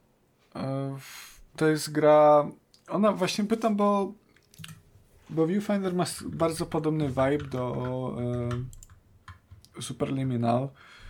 [SPEAKER 2] To jest gra... Ona właśnie pytam, bo Viewfinder ma bardzo podobny vibe do Superliminal.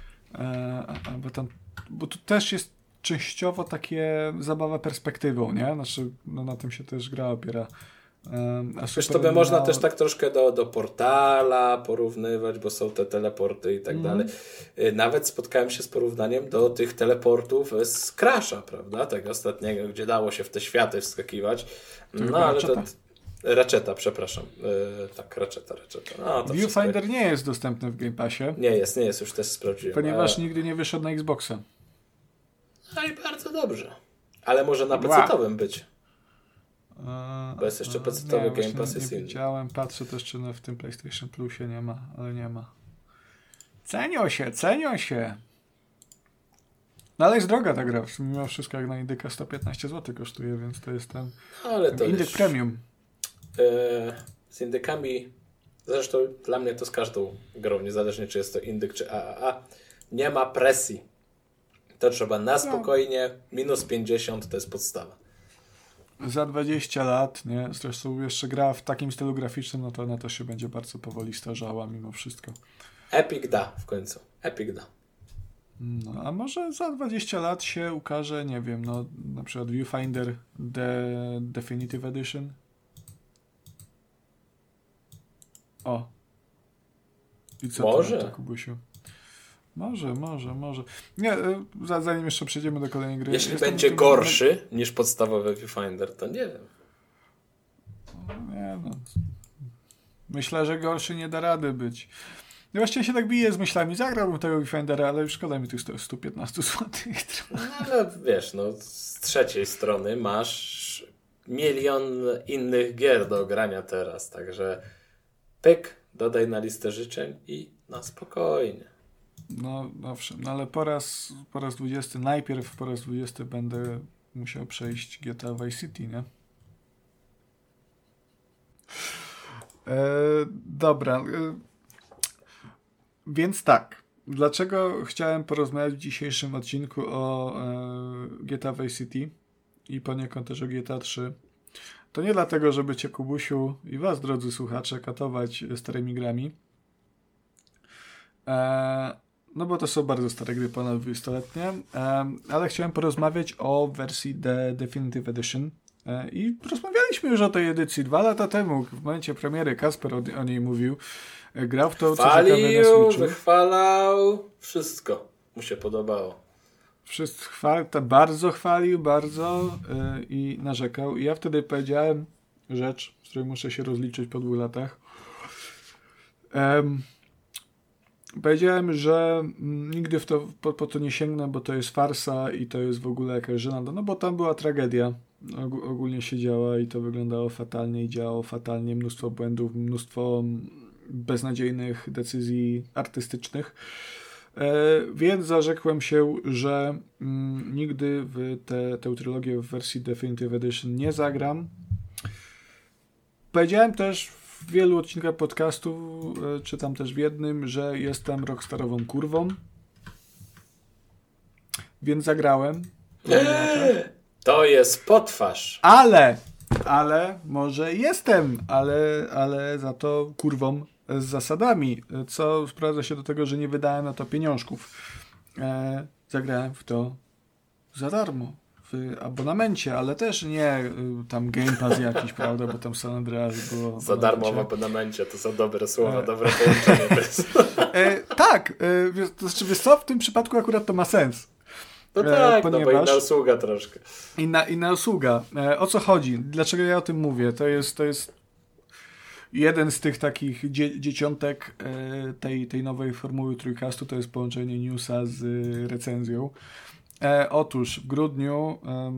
[SPEAKER 2] Bo tu też jest częściowo takie zabawa perspektywą, nie? Znaczy, no na tym się też gra opiera.
[SPEAKER 1] Wiesz, to by można też tak troszkę do Portala porównywać, bo są te teleporty i tak dalej. Nawet spotkałem się z porównaniem do tych teleportów z Crasha, prawda? Tego ostatniego, gdzie dało się w te światy wskakiwać. No ale to... Ratcheta, przepraszam. Tak, Ratcheta. No, to
[SPEAKER 2] Viewfinder nie jest dostępny w Game Passie.
[SPEAKER 1] Nie jest, już też sprawdziłem.
[SPEAKER 2] Ponieważ nigdy nie wyszedł na Xboxa.
[SPEAKER 1] No i bardzo dobrze. Ale może na PC-owym być. Bo jest jeszcze PC-owy Game Pass jest inny.
[SPEAKER 2] Widziałem, patrzę też, czy w tym PlayStation Plusie nie ma, ale nie ma. Cenią się. No ale jest droga ta gra. Mimo wszystko jak na Indyka 115 zł kosztuje, więc to jest ten Indyk już... Premium.
[SPEAKER 1] Z Indykami, zresztą dla mnie to z każdą grą, niezależnie czy jest to Indyk czy AAA, nie ma presji. To trzeba na spokojnie, minus 50 to jest podstawa.
[SPEAKER 2] Za 20 lat, nie? Zresztą jeszcze gra w takim stylu graficznym, no to ona też się będzie bardzo powoli starzała mimo wszystko.
[SPEAKER 1] Epic da w końcu. Epic da.
[SPEAKER 2] No, a może za 20 lat się ukaże, nie wiem, no na przykład Viewfinder The Definitive Edition. O. I co
[SPEAKER 1] może?
[SPEAKER 2] To, Kubusiu? Może. Nie, zanim jeszcze przejdziemy do kolejnej gry.
[SPEAKER 1] Jeśli będzie gorszy niż podstawowy Viewfinder, to nie wiem.
[SPEAKER 2] Nie no. Myślę, że gorszy nie da rady być. Ja właściwie się tak biję z myślami. Zagrałbym tego Viewfindera, ale już szkoda mi tych 115 zł.
[SPEAKER 1] No, ale wiesz, no z trzeciej strony masz milion innych gier do grania teraz, także pyk, dodaj na listę życzeń i na spokojnie.
[SPEAKER 2] No owszem, no ale po raz 20, najpierw po raz 20 będę musiał przejść GTA Vice City, nie? Dobra. Więc tak. Dlaczego chciałem porozmawiać w dzisiejszym odcinku o GTA Vice City i poniekąd też o GTA 3? To nie dlatego, żeby cię, Kubusiu, i was, drodzy słuchacze, katować starymi grami. No bo to są bardzo stare gry, ponad 20-letnie. Ale chciałem porozmawiać o wersji The Definitive Edition. I rozmawialiśmy już o tej edycji 2 lata temu. W momencie premiery Kasper o niej mówił. Grał w to, co czekamy na Switchu.
[SPEAKER 1] Wychwalał. Wszystko mu się podobało.
[SPEAKER 2] Bardzo chwalił, i narzekał. I ja wtedy powiedziałem rzecz, z której muszę się rozliczyć po 2 latach. Powiedziałem, że nigdy po to nie sięgnę, bo to jest farsa i to jest w ogóle jakaś żenada. No bo tam była tragedia. Ogólnie się działa i to wyglądało fatalnie i działało fatalnie. Mnóstwo błędów, mnóstwo beznadziejnych decyzji artystycznych. Więc zarzekłem się, że nigdy w tę trylogię w wersji Definitive Edition nie zagram. Powiedziałem też w wielu odcinkach podcastu, czytam też w jednym, że jestem rockstarową kurwą. Więc zagrałem.
[SPEAKER 1] To jest potwarz.
[SPEAKER 2] Ale może jestem, ale za to kurwą z zasadami, co sprowadza się do tego, że nie wydałem na to pieniążków. Zagrałem w to za darmo, w abonamencie, ale też nie tam Game Pass jakiś, prawda, bo tam San Andreas było...
[SPEAKER 1] Za darmo w abonamencie, to są dobre słowa, dobre połączenie.
[SPEAKER 2] Tak, to znaczy, wiesz co, w tym przypadku akurat to ma sens.
[SPEAKER 1] No tak, ponieważ... no bo inna usługa troszkę.
[SPEAKER 2] Inna usługa. O co chodzi? Dlaczego ja o tym mówię? To jest jeden z tych takich dzieciątek tej nowej formuły Trójkastu, to jest połączenie newsa z recenzją. Otóż w grudniu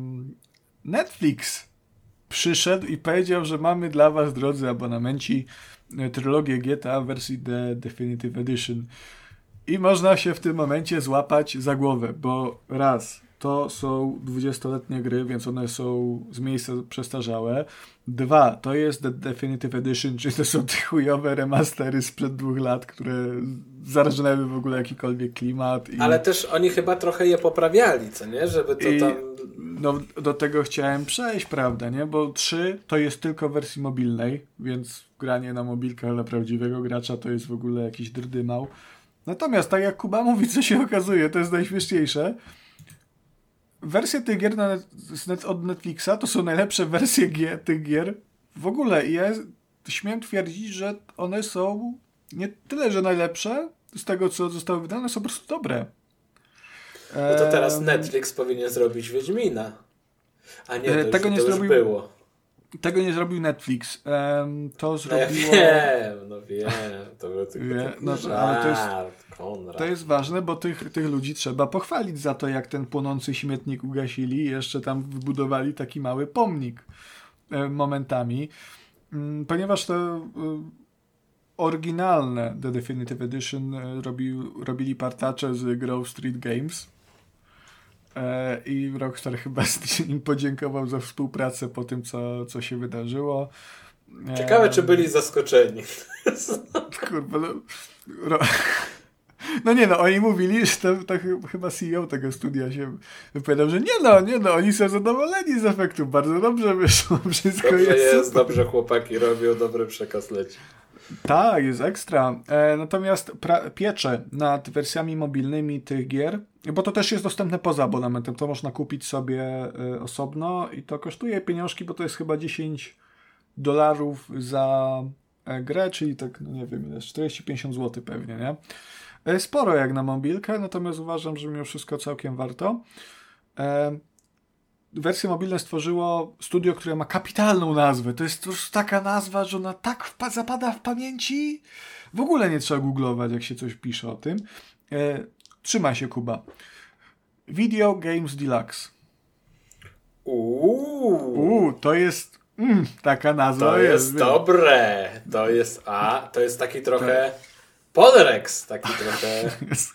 [SPEAKER 2] Netflix przyszedł i powiedział, że mamy dla was, drodzy abonamenci, trylogię GTA w wersji The Definitive Edition. I można się w tym momencie złapać za głowę, bo raz, to są 20-letnie gry, więc one są z miejsca przestarzałe. Dwa, to jest The Definitive Edition, czyli to są te chujowe remastery sprzed 2 lat, które zarażnęły w ogóle jakikolwiek klimat.
[SPEAKER 1] Ale też oni chyba trochę je poprawiali, co nie? Żeby to tam...
[SPEAKER 2] No, do tego chciałem przejść, prawda, nie? Bo 3 to jest tylko w wersji mobilnej, więc granie na mobilkach dla prawdziwego gracza to jest w ogóle jakiś drdymał. Natomiast, tak jak Kuba mówi, co się okazuje, to jest najśmieszniejsze. Wersje tych gier od Netflixa to są najlepsze wersje tych gier w ogóle. I ja śmiem twierdzić, że one są nie tyle, że najlepsze z tego, co zostało wydane, są po prostu dobre.
[SPEAKER 1] No to teraz Netflix powinien zrobić Wiedźmina. A nie, to,
[SPEAKER 2] tego
[SPEAKER 1] już,
[SPEAKER 2] nie
[SPEAKER 1] to
[SPEAKER 2] zrobił,
[SPEAKER 1] już było.
[SPEAKER 2] Tego nie zrobił Netflix. To zrobiło...
[SPEAKER 1] No wiem. To był tylko
[SPEAKER 2] to jest ważne, bo tych ludzi trzeba pochwalić za to, jak ten płonący śmietnik ugasili i jeszcze tam wybudowali taki mały pomnik momentami. Ponieważ to oryginalne The Definitive Edition robili partacze z Grove Street Games i Rockstar chyba im podziękował za współpracę po tym, co się wydarzyło.
[SPEAKER 1] Ciekawe, czy byli zaskoczeni.
[SPEAKER 2] Kurwa, no nie no, oni mówili, że to chyba CEO tego studia się wypowiadał, że nie no, oni są zadowoleni z efektu, bardzo dobrze wyszło, wszystko
[SPEAKER 1] dobrze
[SPEAKER 2] jest
[SPEAKER 1] dobrze chłopaki robią, dobry przekaz leci.
[SPEAKER 2] Tak, jest ekstra. Natomiast pieczę nad wersjami mobilnymi tych gier, bo to też jest dostępne poza abonamentem, to można kupić sobie osobno i to kosztuje pieniążki, bo to jest chyba $10 za grę, czyli tak, no nie wiem, 40-50 zł pewnie, nie? Sporo jak na mobilkę, natomiast uważam, że mimo wszystko całkiem warto. Wersję mobilną stworzyło studio, które ma kapitalną nazwę. To jest już taka nazwa, że ona tak zapada w pamięci. W ogóle nie trzeba googlować, jak się coś pisze o tym. Trzymaj się, Kuba. Video Games Deluxe. To jest taka nazwa.
[SPEAKER 1] To jest dobre. To jest taki trochę Podrex. Taki trochę...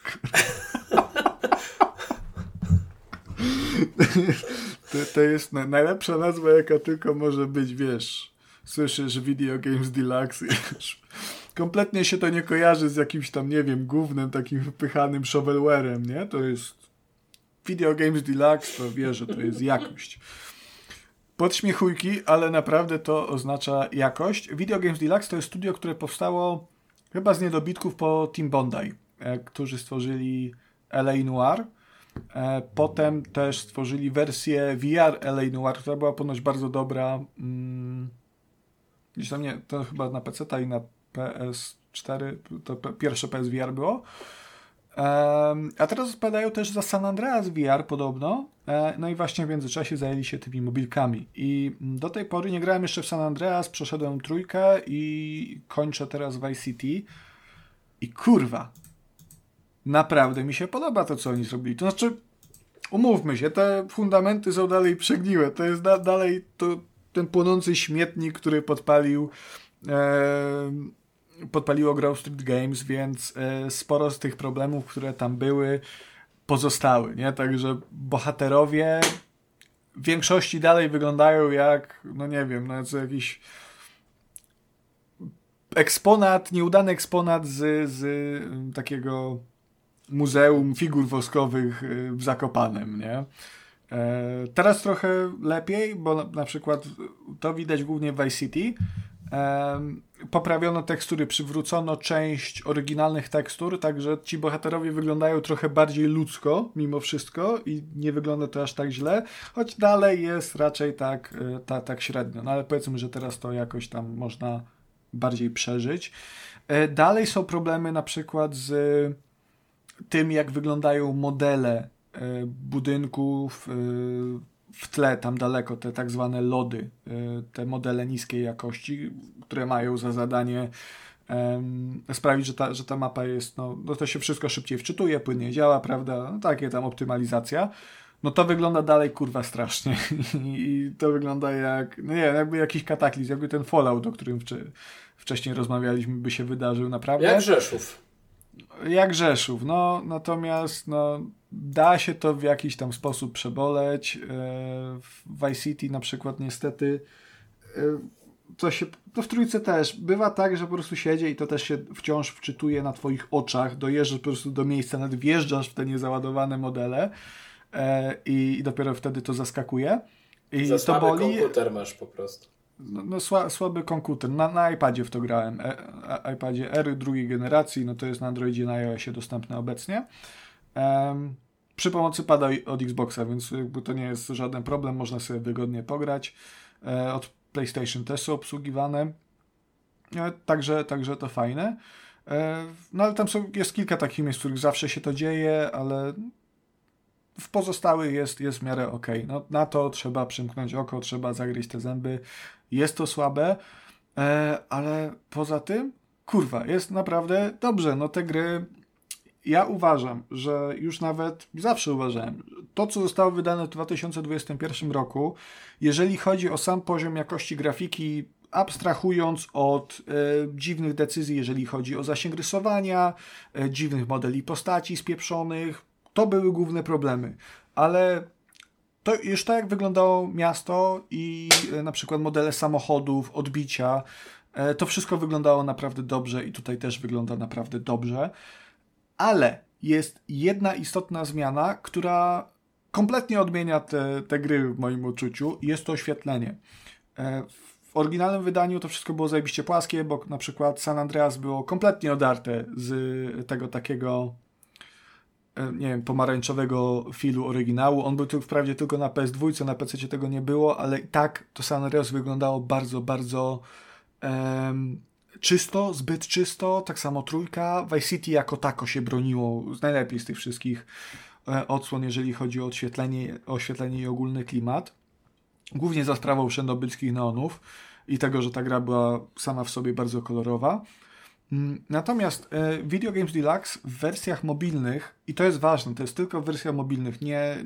[SPEAKER 2] To jest najlepsza nazwa, jaka tylko może być, wiesz. Słyszysz Video Games Deluxe i wiesz, kompletnie się to nie kojarzy z jakimś tam, nie wiem, gównem takim wypychanym shovelwarem, nie? To jest Video Games Deluxe, to wie, że to jest jakość. Podśmiechujki, ale naprawdę to oznacza jakość. Video Games Deluxe to jest studio, które powstało chyba z niedobitków po Team Bondi, którzy stworzyli LA Noire. Potem też stworzyli wersję VR LA Noire, która była ponoć bardzo dobra. Gdzieś tam nie, to chyba na PC-ta i na PS4, to pierwsze PSVR było. A teraz odpowiadają też za San Andreas VR podobno. No i właśnie w międzyczasie zajęli się tymi mobilkami. I do tej pory nie grałem jeszcze w San Andreas, przeszedłem 3 i kończę teraz Vice City. I kurwa, naprawdę mi się podoba to, co oni zrobili. To znaczy, umówmy się, te fundamenty są dalej przegniłe. To jest dalej ten płonący śmietnik, który podpaliło Grove Street Games, więc sporo z tych problemów, które tam były, pozostały, nie? Także bohaterowie w większości dalej wyglądają jak, no nie wiem, no co jakiś nieudany eksponat z takiego muzeum figur woskowych w Zakopanem, nie? Teraz trochę lepiej, bo na przykład to widać głównie w Vice City, poprawiono tekstury, przywrócono część oryginalnych tekstur, także ci bohaterowie wyglądają trochę bardziej ludzko mimo wszystko i nie wygląda to aż tak źle, choć dalej jest raczej tak średnio. No ale powiedzmy, że teraz to jakoś tam można bardziej przeżyć. Dalej są problemy na przykład z tym, jak wyglądają modele budynków w tle, tam daleko, te tak zwane lody, te modele niskiej jakości, które mają za zadanie sprawić, że ta mapa jest, no to się wszystko szybciej wczytuje, płynnie działa, prawda, no, takie tam optymalizacja. No to wygląda dalej kurwa strasznie i to wygląda jak, no nie, jakby jakiś kataklizm, jakby ten Fallout, o którym wcześniej rozmawialiśmy, by się wydarzył naprawdę.
[SPEAKER 1] Jak Rzeszów.
[SPEAKER 2] Jak Rzeszów, no natomiast no, da się to w jakiś tam sposób przeboleć. W Vice City na przykład niestety to w trójce też bywa tak, że po prostu siedzie i to też się wciąż wczytuje na twoich oczach, dojeżdżasz po prostu do miejsca, nawet wjeżdżasz w te niezaładowane modele i dopiero wtedy to zaskakuje. I
[SPEAKER 1] za
[SPEAKER 2] to
[SPEAKER 1] słaby
[SPEAKER 2] boli.
[SPEAKER 1] komputer masz po prostu.
[SPEAKER 2] No słaby komputer. Na iPadzie w to grałem. iPadzie R drugiej generacji, no to jest na Androidzie, na iOSie dostępne obecnie. Przy pomocy pada od Xboxa, więc jakby to nie jest żaden problem, można sobie wygodnie pograć. Od PlayStation też są obsługiwane. Także to fajne. No ale tam jest kilka takich miejsc, w których zawsze się to dzieje, ale w pozostałych jest w miarę okej. No, na to trzeba przymknąć oko, trzeba zagryźć te zęby. Jest to słabe, ale poza tym, kurwa, jest naprawdę dobrze. No te gry, ja uważam, że już nawet, zawsze uważałem, to co zostało wydane w 2021 roku, jeżeli chodzi o sam poziom jakości grafiki, abstrahując od dziwnych decyzji, jeżeli chodzi o zasięg rysowania, dziwnych modeli postaci spieprzonych, to były główne problemy, ale to już tak jak wyglądało miasto i na przykład modele samochodów, odbicia, to wszystko wyglądało naprawdę dobrze i tutaj też wygląda naprawdę dobrze, ale jest jedna istotna zmiana, która kompletnie odmienia te gry w moim odczuciu i jest to oświetlenie. W oryginalnym wydaniu to wszystko było zajebiście płaskie, bo na przykład San Andreas było kompletnie odarte z tego takiego, nie wiem, pomarańczowego filu oryginału. On był wprawdzie tylko na PS2, na PC tego nie było, ale i tak to San Andreas wyglądało bardzo, bardzo czysto, zbyt czysto. Tak samo trójka. Vice City jako tako się broniło najlepiej z tych wszystkich odsłon, jeżeli chodzi o oświetlenie i ogólny klimat. Głównie za sprawą wszędobylskich neonów i tego, że ta gra była sama w sobie bardzo kolorowa. Natomiast Video Games Deluxe w wersjach mobilnych, i to jest ważne, to jest tylko w wersjach mobilnych,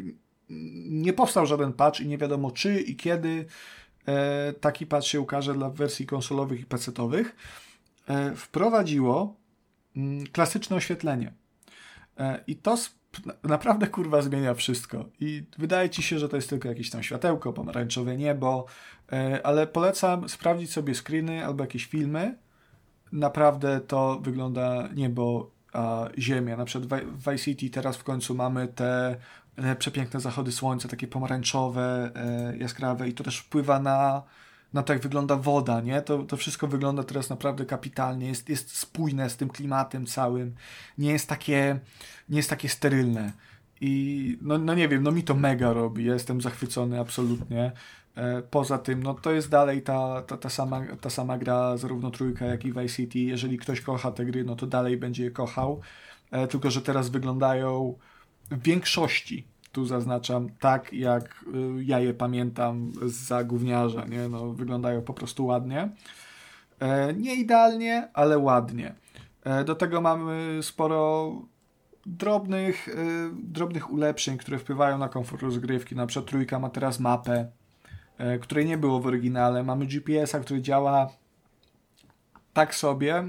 [SPEAKER 2] nie powstał żaden patch i nie wiadomo czy i kiedy taki patch się ukaże dla wersji konsolowych i pecetowych, wprowadziło klasyczne oświetlenie. I to naprawdę kurwa zmienia wszystko. I wydaje ci się, że to jest tylko jakieś tam światełko, pomarańczowe niebo, ale polecam sprawdzić sobie screeny albo jakieś filmy. Naprawdę to wygląda niebo a ziemia. Na przykład w Vice City teraz w końcu mamy te przepiękne zachody słońca, takie pomarańczowe, jaskrawe i to też wpływa na to, jak wygląda woda, nie? To wszystko wygląda teraz naprawdę kapitalnie, jest spójne z tym klimatem całym, nie jest takie sterylne. I no nie wiem, no mi to mega robi, ja jestem zachwycony absolutnie. Poza tym, no to jest dalej ta sama gra, zarówno trójka, jak i Vice City. Jeżeli ktoś kocha te gry, no to dalej będzie je kochał. Tylko że teraz wyglądają w większości, tu zaznaczam, tak jak ja je pamiętam zza gówniarza, nie? No, wyglądają po prostu ładnie. Nie idealnie, ale ładnie. Do tego mamy sporo drobnych ulepszeń, które wpływają na komfort rozgrywki. Na przykład trójka ma teraz mapę, której nie było w oryginale. Mamy GPS-a, który działa tak sobie.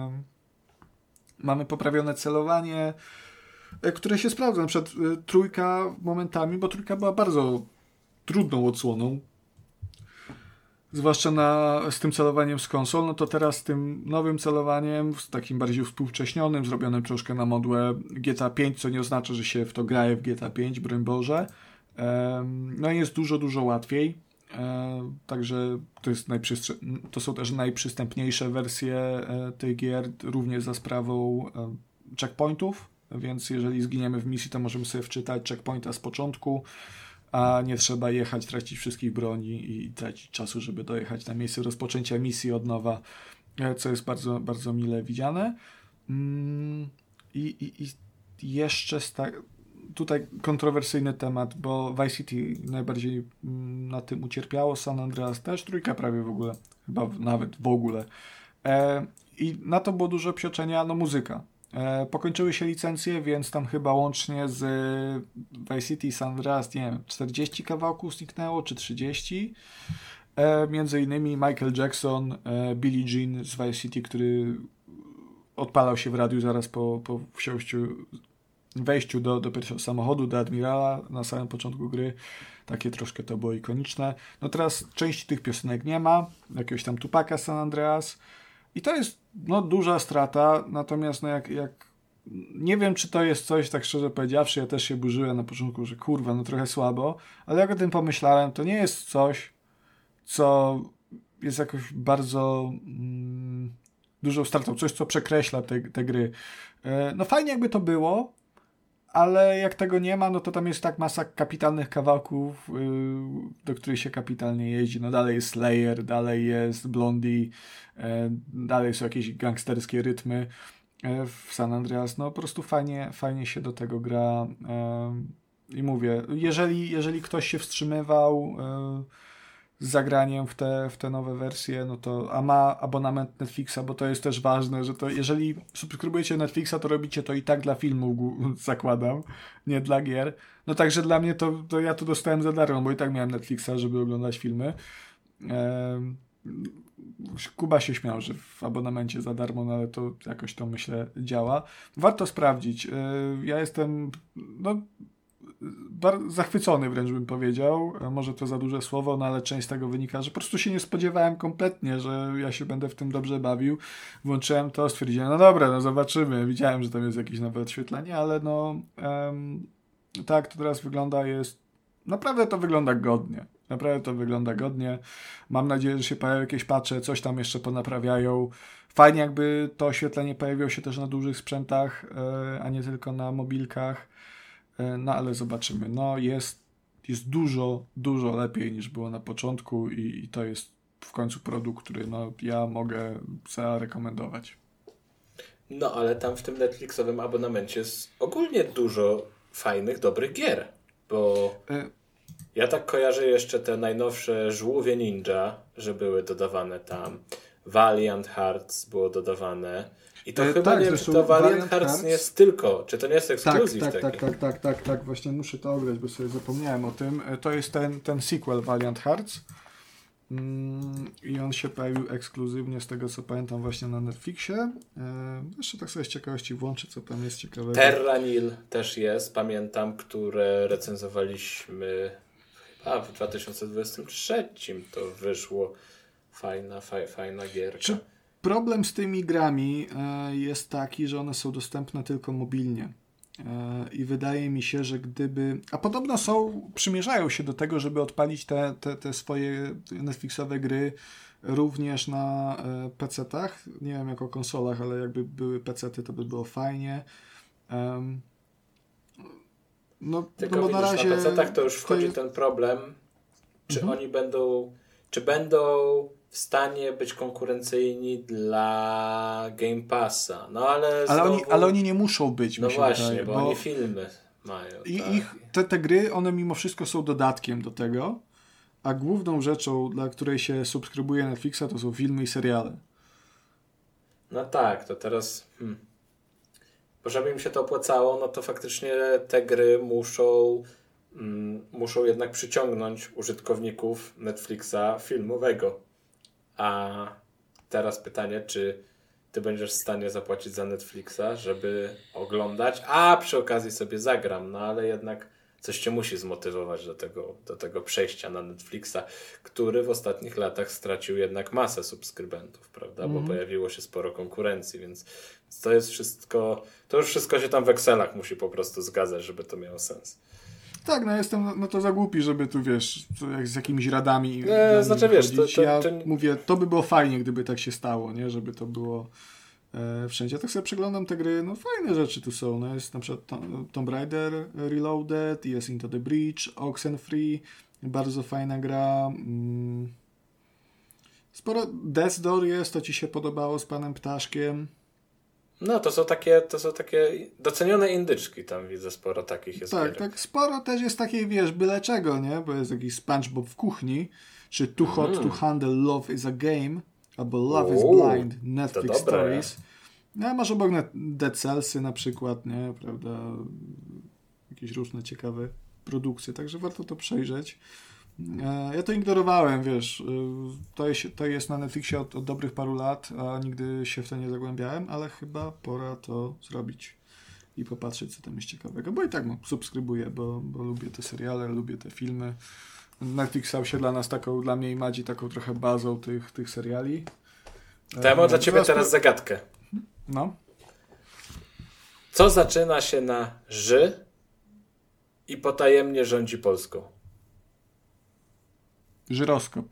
[SPEAKER 2] Mamy poprawione celowanie, które się sprawdza. Na przykład trójka momentami, bo trójka była bardzo trudną odsłoną. Zwłaszcza z tym celowaniem z konsol, no to teraz z tym nowym celowaniem, z takim bardziej współwcześnionym, zrobionym troszkę na modłę GTA 5, co nie oznacza, że się w to graje w GTA 5, broń Boże. No i jest dużo, dużo łatwiej. Także to są też najprzystępniejsze wersje tych gier, również za sprawą checkpointów, więc jeżeli zginiemy w misji, to możemy sobie wczytać checkpointa z początku, a nie trzeba jechać, tracić wszystkich broni i tracić czasu, żeby dojechać na miejsce rozpoczęcia misji od nowa, co jest bardzo, bardzo mile widziane. I jeszcze tutaj kontrowersyjny temat, bo Vice City najbardziej na tym ucierpiało, San Andreas też, trójka prawie w ogóle, chyba nawet w ogóle. I na to było dużo psioczenia, muzyka. Pokończyły się licencje, więc tam chyba łącznie z Vice City i San Andreas, nie wiem, 40 kawałków zniknęło, czy 30. Między innymi Michael Jackson, Billie Jean z Vice City, który odpalał się w radiu zaraz po wejściu do pierwszego samochodu, do Admirala na samym początku gry. Takie troszkę to było ikoniczne. Teraz części tych piosenek nie ma. Jakiegoś tam Tupaka San Andreas. I to jest duża strata. Natomiast jak nie wiem, czy to jest coś, tak szczerze powiedziawszy, ja też się burzyłem na początku, że kurwa, trochę słabo. Ale jak o tym pomyślałem, to nie jest coś, co jest jakoś bardzo dużą stratą. Coś, co przekreśla te gry. Fajnie jakby to było, ale jak tego nie ma, to tam jest tak masa kapitalnych kawałków, do których się kapitalnie jeździ. Dalej jest Slayer, dalej jest Blondie, dalej są jakieś gangsterskie rytmy w San Andreas. Po prostu fajnie się do tego gra. I mówię, jeżeli ktoś się wstrzymywał z zagraniem w te nowe wersje, a ma abonament Netflixa, bo to jest też ważne, że to jeżeli subskrybujecie Netflixa, to robicie to i tak dla filmu, zakładam, nie dla gier. Także dla mnie to ja to dostałem za darmo, bo i tak miałem Netflixa, żeby oglądać filmy. Kuba się śmiał, że w abonamencie za darmo, ale to jakoś to myślę działa. Warto sprawdzić. Ja jestem zachwycony wręcz bym powiedział, może to za duże słowo, ale część z tego wynika, że po prostu się nie spodziewałem kompletnie, że ja się będę w tym dobrze bawił. Włączyłem to, stwierdziłem, dobra, zobaczymy. Widziałem, że tam jest jakieś nowe odświetlenie, ale tak to teraz wygląda, naprawdę to wygląda godnie. Naprawdę to wygląda godnie. Mam nadzieję, że się pojawią jakieś patche, coś tam jeszcze ponaprawiają. Fajnie jakby to oświetlenie pojawiło się też na dużych sprzętach, a nie tylko na mobilkach. Ale zobaczymy. Jest dużo, dużo lepiej niż było na początku i to jest w końcu produkt, który ja mogę zarekomendować.
[SPEAKER 1] Ale tam w tym Netflixowym abonamencie jest ogólnie dużo fajnych, dobrych gier, bo ja tak kojarzę jeszcze te najnowsze Żółwie Ninja, że były dodawane tam. Valiant Hearts było dodawane. I to chyba
[SPEAKER 2] tak,
[SPEAKER 1] nie wiem, czy to Valiant Hearts nie jest tylko, czy to nie jest ekskluzyw
[SPEAKER 2] tak, właśnie muszę to ograć, bo sobie zapomniałem o tym. To jest ten sequel Valiant Hearts i on się pojawił ekskluzywnie z tego, co pamiętam, właśnie na Netflixie. Jeszcze tak sobie z ciekawości włączę, co tam jest ciekawego.
[SPEAKER 1] Terranil też jest, pamiętam, które recenzowaliśmy chyba w 2023 to wyszło. Fajna gierka.
[SPEAKER 2] Problem z tymi grami jest taki, że one są dostępne tylko mobilnie. I wydaje mi się, że gdyby... A podobno przymierzają się do tego, żeby odpalić te swoje Netflixowe gry również na PC-tach. Nie wiem jak o konsolach, ale jakby były PC-ty, to by było fajnie.
[SPEAKER 1] Tylko bo widzisz, na razie... na PC-tach to już wchodzi ten problem, czy oni będą w stanie być konkurencyjni dla Game Passa.
[SPEAKER 2] Ale oni nie muszą być.
[SPEAKER 1] Właśnie, wydaje, bo oni filmy mają.
[SPEAKER 2] I te gry, one mimo wszystko są dodatkiem do tego, a główną rzeczą, dla której się subskrybuje Netflixa, to są filmy i seriale.
[SPEAKER 1] To teraz... Bo żeby im się to opłacało, to faktycznie te gry muszą jednak przyciągnąć użytkowników Netflixa filmowego. A teraz pytanie, czy ty będziesz w stanie zapłacić za Netflixa, żeby oglądać, a przy okazji sobie zagram, ale jednak coś cię musi zmotywować do tego przejścia na Netflixa, który w ostatnich latach stracił jednak masę subskrybentów, prawda, bo pojawiło się sporo konkurencji, więc to jest wszystko, to już wszystko się tam w Excelach musi po prostu zgadzać, żeby to miało sens.
[SPEAKER 2] Tak, no jestem to za głupi, żeby tu, wiesz, jak z jakimiś radami
[SPEAKER 1] znaczy, wiesz,
[SPEAKER 2] ja mówię, to by było fajnie, gdyby tak się stało, nie? Żeby to było wszędzie. Tak sobie przeglądam te gry, no fajne rzeczy tu są. No jest na przykład Tomb Raider Reloaded, jest Into the Breach, Oxenfree, bardzo fajna gra. Sporo Death's Door jest, to ci się podobało z panem Ptaszkiem.
[SPEAKER 1] No, to są takie docenione indyczki, tam widzę sporo takich jest.
[SPEAKER 2] Tak, sporo też jest takiej, wiesz, byle czego, nie? Bo jest jakiś SpongeBob w kuchni, czy Too Hot to Handle Love is a Game, albo Love is Blind, Netflix Stories. No, masz obok Dead Cellsy na przykład, nie? Prawda? Jakieś różne ciekawe produkcje, także warto to przejrzeć. Ja to ignorowałem, wiesz, to jest na Netflixie od dobrych paru lat, a nigdy się w to nie zagłębiałem, ale chyba pora to zrobić i popatrzeć, co tam jest ciekawego, bo i tak subskrybuję, bo lubię te seriale, lubię te filmy. Netflix stał się dla mnie i Madzi taką trochę bazą tych seriali.
[SPEAKER 1] To ja mam dla ciebie teraz zagadkę.
[SPEAKER 2] No.
[SPEAKER 1] Co zaczyna się na ży i potajemnie rządzi Polską?
[SPEAKER 2] Żyroskop.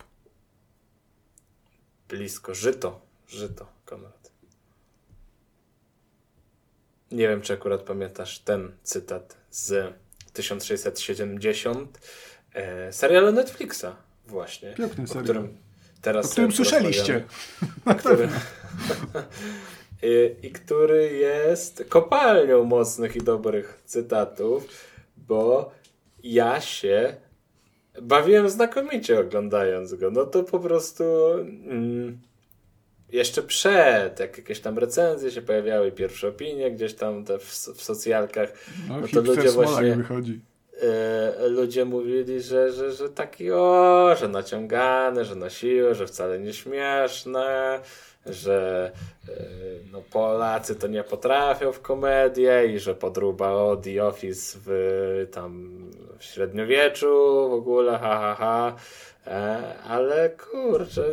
[SPEAKER 1] Blisko. Żyto, Konrad. Nie wiem, czy akurat pamiętasz ten cytat z 1670 serialu Netflixa właśnie.
[SPEAKER 2] Piękny serial.
[SPEAKER 1] O
[SPEAKER 2] którym słyszeliście.
[SPEAKER 1] I który jest kopalnią mocnych i dobrych cytatów, bo ja się bawiłem znakomicie oglądając go. No to po prostu jeszcze przed, jak jakieś tam recenzje się pojawiały, pierwsze opinie gdzieś tam w socjalkach,
[SPEAKER 2] no to ludzie właśnie wychodzi.
[SPEAKER 1] Ludzie mówili, że taki że naciągane, że na siłę, że wcale nie śmieszne, że no Polacy to nie potrafią w komedię i że podróba The Office w średniowieczu w ogóle, ale kurczę,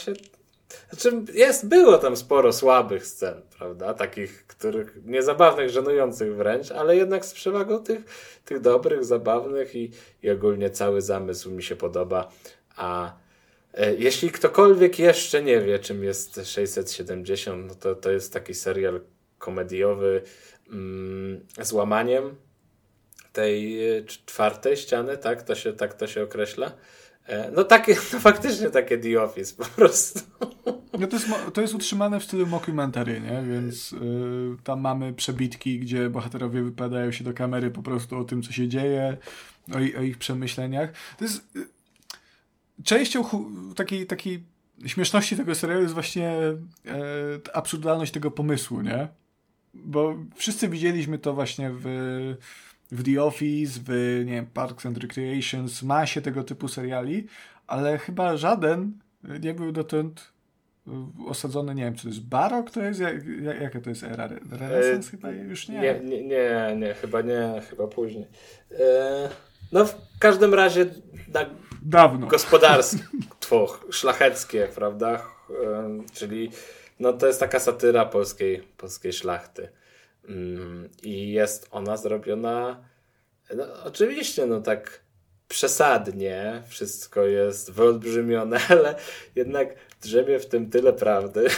[SPEAKER 1] było tam sporo słabych scen, prawda, takich, których niezabawnych, żenujących wręcz, ale jednak z przewagą tych dobrych, zabawnych i ogólnie cały zamysł mi się podoba, a jeśli ktokolwiek jeszcze nie wie, czym jest 670, no to jest taki serial komediowy z łamaniem tej czwartej ściany, tak to się określa. No faktycznie takie The Office po prostu.
[SPEAKER 2] No to jest utrzymane w stylu mockumentary, nie? Więc tam mamy przebitki, gdzie bohaterowie wypowiadają się do kamery po prostu o tym, co się dzieje, o ich przemyśleniach. To jest częścią takiej śmieszności tego serialu jest właśnie absurdalność tego pomysłu, nie? Bo wszyscy widzieliśmy to właśnie w The Office, nie wiem, Parks and Recreations, masie tego typu seriali, ale chyba żaden nie był dotąd osadzony, nie wiem, czy to jest barok, to jest, jaka to jest era? Renesans chyba już nie.
[SPEAKER 1] Nie, chyba później. No w każdym razie
[SPEAKER 2] dawno.
[SPEAKER 1] Gospodarstwo szlacheckie, prawda? Czyli no to jest taka satyra polskiej szlachty. I jest ona zrobiona oczywiście tak przesadnie, wszystko jest wyolbrzymione, ale jednak drzemie w tym tyle prawdy,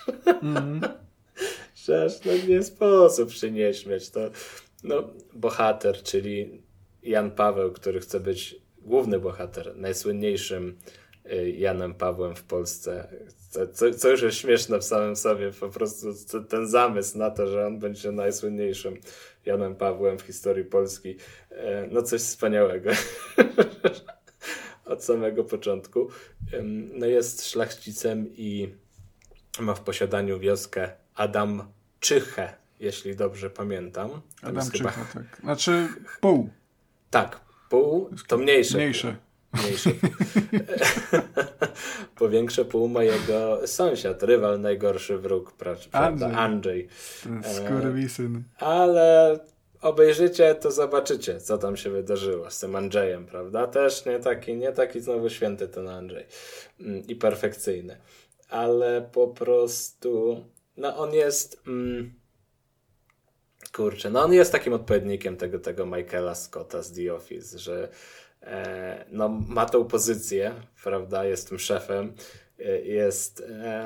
[SPEAKER 1] że aż nie sposób się nie śmiać. To bohater, czyli Jan Paweł, który chce być główny bohater, najsłynniejszym Janem Pawłem w Polsce, co już jest śmieszne w samym sobie, po prostu ten zamysł na to, że on będzie najsłynniejszym Janem Pawłem w historii Polski, no coś wspaniałego. Od samego początku. No jest szlachcicem i ma w posiadaniu wioskę Adamczychę, jeśli dobrze pamiętam.
[SPEAKER 2] Adamczycha, tak. Znaczy pół.
[SPEAKER 1] Tak, pół to mniejsze.
[SPEAKER 2] Mniejsze.
[SPEAKER 1] Bo większe pół ma jego sąsiad, rywal, najgorszy wróg, prawda? Andrzej.
[SPEAKER 2] Skurwysyn.
[SPEAKER 1] Ale obejrzycie, to zobaczycie, co tam się wydarzyło z tym Andrzejem, prawda? Też nie taki znowu święty ten Andrzej i perfekcyjny. Ale po prostu on jest Kurczę, no on jest takim odpowiednikiem tego Michaela Scotta z The Office, że no ma tą pozycję, prawda, jest tym szefem, jest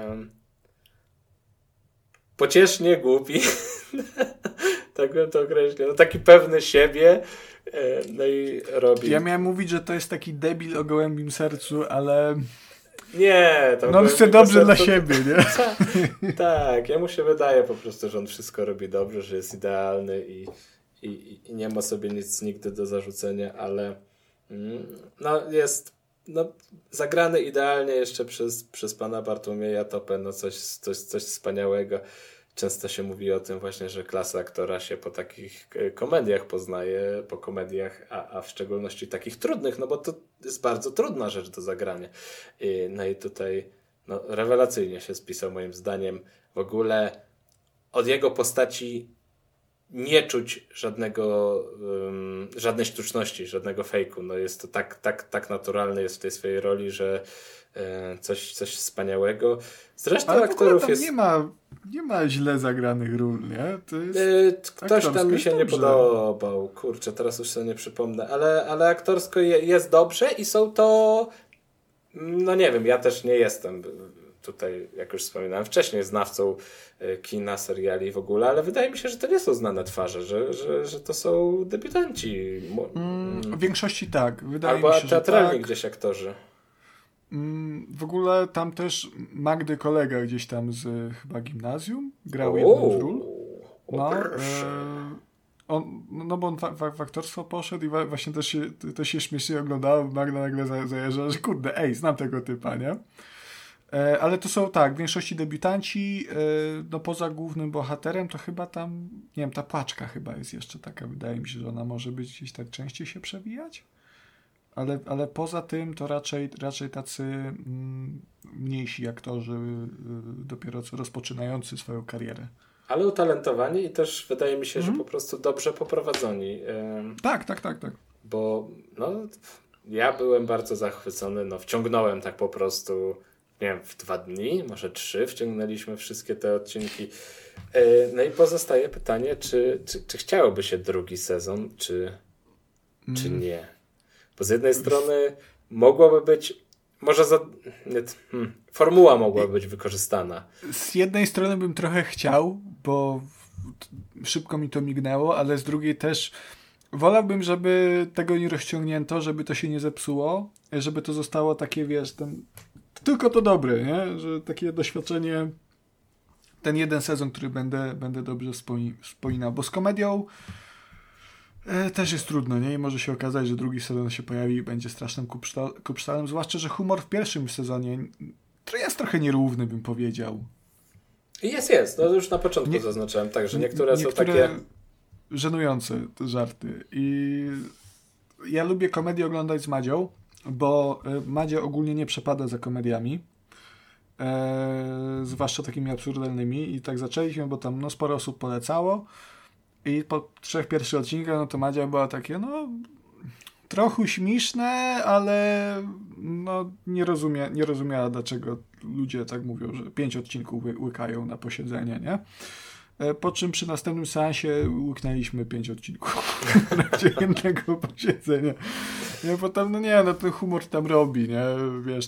[SPEAKER 1] pociesznie głupi, tak bym to określił, no taki pewny siebie, no i robi...
[SPEAKER 2] Ja miałem mówić, że to jest taki debil o gołębim sercu, ale...
[SPEAKER 1] Nie,
[SPEAKER 2] no on chce dobrze dla siebie, nie?
[SPEAKER 1] Tak, jemu się wydaje po prostu, że on wszystko robi dobrze, że jest idealny i nie ma sobie nic nigdy do zarzucenia, ale no jest zagrany idealnie jeszcze przez pana Bartłomieja Topę, no coś wspaniałego. Często się mówi o tym właśnie, że klasa aktora się po takich komediach poznaje, po komediach, a w szczególności takich trudnych, no bo to jest bardzo trudna rzecz do zagrania. No i tutaj rewelacyjnie się spisał moim zdaniem. W ogóle od jego postaci nie czuć żadnej sztuczności, żadnego fejku. No jest to tak naturalny jest w tej swojej roli, że coś wspaniałego. Zresztą
[SPEAKER 2] ale
[SPEAKER 1] aktorów
[SPEAKER 2] tam
[SPEAKER 1] jest...
[SPEAKER 2] nie ma źle zagranych ról, nie? To jest
[SPEAKER 1] ktoś tam mi się nie podobał. Kurczę, teraz już sobie nie przypomnę. Ale aktorsko jest dobrze i są to... No nie wiem, ja też nie jestem tutaj, jak już wspominałem wcześniej, znawcą kina, seriali w ogóle, ale wydaje mi się, że to nie są znane twarze, że to są debiutanci.
[SPEAKER 2] W większości tak. Wydaje
[SPEAKER 1] albo
[SPEAKER 2] mi się,
[SPEAKER 1] teatralni
[SPEAKER 2] że tak.
[SPEAKER 1] gdzieś aktorzy.
[SPEAKER 2] W ogóle tam też Magdy kolega gdzieś tam z chyba gimnazjum grał jedną z ról. No, bo on w aktorstwo poszedł i właśnie też się śmiesznie oglądało. Magda nagle zajeżdża, że kurde, znam tego typa, nie? Ale to są tak, w większości debiutanci, no poza głównym bohaterem to chyba tam, nie wiem, ta Płaczka chyba jest jeszcze taka, wydaje mi się, że ona może być gdzieś tak częściej się przewijać. Ale poza tym to raczej tacy mniejsi aktorzy, dopiero co rozpoczynający swoją karierę.
[SPEAKER 1] Ale utalentowani i też wydaje mi się, że po prostu dobrze poprowadzeni.
[SPEAKER 2] Tak.
[SPEAKER 1] Bo ja byłem bardzo zachwycony, wciągnąłem tak po prostu, nie wiem, w 2 dni, może 3 wciągnęliśmy wszystkie te odcinki. No i pozostaje pytanie, czy chciałoby się drugi sezon, czy nie. Bo z jednej strony mogłoby być, formuła mogłaby być wykorzystana.
[SPEAKER 2] Z jednej strony bym trochę chciał, bo szybko mi to mignęło, ale z drugiej też wolałbym, żeby tego nie rozciągnięto, żeby to się nie zepsuło, żeby to zostało takie, wiesz, tylko to dobre, nie? Że takie doświadczenie, ten jeden sezon, który będę dobrze wspominał, bo z komedią też jest trudno, nie? I może się okazać, że drugi sezon się pojawi i będzie strasznym kupsztalem, zwłaszcza, że humor w pierwszym sezonie to jest trochę nierówny, bym powiedział.
[SPEAKER 1] Jest. No już na początku zaznaczałem, tak, że niektóre są takie...
[SPEAKER 2] żenujące te żarty. I ja lubię komedię oglądać z Madzią, bo Madzia ogólnie nie przepada za komediami, zwłaszcza takimi absurdalnymi, i tak zaczęliśmy, bo tam sporo osób polecało i po 3 pierwszych odcinkach to Madzia była takie trochę śmieszne, ale nie rozumiała, dlaczego ludzie tak mówią, że 5 odcinków łykają na posiedzenie, nie? Po czym przy następnym seansie łyknęliśmy 5 odcinków w trakcie jednego posiedzenia. Ja potem, ten humor tam robi, nie? Wiesz,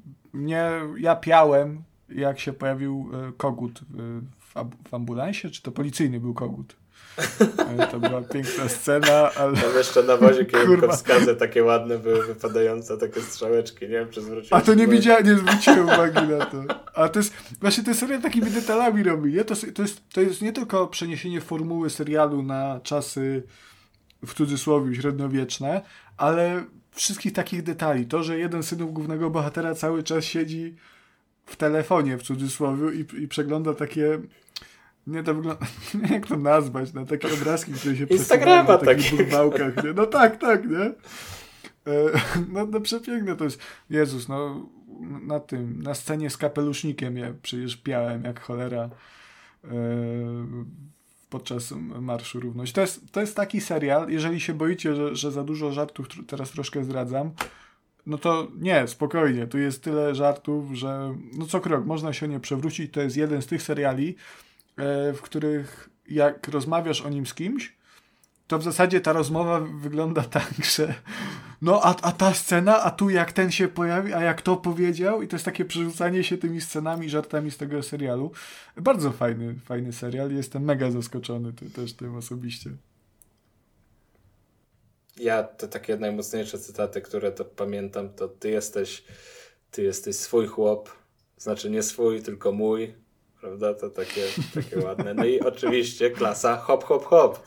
[SPEAKER 2] ja piałem, jak się pojawił kogut w ambulansie, czy to policyjny był kogut? To była piękna scena, ale...
[SPEAKER 1] Tam jeszcze na wozie kierunkowskazy takie ładne były, wypadające takie strzałeczki, nie wiem, czy zwróciłem.
[SPEAKER 2] A to nie zwróciłem uwagi na to. A to jest, właśnie ten serial takimi detalami robi, nie? To jest nie tylko przeniesienie formuły serialu na czasy, w cudzysłowie, średniowieczne, ale wszystkich takich detali. To, że jeden z synów głównego bohatera cały czas siedzi w telefonie, w cudzysłowie, i przegląda takie... Nie, to wygląda... Jak to nazwać? Na takie obrazki, które się przesuwają na takich burbałkach. Nie? No tak, nie? Przepiękne to jest. Jezus, na scenie z kapelusznikiem ja przecież piałem jak cholera podczas Marszu Równość. To jest taki serial, jeżeli się boicie, że za dużo żartów teraz troszkę zdradzam, no to nie, spokojnie. Tu jest tyle żartów, że co krok można się nie przewrócić. To jest jeden z tych seriali, w których jak rozmawiasz o nim z kimś, to w zasadzie ta rozmowa wygląda tak, że no a ta scena, a tu jak ten się pojawi, a jak to powiedział i to jest takie przerzucanie się tymi scenami, żartami z tego serialu. Bardzo fajny serial. Jestem mega zaskoczony też tym osobiście.
[SPEAKER 1] Ja te takie najmocniejsze cytaty, które to pamiętam, to ty jesteś swój chłop, znaczy nie swój, tylko mój, prawda? To takie ładne. No i oczywiście klasa hop, hop, hop.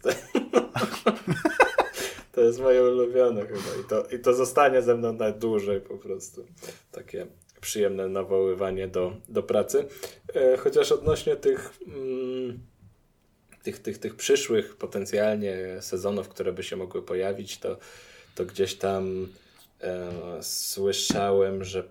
[SPEAKER 1] To jest moje ulubione chyba i to zostanie ze mną na dłużej po prostu. Takie przyjemne nawoływanie do pracy. Chociaż odnośnie tych przyszłych potencjalnie sezonów, które by się mogły pojawić, to gdzieś tam słyszałem, że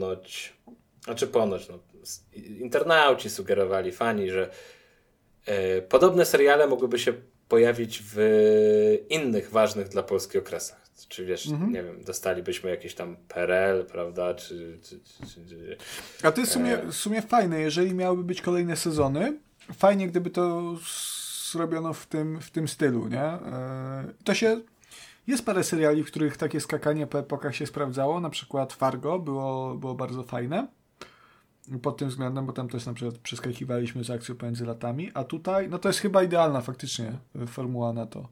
[SPEAKER 1] internauci sugerowali, fani, że podobne seriale mogłyby się pojawić w innych ważnych dla Polski okresach. Czy wiesz, nie wiem, dostalibyśmy jakieś tam PRL, prawda? Czy...
[SPEAKER 2] A to jest w sumie fajne, jeżeli miałyby być kolejne sezony, fajnie gdyby to zrobiono w tym stylu, nie? Jest parę seriali, w których takie skakanie po epokach się sprawdzało, na przykład Fargo było bardzo fajne pod tym względem, bo tam też na przykład przeskakiwaliśmy z akcją pomiędzy latami, a tutaj, no to jest chyba idealna faktycznie formuła na to.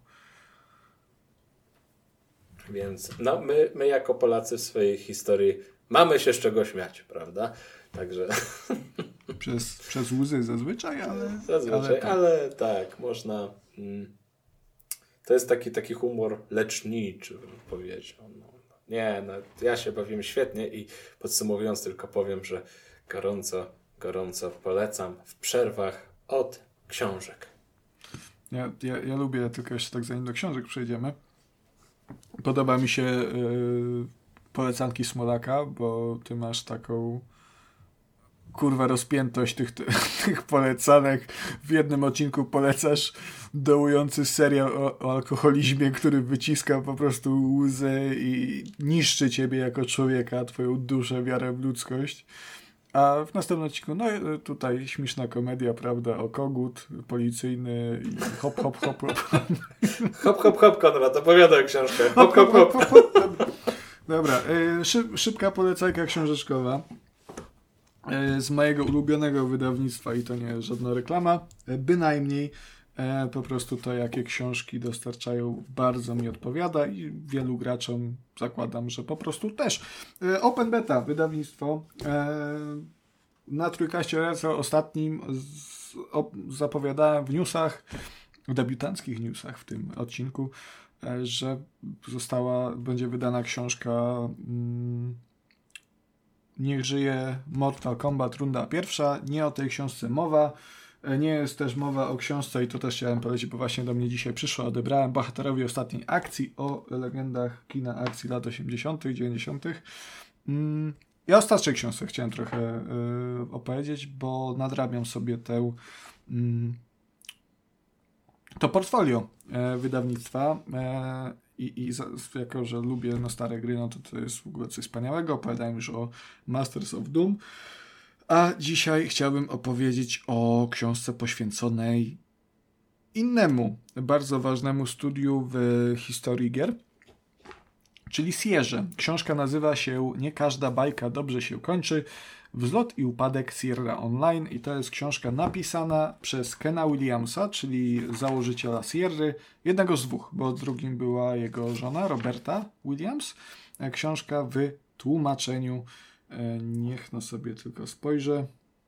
[SPEAKER 1] Więc no my jako Polacy w swojej historii mamy się z czego śmiać, prawda? Także...
[SPEAKER 2] Przez łzy zazwyczaj,
[SPEAKER 1] ale tak, można... To jest taki humor leczniczy, bym powiedział. Ja się bawiłem świetnie i podsumowując tylko powiem, że gorąco polecam w przerwach od książek.
[SPEAKER 2] Ja lubię, tylko jeszcze tak zanim do książek przejdziemy. Podoba mi się polecanki Smolaka, bo ty masz taką rozpiętość tych polecanek. W jednym odcinku polecasz dołujący serial o alkoholizmie, który wyciska po prostu łzy i niszczy ciebie jako człowieka, twoją duszę, wiarę w ludzkość. A w następnym odcinku, tutaj śmieszna komedia, prawda, o kogut policyjny i hop, hop, hop, hop.
[SPEAKER 1] Hop, hop, hop, Konrad, opowiadaj książkę. Hop, hop, hop.
[SPEAKER 2] Dobra, szybka polecajka książeczkowa z mojego ulubionego wydawnictwa i to nie jest żadna reklama, bynajmniej po prostu to, jakie książki dostarczają, bardzo mi odpowiada i wielu graczom zakładam, że po prostu też. Open Beta, wydawnictwo. Na Trójkaście Retro ostatnim zapowiadałem w newsach, w debiutanckich newsach w tym odcinku, że będzie wydana książka Niech żyje Mortal Kombat runda pierwsza. Nie o tej książce mowa. Nie jest też mowa o książce i to też chciałem polecić, bo właśnie do mnie dzisiaj przyszło. Odebrałem Bohaterowie ostatniej akcji o legendach kina akcji lat 80., 90. Ja o starszej książce chciałem trochę opowiedzieć, bo nadrabiam sobie to portfolio wydawnictwa i jako, że lubię stare gry, to jest w ogóle coś wspaniałego. Opowiadałem już o Masters of Doom. A dzisiaj chciałbym opowiedzieć o książce poświęconej innemu, bardzo ważnemu studiu w historii gier, czyli Sierrze. Książka nazywa się Nie każda bajka dobrze się kończy. Wzlot i upadek Sierra Online i to jest książka napisana przez Kena Williamsa, czyli założyciela Sierry, jednego z dwóch, bo drugim była jego żona Roberta Williams. Książka w tłumaczeniu, niech sobie tylko spojrzę,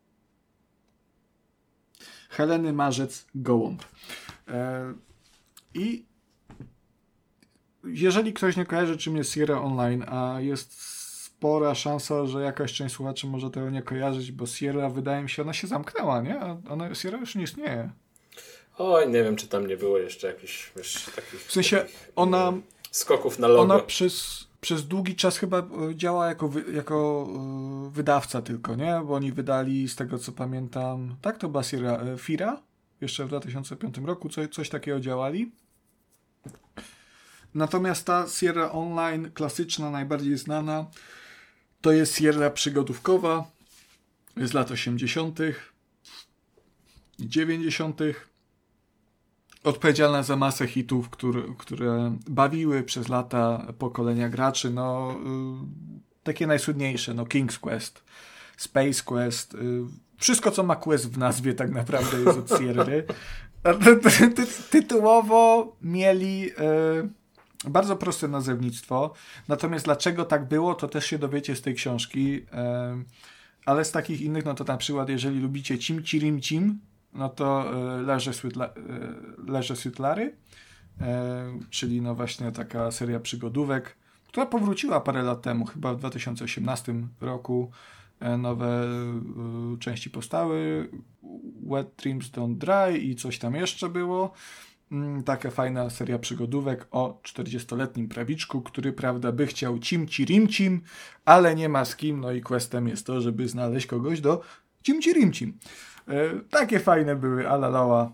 [SPEAKER 2] Heleny Marzec-Gołąb. I jeżeli ktoś nie kojarzy, czym jest Sierra Online, a jest spora szansa, że jakaś część słuchaczy może tego nie kojarzyć, bo Sierra, wydaje mi się, ona się zamknęła, nie? Sierra już nie istnieje.
[SPEAKER 1] Oj, nie wiem, czy tam nie było jeszcze jakichś takich...
[SPEAKER 2] W sensie ona...
[SPEAKER 1] skoków na logo.
[SPEAKER 2] Ona przez długi czas chyba działa jako wydawca tylko, nie? Bo oni wydali, z tego co pamiętam, tak, to była Sierra Fira, jeszcze w 2005 roku coś takiego działali. Natomiast ta Sierra Online klasyczna, najbardziej znana, to jest Sierra przygodówkowa z lat 80., 90. odpowiedzialna za masę hitów, które bawiły przez lata pokolenia graczy. No, takie najsłynniejsze, no King's Quest, Space Quest, wszystko co ma Quest w nazwie tak naprawdę jest od Sierry. Tytułowo mieli bardzo proste nazewnictwo, natomiast dlaczego tak było, to też się dowiecie z tej książki, ale z takich innych, no to na przykład jeżeli lubicie Cim Cirim Cim, no to Leże Swytlary, czyli no właśnie taka seria przygodówek, która powróciła parę lat temu, chyba w 2018 roku. Nowe części powstały, Wet Dreams Don't Dry i coś tam jeszcze było. Taka fajna seria przygodówek o 40-letnim prawiczku, który prawda by chciał Cim Cirim Cim, ale nie ma z kim, no i questem jest to, żeby znaleźć kogoś do Cim Cirim Cim. Takie fajne były Alalała,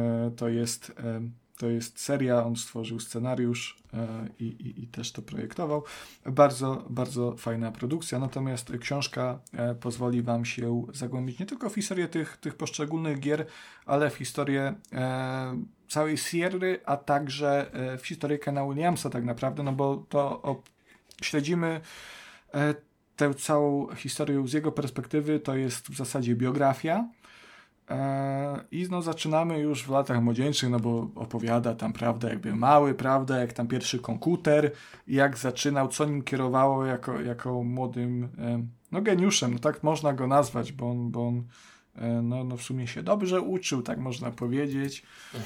[SPEAKER 2] to jest seria, on stworzył scenariusz i też to projektował. Bardzo, bardzo fajna produkcja, natomiast książka pozwoli wam się zagłębić nie tylko w historię tych poszczególnych gier, ale w historię całej Sierry, a także w historię Kena Williamsa tak naprawdę, no bo śledzimy tę całą historię z jego perspektywy, to jest w zasadzie biografia. I no zaczynamy już w latach młodzieńczych, no bo opowiada tam, prawda, jakby mały, prawda, jak tam pierwszy komputer, jak zaczynał, co nim kierowało jako młodym, no geniuszem, no tak można go nazwać, bo on no w sumie się dobrze uczył, tak można powiedzieć.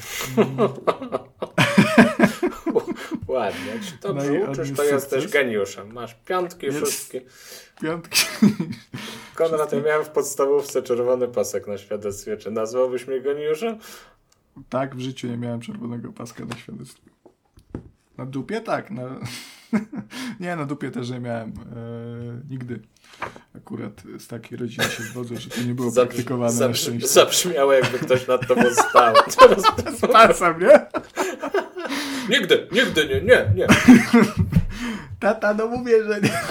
[SPEAKER 1] Ładnie, czy dobrze uczysz, to jesteś geniuszem. Masz piątki, szóstki.
[SPEAKER 2] Piątki.
[SPEAKER 1] Konrad, ja miałem w podstawówce czerwony pasek na świadectwie. Czy nazwałbyś mnie geniuszem?
[SPEAKER 2] Tak, w życiu nie miałem czerwonego paska na świadectwie. Na dupie tak. Nie, na dupie też nie miałem. Nigdy. Akurat z takiej rodziny się zwodzę, że to nie było praktykowane na szczęście.
[SPEAKER 1] Zabrzmiało, jakby ktoś nad tobą stał.
[SPEAKER 2] Z pasem, nie?
[SPEAKER 1] Nigdy nie.
[SPEAKER 2] Tata, no mówię, że nie.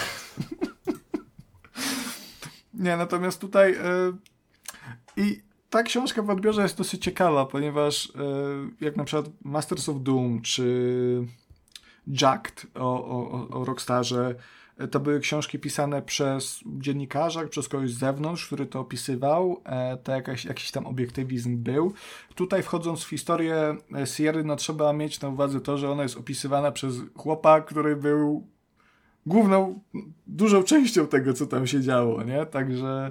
[SPEAKER 2] Nie, natomiast tutaj i ta książka w odbiorze jest dosyć ciekawa, ponieważ jak na przykład Masters of Doom czy Jacked o Rockstarze, to były książki pisane przez dziennikarza, przez kogoś z zewnątrz, który to opisywał, to jakiś tam obiektywizm był. Tutaj wchodząc w historię Sierry, no trzeba mieć na uwadze to, że ona jest opisywana przez chłopa, który był główną, dużą częścią tego, co tam się działo, nie? Także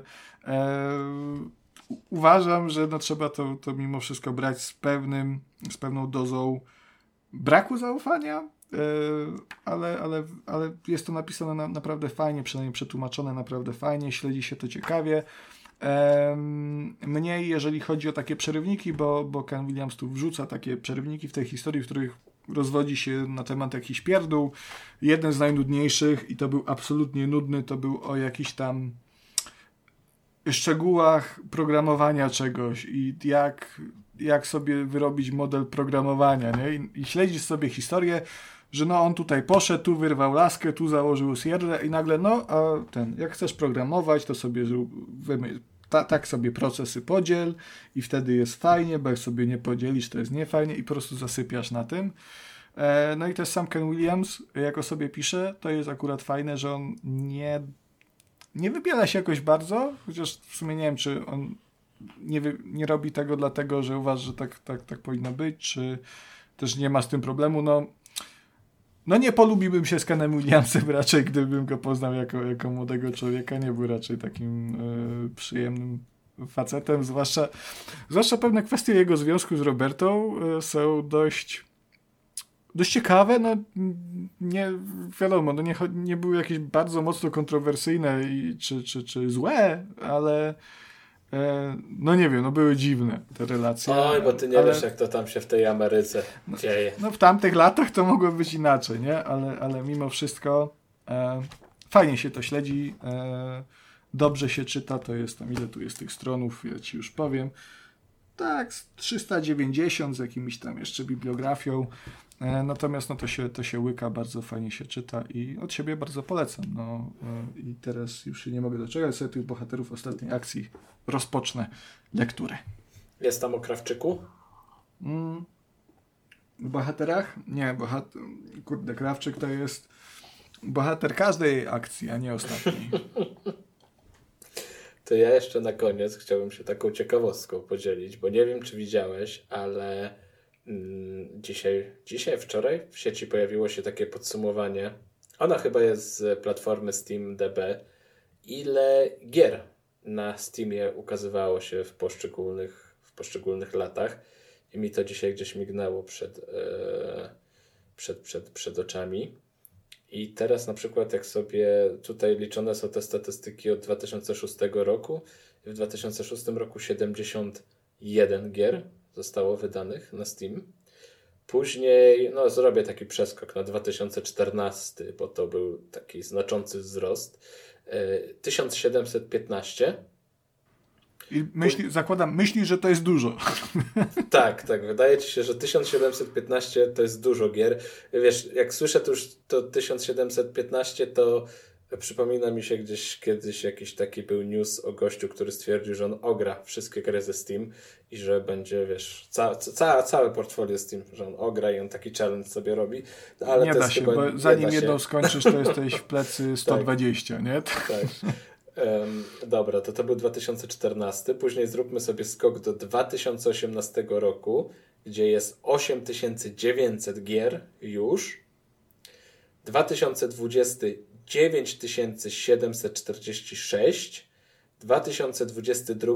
[SPEAKER 2] uważam, że no trzeba to mimo wszystko brać z pewną dozą braku zaufania, ale jest to napisane naprawdę fajnie, przynajmniej przetłumaczone naprawdę fajnie, śledzi się to ciekawie. Mniej jeżeli chodzi o takie przerywniki, bo Ken Williams tu wrzuca takie przerywniki w tej historii, w których rozwodzi się na temat jakichś pierdół. Jeden z najnudniejszych i to był absolutnie nudny, to był o jakichś tam szczegółach programowania czegoś i jak sobie wyrobić model programowania, nie? I śledzisz sobie historię, że no on tutaj poszedł, tu wyrwał laskę, tu założył Sierrę i nagle jak chcesz programować, to sobie tak sobie procesy podziel i wtedy jest fajnie, bo jak sobie nie podzielisz, to jest niefajnie i po prostu zasypiasz na tym. No i też sam Ken Williams, jak o sobie pisze, to jest akurat fajne, że on nie wybiela się jakoś bardzo, chociaż w sumie nie wiem, czy on nie robi tego dlatego, że uważa, że tak powinno być, czy też nie ma z tym problemu. No nie polubiłbym się z Kenem Williamsem raczej, gdybym go poznał jako młodego człowieka. Nie był raczej takim przyjemnym facetem, zwłaszcza pewne kwestie jego związku z Robertą są dość ciekawe. No nie wiadomo, no nie były jakieś bardzo mocno kontrowersyjne czy złe, ale no nie wiem, no były dziwne te relacje.
[SPEAKER 1] Oj, bo ty nie wiesz, jak to tam się w tej Ameryce dzieje.
[SPEAKER 2] No w tamtych latach to mogło być inaczej, nie? Ale mimo wszystko fajnie się to śledzi, dobrze się czyta, to jest tam, ile tu jest tych stronów, ja ci już powiem. Tak, 390 z jakimiś tam jeszcze bibliografią. Natomiast no to się łyka, bardzo fajnie się czyta i od siebie bardzo polecam. No, i teraz już się nie mogę doczekać sobie tych bohaterów ostatniej akcji. Rozpocznę lekturę.
[SPEAKER 1] Jest tam o Krawczyku?
[SPEAKER 2] bohaterach? Nie, kurde, Krawczyk to jest bohater każdej akcji, a nie ostatniej.
[SPEAKER 1] To ja jeszcze na koniec chciałbym się taką ciekawostką podzielić, bo nie wiem, czy widziałeś, ale wczoraj w sieci pojawiło się takie podsumowanie. Ona chyba jest z platformy SteamDB. Ile gier na Steamie ukazywało się w poszczególnych latach. I mi to dzisiaj gdzieś mignęło przed oczami. I teraz na przykład jak sobie tutaj liczone są te statystyki od 2006 roku. W 2006 roku 71 gier zostało wydanych na Steam. Później zrobię taki przeskok na 2014, bo to był taki znaczący wzrost. 1715.
[SPEAKER 2] I myśli, że to jest dużo.
[SPEAKER 1] Tak. Wydaje ci się, że 1715 to jest dużo gier. Wiesz, jak słyszę to 1715, to przypomina mi się gdzieś kiedyś jakiś taki był news o gościu, który stwierdził, że on ogra wszystkie gry ze Steam i że będzie, wiesz, całe portfolio Steam, że on ogra i on taki challenge sobie robi. No, ale
[SPEAKER 2] nie
[SPEAKER 1] to
[SPEAKER 2] da
[SPEAKER 1] jest
[SPEAKER 2] się,
[SPEAKER 1] chyba,
[SPEAKER 2] bo zanim jedną skończysz, to jesteś w plecy 120,
[SPEAKER 1] tak.
[SPEAKER 2] nie?
[SPEAKER 1] Tak. Dobra, to był 2014. Później zróbmy sobie skok do 2018 roku, gdzie jest 8900 gier już. 2020 9746. 2022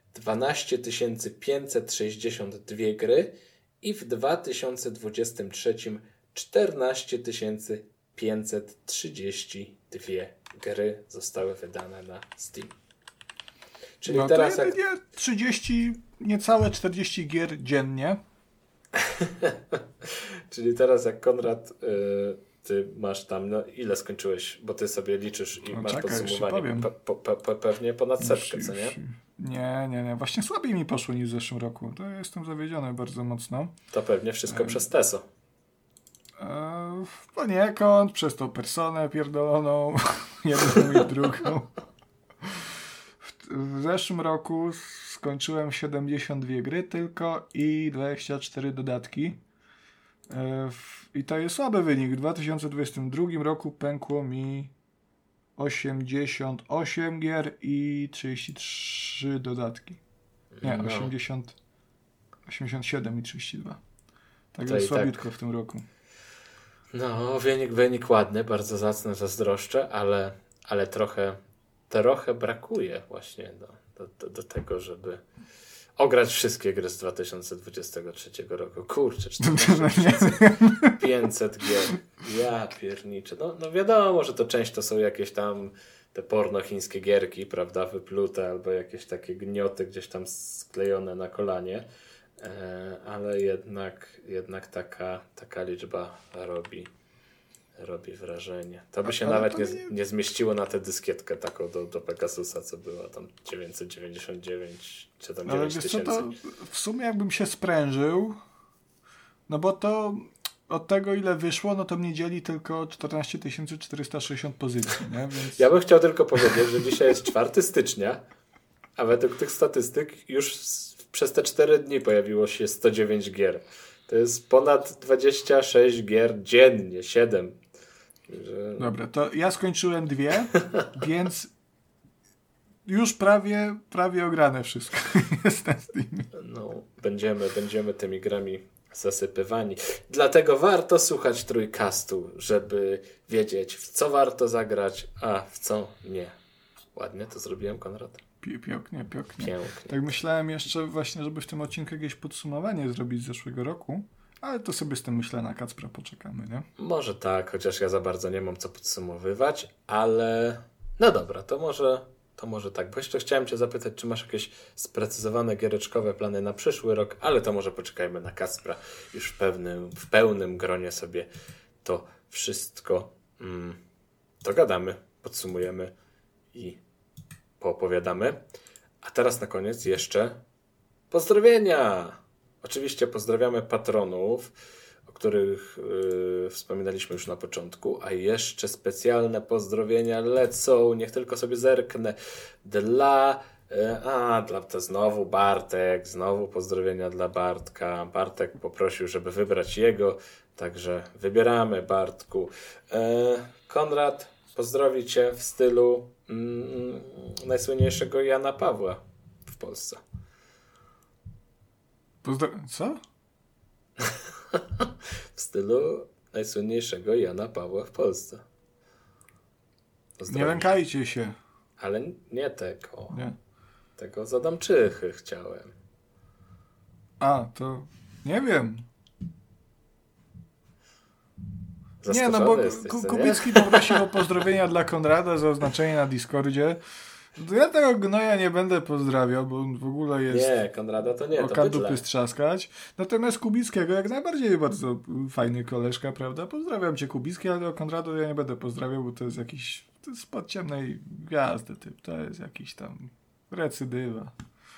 [SPEAKER 1] 12562 gry i w 2023 14532 gry zostały wydane na Steam. Czyli teraz
[SPEAKER 2] to jedynie 30, niecałe 40 gier dziennie.
[SPEAKER 1] Czyli teraz jak Konrad, ty masz tam, ile skończyłeś, bo ty sobie liczysz i masz podsumowanie. Pewnie ponad setkę, co nie?
[SPEAKER 2] Nie. Właśnie słabiej mi poszło niż w zeszłym roku. To jestem zawiedziony bardzo mocno.
[SPEAKER 1] To pewnie wszystko przez Teso.
[SPEAKER 2] Poniekąd, przez tą personę pierdoloną, jedną i drugą. W zeszłym roku skończyłem 72 gry tylko i 24 dodatki. I to jest słaby wynik. W 2022 roku pękło mi 88 gier i 33 dodatki. Nie, 87 i 32. Także słabiutko w tym roku.
[SPEAKER 1] No, wynik ładny, bardzo zacny, zazdroszczę, ale trochę brakuje właśnie do tego, żeby ograć wszystkie gry z 2023 roku. Kurczę, 500 gier. Ja pierniczę. No wiadomo, że to część to są jakieś tam te porno-chińskie gierki, prawda, wyplute, albo jakieś takie gnioty gdzieś tam sklejone na kolanie. Ale jednak taka liczba robi wrażenie. To by się nawet nie zmieściło na tę dyskietkę taką do Pegasusa, co była tam 999 czy tam 9000.
[SPEAKER 2] Ale wiesz co, to w sumie jakbym się sprężył, no bo to od tego ile wyszło, no to mnie dzieli tylko 14 460 pozycji, nie? Więc...
[SPEAKER 1] Ja bym chciał tylko powiedzieć, że dzisiaj jest 4 stycznia, a według tych statystyk już przez te 4 dni pojawiło się 109 gier. To jest ponad 26 gier dziennie, 7.
[SPEAKER 2] Dobra, to ja skończyłem 2, więc już prawie ograne wszystko jest na Steamie.
[SPEAKER 1] No, będziemy tymi grami zasypywani. Dlatego warto słuchać Trójkastu, żeby wiedzieć, w co warto zagrać, a w co nie. Ładnie to zrobiłem, Konrad?
[SPEAKER 2] Pięknie.
[SPEAKER 1] Pięknie.
[SPEAKER 2] Tak myślałem jeszcze właśnie, żeby w tym odcinku jakieś podsumowanie zrobić z zeszłego roku, ale to sobie z tym myślę na Kacpra poczekamy, nie?
[SPEAKER 1] Może tak, chociaż ja za bardzo nie mam co podsumowywać, ale no dobra, to może tak. Bo jeszcze chciałem cię zapytać, czy masz jakieś sprecyzowane giereczkowe plany na przyszły rok, ale to może poczekajmy na Kacpra. Już w pełnym gronie sobie to wszystko dogadamy, podsumujemy i poopowiadamy. A teraz na koniec jeszcze pozdrowienia! Oczywiście pozdrawiamy patronów, o których wspominaliśmy już na początku, a jeszcze specjalne pozdrowienia lecą, niech tylko sobie zerknę, dla To znowu Bartek, znowu pozdrowienia dla Bartka. Bartek poprosił, żeby wybrać jego, także wybieramy, Bartku. Konrad pozdrowi cię w stylu najsłynniejszego Jana Pawła w Polsce.
[SPEAKER 2] Co?
[SPEAKER 1] W stylu najsłynniejszego Jana Pawła w Polsce.
[SPEAKER 2] Nie lękajcie się.
[SPEAKER 1] Ale nie tego.
[SPEAKER 2] Nie.
[SPEAKER 1] Tego z Adamczychy chciałem.
[SPEAKER 2] To nie wiem.
[SPEAKER 1] Zaskoczony
[SPEAKER 2] bo
[SPEAKER 1] jesteś,
[SPEAKER 2] Kubicki poprosił o pozdrowienia dla Konrada za oznaczenie na Discordzie. Ja tego gnoja nie będę pozdrawiał, bo on w ogóle jest...
[SPEAKER 1] Nie, Konrada to nie, to
[SPEAKER 2] oka dupy strzaskać. Natomiast Kubickiego jak najbardziej bardzo fajny koleżka, prawda? Pozdrawiam cię, Kubicki, ale o Konradu ja nie będę pozdrawiał, bo to jest jakiś... To jest spod ciemnej gwiazdy typ. To jest jakiś tam recydywa.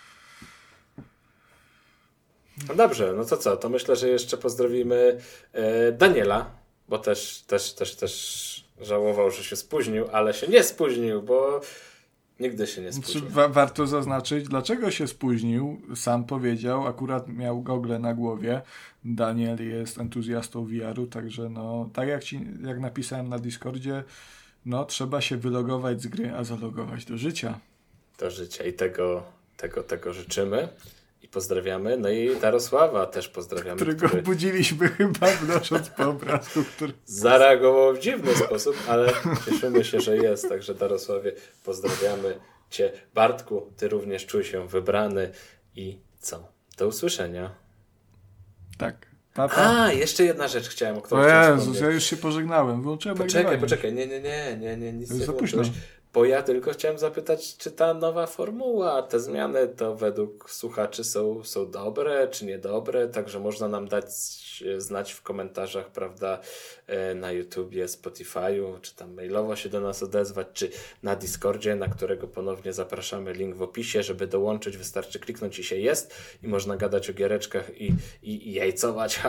[SPEAKER 1] No dobrze, no to co? To myślę, że jeszcze pozdrowimy Daniela, bo też żałował, że się spóźnił, ale się nie spóźnił, bo nigdy się nie spóźnił.
[SPEAKER 2] Warto zaznaczyć, dlaczego się spóźnił. Sam powiedział, akurat miał gogle na głowie. Daniel jest entuzjastą VR-u, także tak jak napisałem na Discordzie, trzeba się wylogować z gry, a zalogować do życia.
[SPEAKER 1] Do życia i tego życzymy. I pozdrawiamy. No i Darosława też pozdrawiamy.
[SPEAKER 2] Którego budziliśmy chyba wnosząc po obrazku, który...
[SPEAKER 1] Zareagował w dziwny sposób, ale cieszymy się, że jest. Także Darosławie, pozdrawiamy cię. Bartku, ty również czuj się wybrany i co? Do usłyszenia.
[SPEAKER 2] Tak. Pa.
[SPEAKER 1] Jeszcze jedna rzecz chciałem, o której
[SPEAKER 2] chciałem wspomnieć. Ja już się pożegnałem. Wyłączyłem
[SPEAKER 1] Poczekaj. Nie. Nic nie włączyłeś. Bo ja tylko chciałem zapytać, czy ta nowa formuła, te zmiany to według słuchaczy są dobre, czy niedobre, także można nam dać znać w komentarzach, prawda, na YouTubie, Spotify'u, czy tam mailowo się do nas odezwać, czy na Discordzie, na którego ponownie zapraszamy, link w opisie, żeby dołączyć, wystarczy kliknąć i się jest i można gadać o giereczkach i jajcować,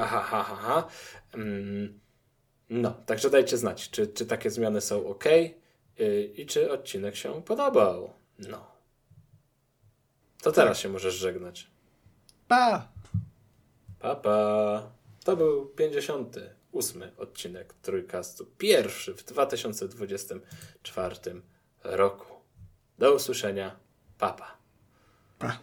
[SPEAKER 1] także dajcie znać, czy takie zmiany są ok. I czy odcinek się podobał. To teraz się możesz żegnać.
[SPEAKER 2] Pa!
[SPEAKER 1] Pa. To był 58. odcinek Trójkastu. Pierwszy w 2024 roku. Do usłyszenia. Pa.
[SPEAKER 2] Pa.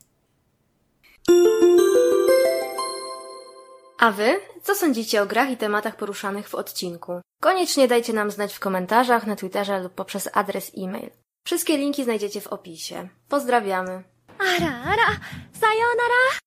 [SPEAKER 3] A wy? Co sądzicie o grach i tematach poruszanych w odcinku? Koniecznie dajcie nam znać w komentarzach, na Twitterze lub poprzez adres e-mail. Wszystkie linki znajdziecie w opisie. Pozdrawiamy.
[SPEAKER 4] Ara, sayonara!